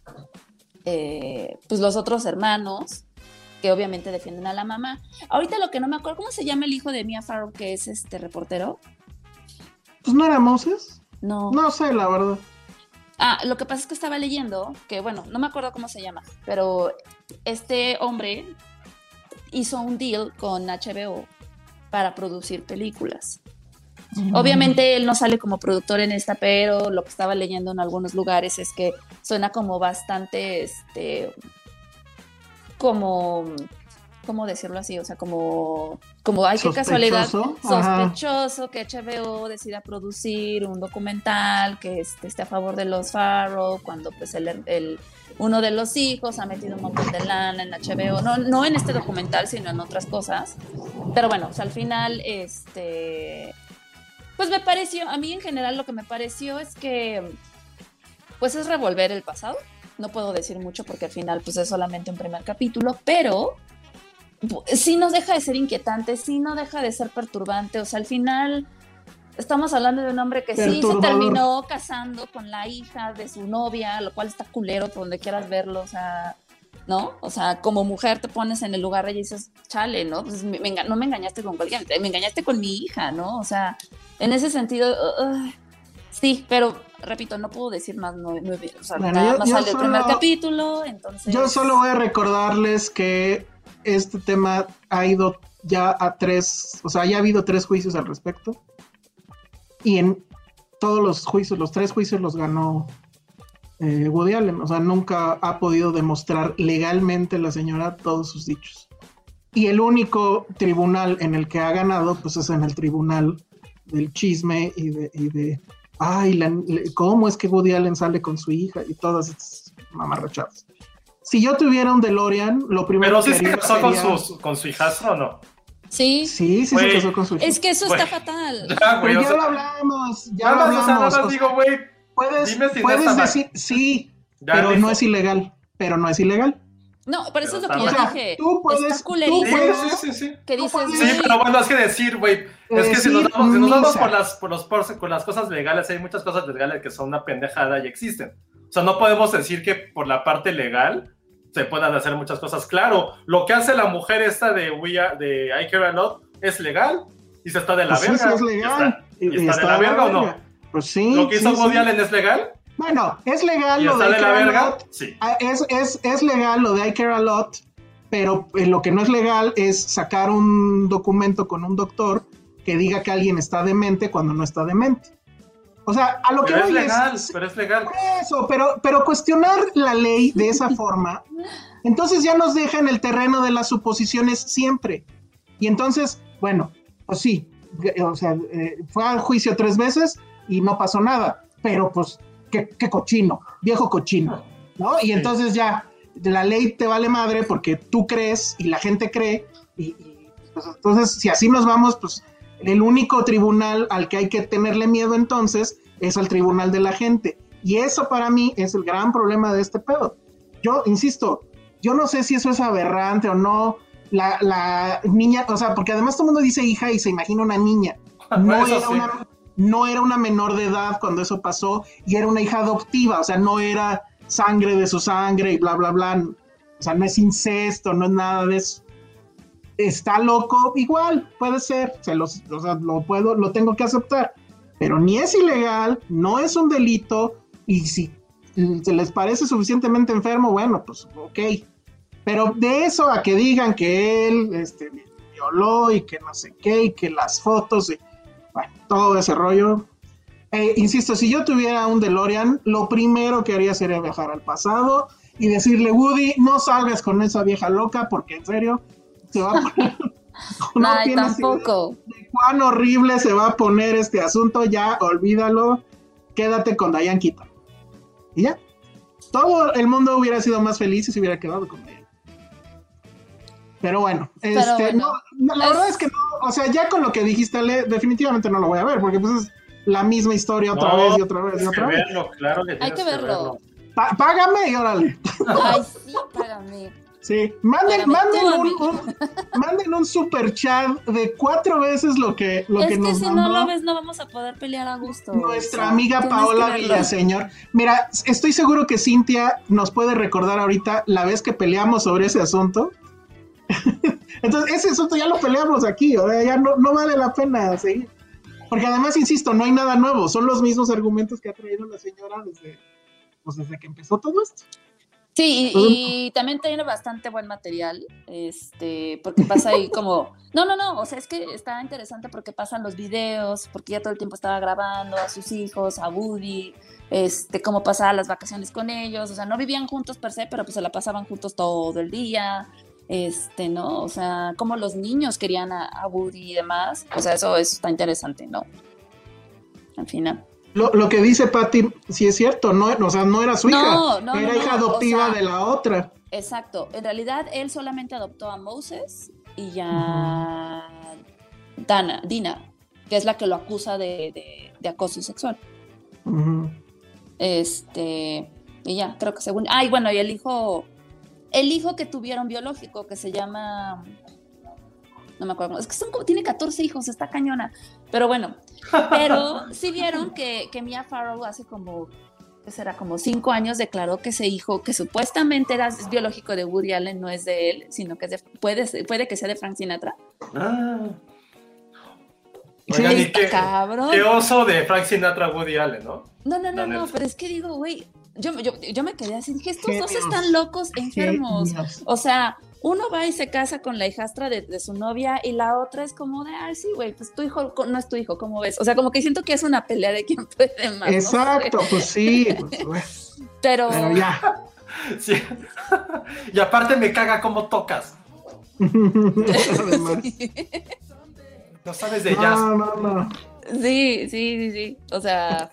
eh, pues los otros hermanos que obviamente defienden a la mamá. Ahorita lo que no me acuerdo, ¿cómo se llama el hijo de Mia Farrow, que es este reportero? Pues no era Moses. No. No sé, la verdad. Ah, lo que pasa es que estaba leyendo, que bueno, no me acuerdo cómo se llama, pero este hombre hizo un deal con H B O para producir películas. Mm. Obviamente él no sale como productor en esta, pero lo que estaba leyendo en algunos lugares es que suena como bastante, este, como, ¿cómo decirlo así? O sea, como, como ay, qué casualidad, Sospechoso. Ajá. sospechoso que H B O decida producir un documental que este, esté a favor de los Farrow, cuando pues el, el, uno de los hijos ha metido un montón de lana en H B O, no, no en este documental, sino en otras cosas. Pero bueno, o sea, al final, este, pues me pareció, a mí en general lo que me pareció es que, pues es revolver el pasado. No puedo decir mucho porque al final pues es solamente un primer capítulo, pero sí nos deja de ser inquietante, sí no deja de ser perturbante. O sea, al final estamos hablando de un hombre que sí se Perturbador. terminó casando con la hija de su novia, lo cual está culero por donde quieras verlo, o sea, ¿no? O sea, como mujer te pones en el lugar de ella y dices, chale, ¿no? Pues me, me enga- no me engañaste con cualquiera, me engañaste con mi hija, ¿no? O sea, en ese sentido, uh, sí, pero repito, no puedo decir más, no, no, o sea, Bueno, nada yo- más yo sale el primer solo- capítulo, entonces... Yo solo voy a recordarles que este tema ha ido ya a tres, o sea, ya ha habido tres juicios al respecto. Y en todos los juicios, los tres juicios los ganó eh, Woody Allen. O sea, nunca ha podido demostrar legalmente la señora todos sus dichos. Y el único tribunal en el que ha ganado, pues es en el tribunal del chisme y de, y de ay, la, ¿cómo es que Woody Allen sale con su hija? Y todas esas mamarrachadas. Si yo tuviera un DeLorean, lo primero Pero sí que se haría casó con sería- su, con su hijastro o no. Sí, Sí, sí Güey, se casó con su hija. es que eso Güey. está fatal. Ya, güey, Pero o ya sea, lo hablamos, ya lo nada más, o sea, hablamos. nada más o sea, digo, güey, puedes dime si no puedes está mal. decir, sí, ya pero listo. no es ilegal, pero no es ilegal. No, pero eso es lo Pero que yo está mal. dije. Tú puedes- está tú culerísimo. Sí, puedes- sí, sí, sí. Que tú dices, puedes- Sí, güey, pero bueno, es que decir, güey, es que si nos Decir vamos, si nos vamos misa. por las, por los, por, con las cosas legales, hay muchas cosas legales que son una pendejada y existen. O sea, no podemos decir que por la parte legal se puedan hacer muchas cosas. Claro, lo que hace la mujer esta de, We Are- de I Care a Lot es legal y se está de la Pues sí, verga. sí es legal. ¿Y está, y Y está de la verga o no? verga. Pues sí. ¿Lo que hizo sí, Woody sí. Allen es legal? Bueno, es legal ¿Y lo está de de I la Care a verga? Lot. Sí. Ah, Es, es, es legal lo de I Care a Lot, pero eh, lo que no es legal es sacar un documento con un doctor que diga que alguien está demente cuando no está demente. O sea, a lo que Pero es voy legal, es... pero es legal. Eso, pero, pero cuestionar la ley de esa forma, entonces ya nos deja en el terreno de las suposiciones siempre. Y entonces, bueno, pues sí, o sea, eh, fue al juicio tres veces y no pasó nada, pero pues, qué, qué cochino, viejo cochino, ¿no? Y entonces ya, la ley te vale madre porque tú crees y la gente cree, y, y pues entonces, si así nos vamos, pues el único tribunal al que hay que tenerle miedo entonces es al tribunal de la gente. Y eso para mí es el gran problema de este pedo. Yo, insisto, yo no sé si eso es aberrante o no. La, la niña, o sea, porque además todo el mundo dice hija y se imagina una niña. No, Eso era sí. una, no era una menor de edad cuando eso pasó y era una hija adoptiva, o sea, no era sangre de su sangre y bla, bla, bla. O sea, no es incesto, no es nada de eso. Está loco, igual, puede ser, se los, o sea, lo puedo, lo tengo que aceptar, pero ni es ilegal, no es un delito, y si mm, se les parece suficientemente enfermo, bueno, pues ok, pero de eso a que digan que él este, violó y que no sé qué, y que las fotos, y, bueno, todo ese rollo. Eh, insisto, si yo tuviera un DeLorean, lo primero que haría sería viajar al pasado y decirle, Woody, no salgas con esa vieja loca porque en serio se va a poner... no Ay, tienes tampoco. idea de cuán horrible se va a poner este asunto, ya olvídalo, quédate con Diane Keaton. Y ya. Todo el mundo hubiera sido más feliz si se hubiera quedado con ella. Pero bueno, Pero este, bueno, no, la es... verdad es que no, o sea, ya con lo que dijiste, Ale, definitivamente no lo voy a ver, porque pues es la misma historia otra No, vez y otra vez y otra vez. Verlo, claro que Hay que verlo. Pa- págame y órale. Ay, sí, págame. Sí, manden, Págame manden, tú a un, mí. un, manden un super chat de cuatro veces lo que, lo Es que que nos si mandó no lo ves, no vamos a poder pelear a gusto. nuestra O sea, amiga tienes Paola que verlo. Villaseñor. Mira, estoy seguro que Cintia nos puede recordar ahorita la vez que peleamos sobre ese asunto. Entonces, ese asunto ya lo peleamos aquí, o sea, ya no, no vale la pena seguir. Porque además, insisto, no hay nada nuevo, son los mismos argumentos que ha traído la señora desde, pues, desde que empezó todo esto. Sí, y, y también tiene bastante buen material, este, porque pasa ahí como, no, no, no, o sea, es que está interesante porque pasan los videos, porque ya todo el tiempo estaba grabando a sus hijos, a Woody, este, cómo pasaba las vacaciones con ellos, o sea, no vivían juntos per se, pero pues se la pasaban juntos todo el día, este, ¿no? O sea, cómo los niños querían a, a Woody y demás, o sea, eso, eso está interesante, ¿no? Al final. Lo, lo que dice Patty, sí es cierto, no, o sea, no era su hija, No, no, era no, hija no, adoptiva o sea, de la otra. Exacto, en realidad él solamente adoptó a Moses y ya uh-huh. Dana, Dina, que es la que lo acusa de, de, de acoso sexual. Uh-huh. Este, y ya, creo que según... Ay, bueno, y el hijo, el hijo que tuvieron biológico, que se llama... No me acuerdo, es que son como, tiene catorce hijos, está cañona, pero bueno, pero sí vieron que, que Mia Farrow hace como, ¿qué será? Como cinco años declaró que ese hijo, que supuestamente era es biológico de Woody Allen, no es de él, sino que es de, puede, puede que sea de Frank Sinatra. Ah. Sí, Oigan, está qué, cabrón. Qué oso de Frank Sinatra Woody Allen, ¿no? No, no, no, no, pero es que digo, güey, yo, yo, yo me quedé así, dije, estos dos están locos, enfermos, o sea... Uno va y se casa con la hijastra de, de su novia y la otra es como de, ay, sí, güey, pues tu hijo no es tu hijo, ¿cómo ves? O sea, como que siento que es una pelea de quién puede más. Exacto, no sé. pues sí. Pues, pero... pero ya. Sí. Y aparte me caga cómo tocas. Sí. No sabes de jazz. No, no, no. Sí, sí, sí, sí. O sea...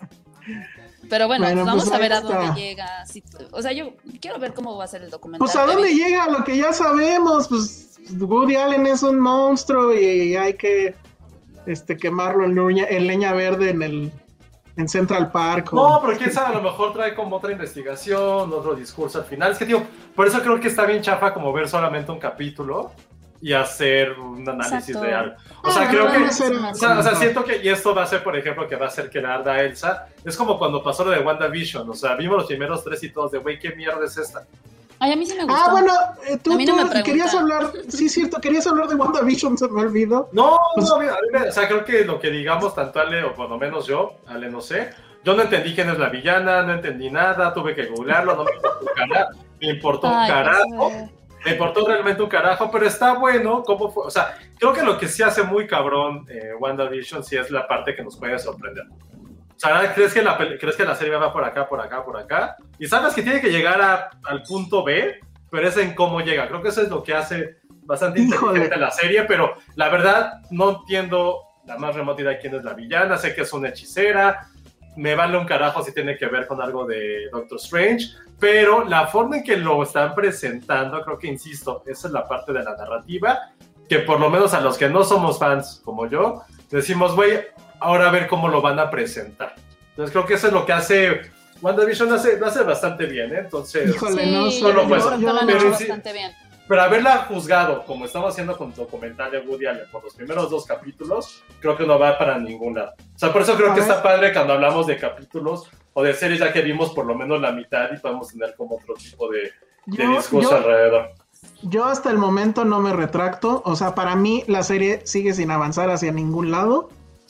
Pero bueno, bueno vamos pues a ver está. a dónde llega. Si, o sea, yo quiero ver cómo va a ser el documental. Pues a dónde también. llega, lo que ya sabemos, pues Woody Allen es un monstruo y hay que este quemarlo en leña, en leña verde en el en Central Park. O... No, pero quién sabe, a lo mejor trae como otra investigación, otro discurso al final. Es que, tío, por eso creo que está bien chafa como ver solamente un capítulo y hacer un análisis Exacto. real. O sea, Ah, creo que... va a ser una O sea, o sea, cosa. siento que... Y esto va a ser, por ejemplo, que va a ser que la arda Elsa. Es como cuando pasó lo de WandaVision. O sea, vimos los primeros tres y todos de, güey, ¿qué mierda es esta? Ay, a mí sí me gustó. Ah, bueno, eh, tú, A mí no tú me pregunta. querías hablar, sí, cierto, querías hablar de WandaVision, se me olvidó. No, Pues- no, mira, a mí me- o sea, creo que lo que digamos, tanto Ale, o por lo menos yo, Ale no sé, yo no entendí quién es la villana, no entendí nada, tuve que googlearlo, no me importó un carajo, me importó un Ay, carajo, pues, eh, me importó realmente un carajo, pero está bueno, cómo fue, o sea, creo que lo que sí hace muy cabrón eh, WandaVision sí es la parte que nos puede sorprender. O sea, ¿crees que, la, pel- ¿crees que la serie va por acá, por acá, por acá? Y sabes que tiene que llegar a- al punto B, pero es en cómo llega. Creo que eso es lo que hace bastante Híjole. inteligente la serie, pero la verdad no entiendo la más remota idea de quién es la villana. Sé que es una hechicera, me vale un carajo si tiene que ver con algo de Doctor Strange, pero la forma en que lo están presentando, creo que, insisto, esa es la parte de la narrativa, que por lo menos a los que no somos fans como yo, decimos, güey, ahora a ver cómo lo van a presentar. Entonces creo que eso es lo que hace... WandaVision lo hace, lo hace bastante bien, ¿eh? Entonces... Híjole, sí, no yo solo creo pues, que lo han pero hecho sí- bastante bien. Pero haberla juzgado, como estamos haciendo con el documental de Woody Allen por los primeros dos capítulos, creo que no va para ningún lado. O sea, por eso creo A que ver. está padre cuando hablamos de capítulos o de series, ya que vimos por lo menos la mitad y podemos tener como otro tipo de, de Yo- discurso yo- alrededor. Yo hasta el momento no me retracto, o sea, para mí la serie sigue sin avanzar hacia ningún lado.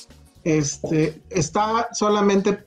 Este, está solamente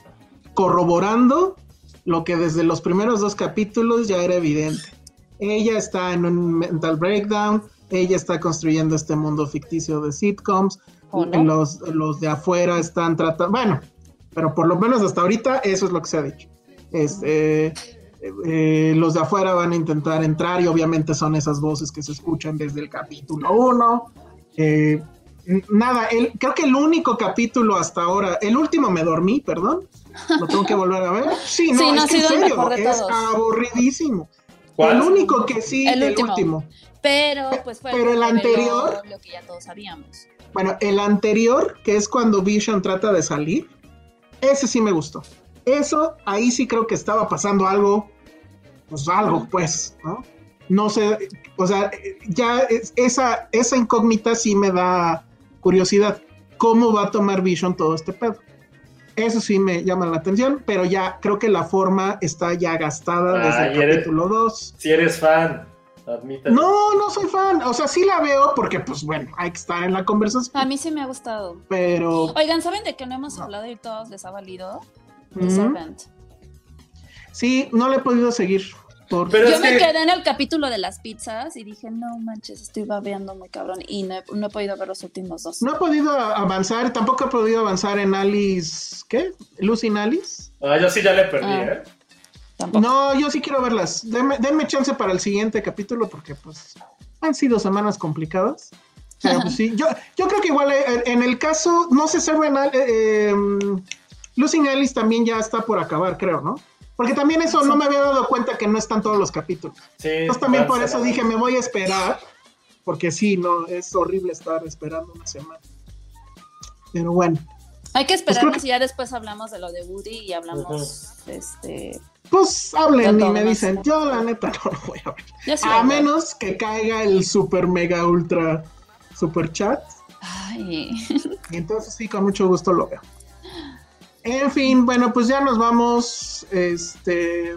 corroborando lo que desde los primeros dos capítulos ya era evidente. Ella está en un mental breakdown, ella está construyendo este mundo ficticio de sitcoms, ¿O no? los, los de afuera están tratando, bueno, pero por lo menos hasta ahorita eso es lo que se ha dicho. Este, eh, los de afuera van a intentar entrar y obviamente son esas voces que se escuchan desde el capítulo uno. Eh, nada, el, creo que el único capítulo hasta ahora, el último me dormí, perdón, lo tengo que volver a ver. Sí, no, sí, no es que en serio, es todos. aburridísimo. ¿Cuál? El único que sí, el, el último. último. Pero, pues fue Pero el anterior, lo que ya todos sabíamos. Bueno, el anterior, que es cuando Vision trata de salir, ese sí me gustó. Eso, ahí sí creo que estaba pasando algo, pues algo, pues, ¿no? No sé, o sea, ya es, esa, esa incógnita sí me da curiosidad. ¿Cómo va a tomar Vision todo este pedo? Eso sí me llama la atención, pero ya creo que la forma está ya gastada ah, desde el eres, capítulo dos. Si eres fan, admítalo. No, no soy fan, o sea, sí la veo porque, pues, bueno, hay que estar en la conversación. A mí sí me ha gustado. Pero... Oigan, ¿saben de qué no hemos hablado y todos les ha valido? The ¿Mm? Servant. Sí, no le he podido seguir. Por... Pero Yo es me que... quedé en el capítulo de las pizzas y dije, no manches, estoy babeando muy cabrón y no he, no he podido ver los últimos dos. No he podido avanzar, tampoco he podido avanzar en Alice, ¿qué? Lucy en Alice. Ah, yo sí ya le perdí, ah, ¿eh? Tampoco. No, yo sí quiero verlas. Denme, denme chance para el siguiente capítulo porque pues han sido semanas complicadas. Pero pues sí, yo, yo creo que igual eh, en el caso, no sé si eh, eh, Lucy en Alice también ya está por acabar, creo, ¿no? Porque también eso sí. No me había dado cuenta que no están todos los capítulos. Sí, entonces también por eso dije, me voy a esperar, porque sí, no, es horrible estar esperando una semana. Pero bueno. Hay que esperarnos pues que... y ya después hablamos de lo de Woody y hablamos, uh-huh. este... Pues hablen y me dicen, más. Yo la neta no lo voy a ver. Sí a menos que caiga el super mega ultra super chat. Ay. Y entonces sí, con mucho gusto lo veo. En fin, bueno, pues ya nos vamos. Este,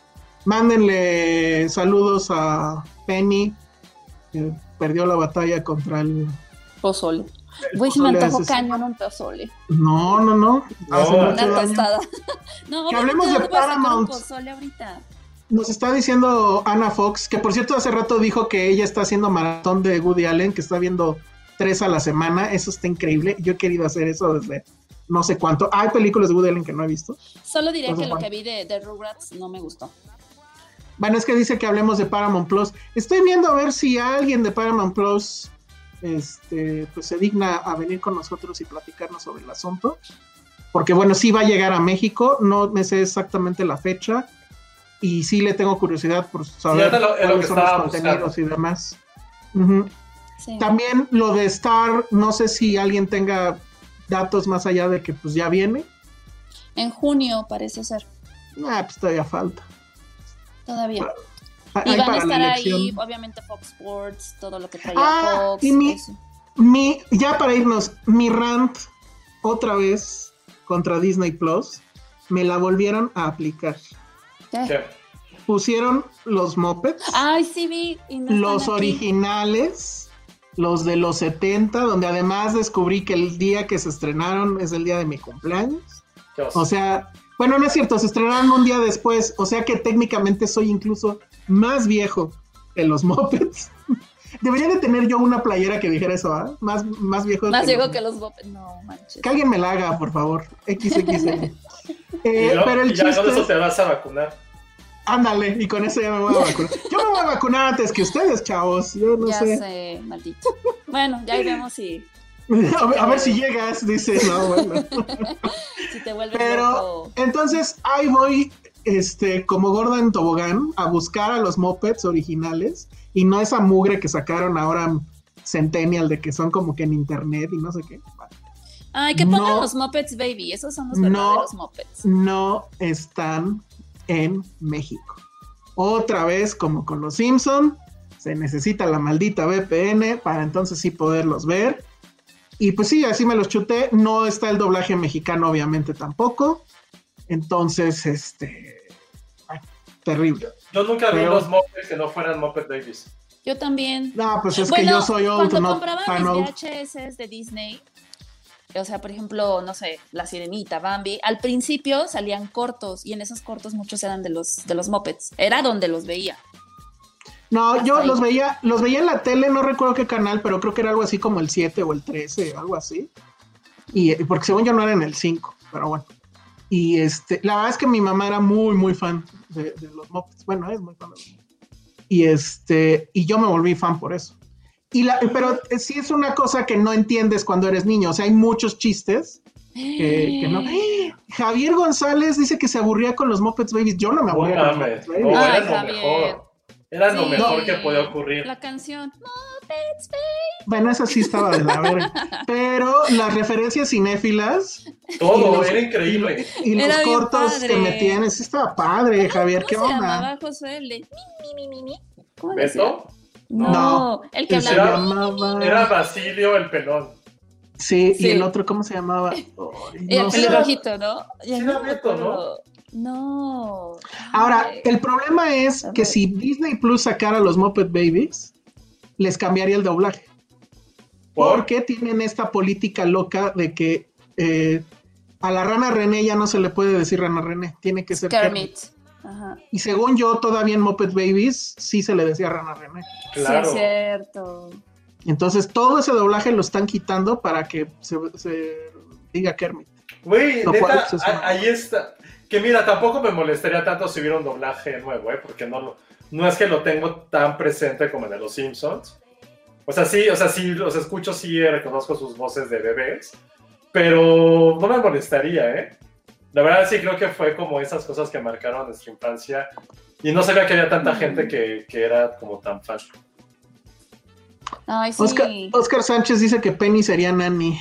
mándenle saludos a Penny, que perdió la batalla contra el pozole. Güey, se me antojó cañón un pozole. No, no, no. Hace no. Una tostada. No, que hablemos de Paramount. Ahorita. Nos está diciendo Ana Fox, que por cierto hace rato dijo que ella está haciendo maratón de Woody Allen, que está viendo tres a la semana. Eso está increíble. Yo he querido hacer eso desde no sé cuánto. Hay películas de Woody Allen que no he visto. Solo diré Entonces, que bueno. Lo que vi de, de Rugrats no me gustó. Bueno, es que dice que hablemos de Paramount Plus. Estoy viendo a ver si alguien de Paramount Plus este, pues se digna a venir con nosotros y platicarnos sobre el asunto. Porque bueno, sí va a llegar a México. No me sé exactamente la fecha. Y sí le tengo curiosidad por saber sí, lo, cuáles lo que son los contenidos buscando. y demás. Uh-huh. Sí. También lo de Star, no sé si alguien tenga datos más allá de que pues ya viene. En junio parece ser. Ah, pues todavía falta. Todavía. Para, y van a estar ahí, obviamente, Fox Sports, todo lo que traía ah, Fox. Y mi, mi, ya para irnos, mi rant otra vez contra Disney Plus, me la volvieron a aplicar. ¿Qué? ¿Qué? Pusieron los Muppets. Ay, sí vi. Y no los originales, los de los setenta, donde además descubrí que el día que se estrenaron es el día de mi cumpleaños. O sea, bueno, no es cierto, se estrenaron un día después, o sea que técnicamente soy incluso más viejo que los Muppets. Debería de tener yo una playera que dijera eso, ¿ah? ¿eh? Más, más viejo Más que viejo los... que los Muppets, no manches. Que alguien me la haga, por favor. equis equis ele. eh, y no, pero el y ya con eso te vas a vacunar. Ándale, y con eso ya me voy a vacunar. Yo me voy a vacunar antes que ustedes, chavos. Yo no ya sé. Ya sé, maldito. Bueno, ya iremos si... A ver, a ver si llegas, dice. No, bueno. Si te vuelves Pero, loco. Entonces, ahí voy, este, como gorda en tobogán, a buscar a los Muppets originales, y no esa mugre que sacaron ahora Centennial, de que son como que en internet y no sé qué. Vale. Ay, que pongan no, los Muppets Baby, esos son los verdaderos no, Muppets. No están en México. Otra vez, como con los Simpson, se necesita la maldita V P N para entonces sí poderlos ver. Y pues sí, así me los chuté. No está el doblaje mexicano, obviamente, tampoco. Entonces, este... Ay, terrible. Yo nunca Pero... vi los Muppets que no fueran Muppet Babies. Yo también. No, pues es bueno, que yo soy old, cuando no compraban tan mis old. V H S de Disney, o sea, por ejemplo, no sé, La Sirenita, Bambi, al principio salían cortos, y en esos cortos muchos eran de los, de los Muppets. Era donde los veía. No, Hasta yo ahí. los veía, los veía en la tele, no recuerdo qué canal, pero creo que era algo así como el siete o el trece, algo así. Y porque según yo no era en el cinco, pero bueno. Y este, la verdad es que mi mamá era muy, muy fan de, de los Muppets. Bueno, es muy fan de los Muppets. Y este, y yo me volví fan por eso. Y la, pero sí es una cosa que no entiendes cuando eres niño. O sea, hay muchos chistes que, que no. ¡Eh! Javier González dice que se aburría con los Muppets Babies. Yo no me aburría No, con los mames, Muppets no, Babies. era Ay, lo Javier. mejor. Era lo Sí. mejor que podía ocurrir. La canción Muppets Baby. Bueno, esa sí estaba de la verga. Pero las referencias cinéfilas Todo, y los- era increíble. y los Era bien cortos padre. que metían, sí estaba padre, Javier. ¿Qué ¿Cómo se onda? llamaba José? El de mi, mi, mi, mi, mi. ¿Cómo decía? ¿Beto? No, No, el que que se hablaba. llamaba. Era Basilio el pelón. Sí, Sí. y el otro, ¿cómo se llamaba? Ay, Y el no sé. pelo rojito, ¿no? Ya Sí, no era me Beto, ¿no? acuerdo. No. Ahora, Ay. el problema es que si Disney Plus sacara los Muppet Babies, les cambiaría el doblaje. ¿Por? Porque tienen esta política loca de que eh, a la rana René ya no se le puede decir rana René, tiene que ser Kermit. Kermit. Ajá. Y según yo, todavía en Muppet Babies sí se le decía rana René. Claro. Sí, es cierto. Entonces todo ese doblaje lo están quitando para que se, se diga Kermit. Güey, Lo cual, neta, pues, es una- a- ahí está. Que mira, tampoco me molestaría tanto si hubiera un doblaje nuevo, ¿eh? Porque no, lo- no es que lo tengo tan presente como en el de Los Simpsons. O sea, sí, o sea, sí, los escucho, sí reconozco sus voces de bebés, pero no me molestaría, ¿eh? La verdad sí creo que fue como esas cosas que marcaron nuestra infancia y no sabía que había tanta gente que, que era como tan fan. Ay, sí. Oscar, Oscar Sánchez dice que Penny sería Nanny.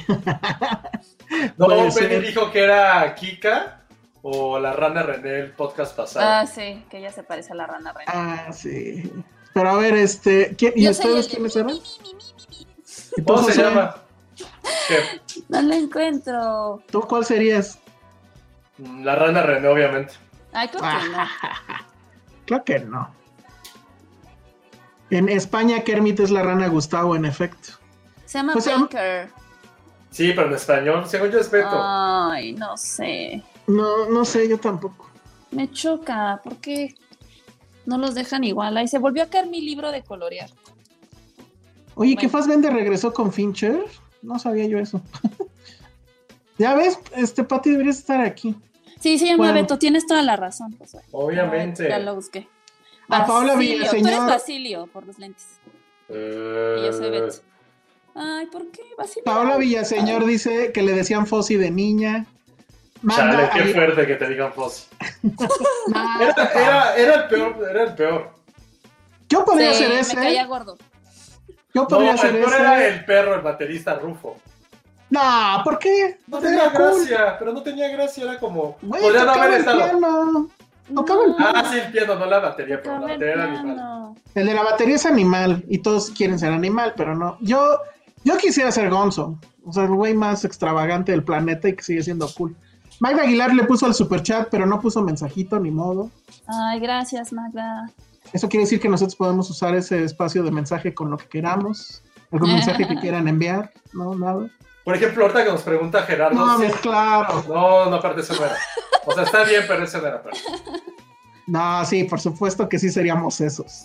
No, Puede Penny ser. dijo que era Kika o la rana René el podcast pasado. Ah, sí, que ella se parece a la rana reina. Ah, sí. Pero a ver, este, ¿quién- ¿y Yo soy ustedes el de quiénes mi, eran? mi, mi, mi, mi, mi. ¿Y tú, ¿Cómo se José? llama? ¿Qué? No lo encuentro. ¿Tú cuál serías? La rana René, obviamente. Ay, creo que no. Claro que no. En España, Kermit es la rana Gustavo, en efecto. Se llama Pues, se llama- Baker. Sí, pero en español, según yo es Beto. Ay, no sé. No, no sé, yo tampoco. Me choca. ¿Por qué no los dejan igual? Ahí se volvió a caer mi libro de colorear. Oye, ¿qué Bueno. Fassbender regresó con Fincher? No sabía yo eso. Ya ves, este Pati deberías estar aquí. Sí, se llama Bueno. Beto. Tienes toda la razón, Josué. Obviamente. Ya lo busqué. A Paola Basilio. Tú eres Villaseñor. Basilio por los lentes. Eh, Y yo soy Beto. Ay, ¿por qué Basilio? Paola Villaseñor Ay. dice que le decían Fossi de niña. Chale, Manda qué ahí- fuerte que te digan Fossi. Nah, Era, era, era el peor, era el peor. Yo podría Sí, ser me ese. caía gordo. Yo No, podría el ser peor ese. era el perro, el baterista Rufo. No, ¿por qué? No Era tenía cool. gracia, pero no tenía gracia, era como... Güey, podría no tocaba haber el estado... piano. Tocaba el piano. Ah, sí, el piano, no la batería, pero la Tocaba el batería era animal. piano. El de la batería es animal y todos quieren ser animal, pero no. Yo, yo quisiera ser Gonzo, o sea, el güey más extravagante del planeta y que sigue siendo cool. Magda Aguilar le puso al superchat, pero no puso mensajito ni modo. Ay, gracias, Magda. Eso quiere decir que nosotros podemos usar ese espacio de mensaje con lo que queramos. Algún mensaje que quieran enviar, no, nada. Por ejemplo, ahorita que nos pregunta Gerardo... No, sí- es claro. No, no, aparte eso no era. O sea, está bien, pero ese no era. Pero... No, sí, por supuesto que sí seríamos esos.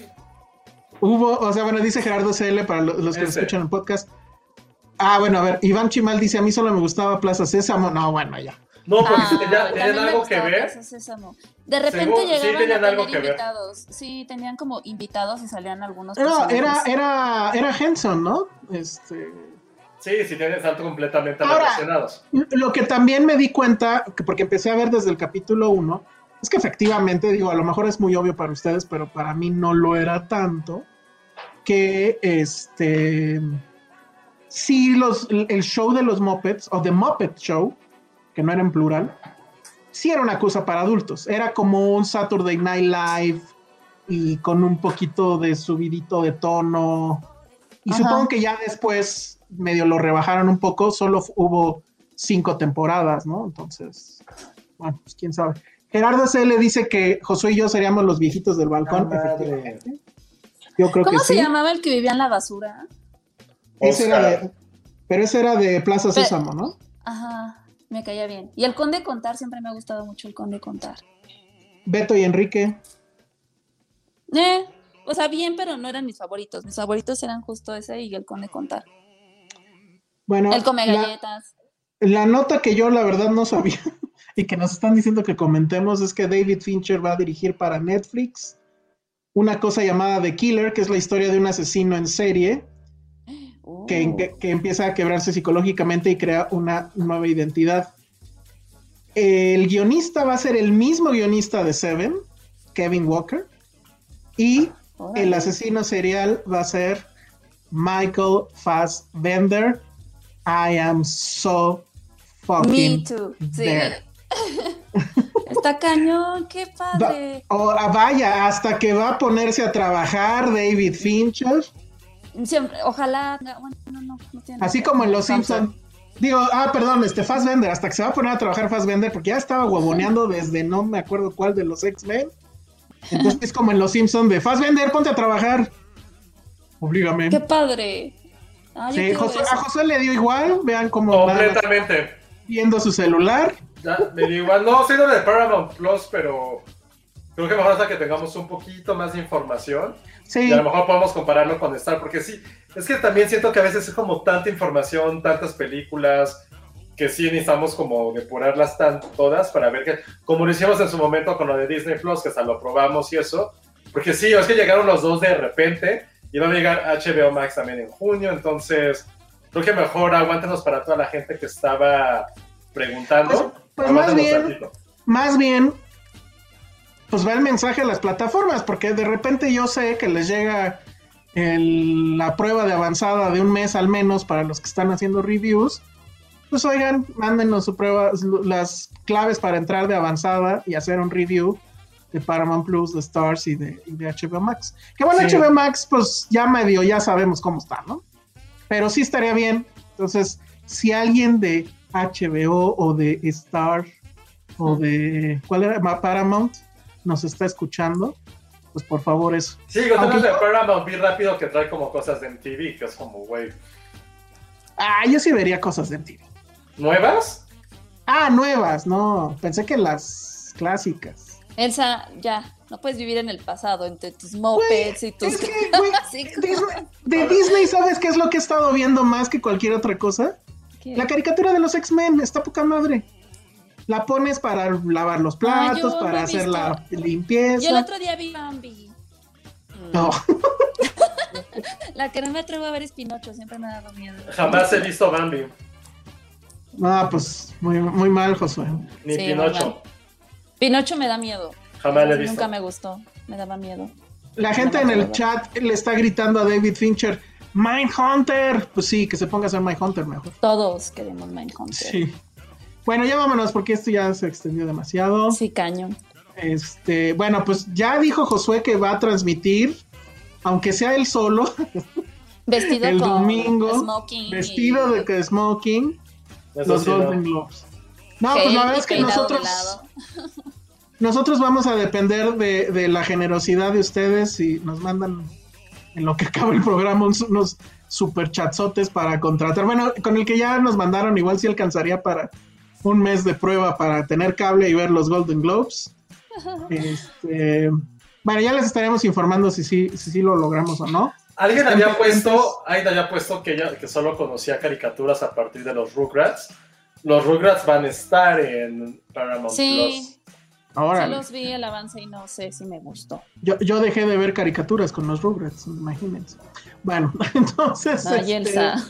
Hubo, o sea, bueno, dice Gerardo C L para lo- los que Ese. escuchan el podcast. Ah, bueno, a ver, Iván Chimal dice, a mí solo me gustaba Plaza Sésamo. No, bueno, ya. No, porque Ay, tenía- también tenían me algo que gustaba ver. Plaza Sésamo. De repente Según- sí, llegaban tenían a algo tener que ver. invitados. Sí, tenían como invitados y salían algunos Era, personajes. era, era, era Henson, ¿no? Este, Sí, sí, tienes algo completamente Ahora- relacionados. lo que también me di cuenta, que porque empecé a ver desde el capítulo uno, es que efectivamente, digo, a lo mejor es muy obvio para ustedes, pero para mí no lo era tanto, que este, sí, los, el show de los Muppets, o The Muppet Show, que no era en plural, sí era una cosa para adultos, era como un Saturday Night Live, y con un poquito de subidito de tono, y Ajá. supongo que ya después medio lo rebajaron un poco, solo f- hubo cinco temporadas, ¿no? Entonces, bueno, pues quién sabe. Gerardo C. le dice que Josué y yo seríamos los viejitos del balcón, Ah, madre. efectivamente. Yo creo ¿Cómo que se sí. llamaba el que vivía en la basura? Ese era Oscar. de, pero ese era de Plaza Pero- Sésamo, ¿no? Ajá, me caía bien. Y el Conde Contar, siempre me ha gustado mucho el Conde Contar. Beto y Enrique. Eh, o sea, bien, pero no eran mis favoritos. Mis favoritos eran justo ese y el Conde Contar. Bueno, El Come la, Galletas. la nota que yo la verdad no sabía y que nos están diciendo que comentemos es que David Fincher va a dirigir para Netflix una cosa llamada The Killer, que es la historia de un asesino en serie Uh, que, que, que empieza a quebrarse psicológicamente y crea una nueva identidad. El guionista va a ser el mismo guionista de Seven, Kevin Walker, y órale. el asesino serial va a ser Michael Fassbender. I am so fucking Me too. Sí. there. Está cañón, qué padre. Va, oh, vaya, hasta que va a ponerse a trabajar David Fincher. Siempre, ojalá, bueno, no, no, no tiene Así nada. como en Los Tanto. Simpsons. Digo, ah, perdón, este Fassbender, hasta que se va a poner a trabajar Fassbender, porque ya estaba huevoneando desde no me acuerdo cuál de los X-Men. Entonces es como en Los Simpsons de Fassbender, ponte a trabajar. Oblígame. Qué padre. Ah, yo Sí, quiero Josué- eso. a Josué le dio igual, vean cómo nada más Completamente. viendo su celular. Ya, me dio igual. No, soy lo de Paramount Plus, pero creo que mejor hasta que tengamos un poquito más de información. Sí, Y a lo mejor podemos compararlo con Star, porque sí, es que también siento que a veces es como tanta información, tantas películas, que sí necesitamos como depurarlas tan todas para ver que, como lo hicimos en su momento con lo de Disney Plus, que hasta lo probamos y eso, porque sí, es que llegaron los dos de repente, y va a llegar H B O Max también en junio, entonces creo que mejor aguántenos para toda la gente que estaba preguntando. Pues- pues más Aguántenos bien- tantito. más bien, pues va el mensaje a las plataformas, porque de repente yo sé que les llega el- la prueba de avanzada de un mes al menos para los que están haciendo reviews. Pues oigan, mándenos su prueba, las claves para entrar de avanzada y hacer un review de Paramount Plus, de Stars y de, y de H B O Max. Que bueno, Sí. H B O Max, pues ya medio, ya sabemos cómo está, ¿no? Pero sí estaría bien. Entonces, si alguien de H B O o de Star o de, ¿cuál era? Ma- Paramount nos está escuchando, pues por favor eso. Sí, con Aunque temas de yo- Paramount vi rápido que trae como cosas de M T V, que es como, güey, Ah, yo sí vería cosas de M T V. ¿nuevas? Ah, nuevas, no. Pensé que las clásicas. Elsa, ya, no puedes vivir en el pasado entre tus mopeds y tus... Es que, güey, Sí, Disney- de Disney, ¿sabes qué es lo que he estado viendo más que cualquier otra cosa? ¿qué? La caricatura de los X-Men, está poca madre. La pones para lavar los platos, Ah, yo para no he hacer visto. la limpieza. Yo el otro día vi Bambi. No. La que no me atrevo a ver es Pinocho, siempre me ha dado miedo. Jamás he visto Bambi, No, pues muy, muy mal, Josué. ni Sí, muy Pinocho. mal. Pinocho me da miedo. Jamás le he visto. Nunca me gustó, me daba miedo. La gente en el chat le está gritando a David Fincher, Mindhunter. Pues sí, que se ponga a hacer Mindhunter mejor. Todos queremos Mindhunter. Sí, Sí. Bueno, ya vámonos porque esto ya se extendió demasiado. caño. Este, bueno, pues ya dijo Josué que va a transmitir, aunque sea él solo, Vestido el con domingo, smoking. vestido y- de que smoking, Eso los sí, ¿no? Golden Globes. No, gel pues la y verdad es que peinado de nosotros, lado. nosotros vamos a depender de, de la generosidad de ustedes y nos mandan en lo que acaba el programa uns- unos super chatzotes para contratar. Bueno, con el que ya nos mandaron, igual sí alcanzaría para un mes de prueba para tener cable y ver los Golden Globes. Este, bueno, ya les estaremos informando si sí si, si lo logramos o no. Alguien Están había pendientes. puesto, alguien había puesto que, ella, que solo conocía caricaturas a partir de los Rugrats. Los Rugrats van a estar en Paramount Sí, Ahora, sí los vi el avance y no sé si me gustó. yo, yo dejé de ver caricaturas con los Rugrats, imagínense. Bueno, entonces. Ay, este, Elsa.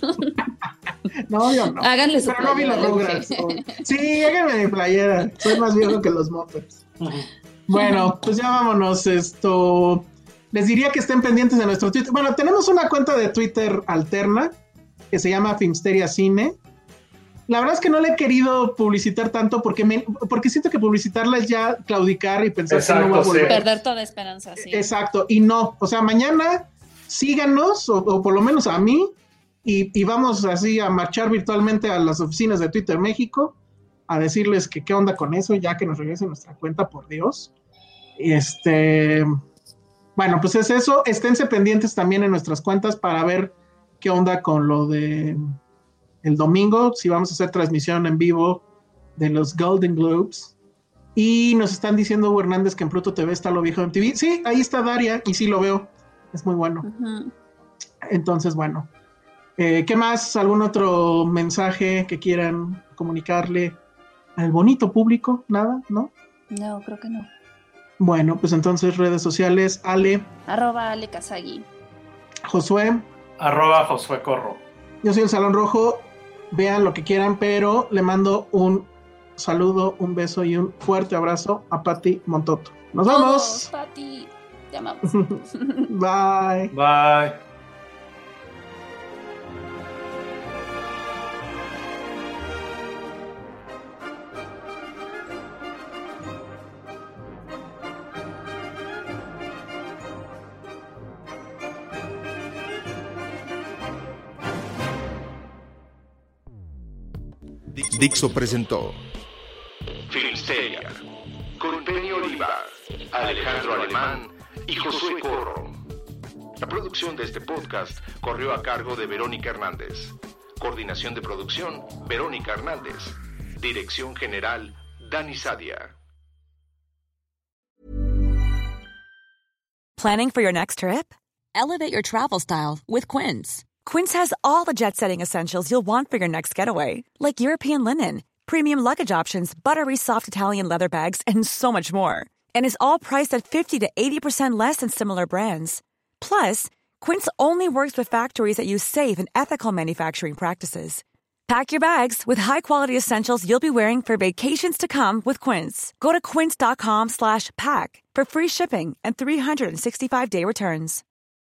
no, yo no. Háganle su Pero no vi playera, los le Rugrats. dije. o- Sí, háganme mi playera. Soy más viejo que los Muppets. Plus. Bueno, pues ya vámonos. Esto. Les diría que estén pendientes de nuestro Twitter. Bueno, tenemos una cuenta de Twitter alterna que se llama Filmsteria Cine. La verdad es que no le he querido publicitar tanto porque, me, porque siento que publicitarla es ya claudicar y pensar que no va a Exacto, sí. volver. Perder toda esperanza, sí. Exacto, y no. O sea, mañana síganos, o, o por lo menos a mí, y, y vamos así a marchar virtualmente a las oficinas de Twitter México a decirles que qué onda con eso, ya que nos regresen nuestra cuenta, por Dios. Este, bueno, pues es eso. Esténse pendientes también en nuestras cuentas para ver qué onda con lo de el domingo, si vamos a hacer transmisión en vivo de los Golden Globes. Y nos están diciendo Hugo Hernández que en Pluto T V está lo viejo de M T V. Sí, ahí está Daria, y sí lo veo. Es muy bueno. Ujú. Entonces, bueno. Eh, ¿Qué más? ¿Algún otro mensaje que quieran comunicarle al bonito público, nada, ¿no? No, creo que no. Bueno, pues entonces redes sociales, Ale. Arroba Ale Kazagi. Josué. Arroba Josué Corro. Yo soy el Salón Rojo. Vean lo que quieran, pero le mando un saludo, un beso y un fuerte abrazo a Pati Montoto. ¡Nos vemos! Oh, Pati, te amamos. Bye. Bye. Dixo presentó Filmsteria con Penny Oliva, Alejandro Alemán y Josué Corro. La producción de este podcast corrió a cargo de Verónica Hernández. Coordinación de producción, Verónica Hernández. Dirección general, Dani Sadia. Planning for your next trip? Elevate your travel style with Quince. Quince has all the jet-setting essentials you'll want for your next getaway, like European linen, premium luggage options, buttery soft Italian leather bags, and so much more. And is all priced at fifty to eighty percent less than similar brands. Plus, Quince only works with factories that use safe and ethical manufacturing practices. Pack your bags with high-quality essentials you'll be wearing for vacations to come with Quince. Go to quince.com slash pack for free shipping and three sixty-five day returns.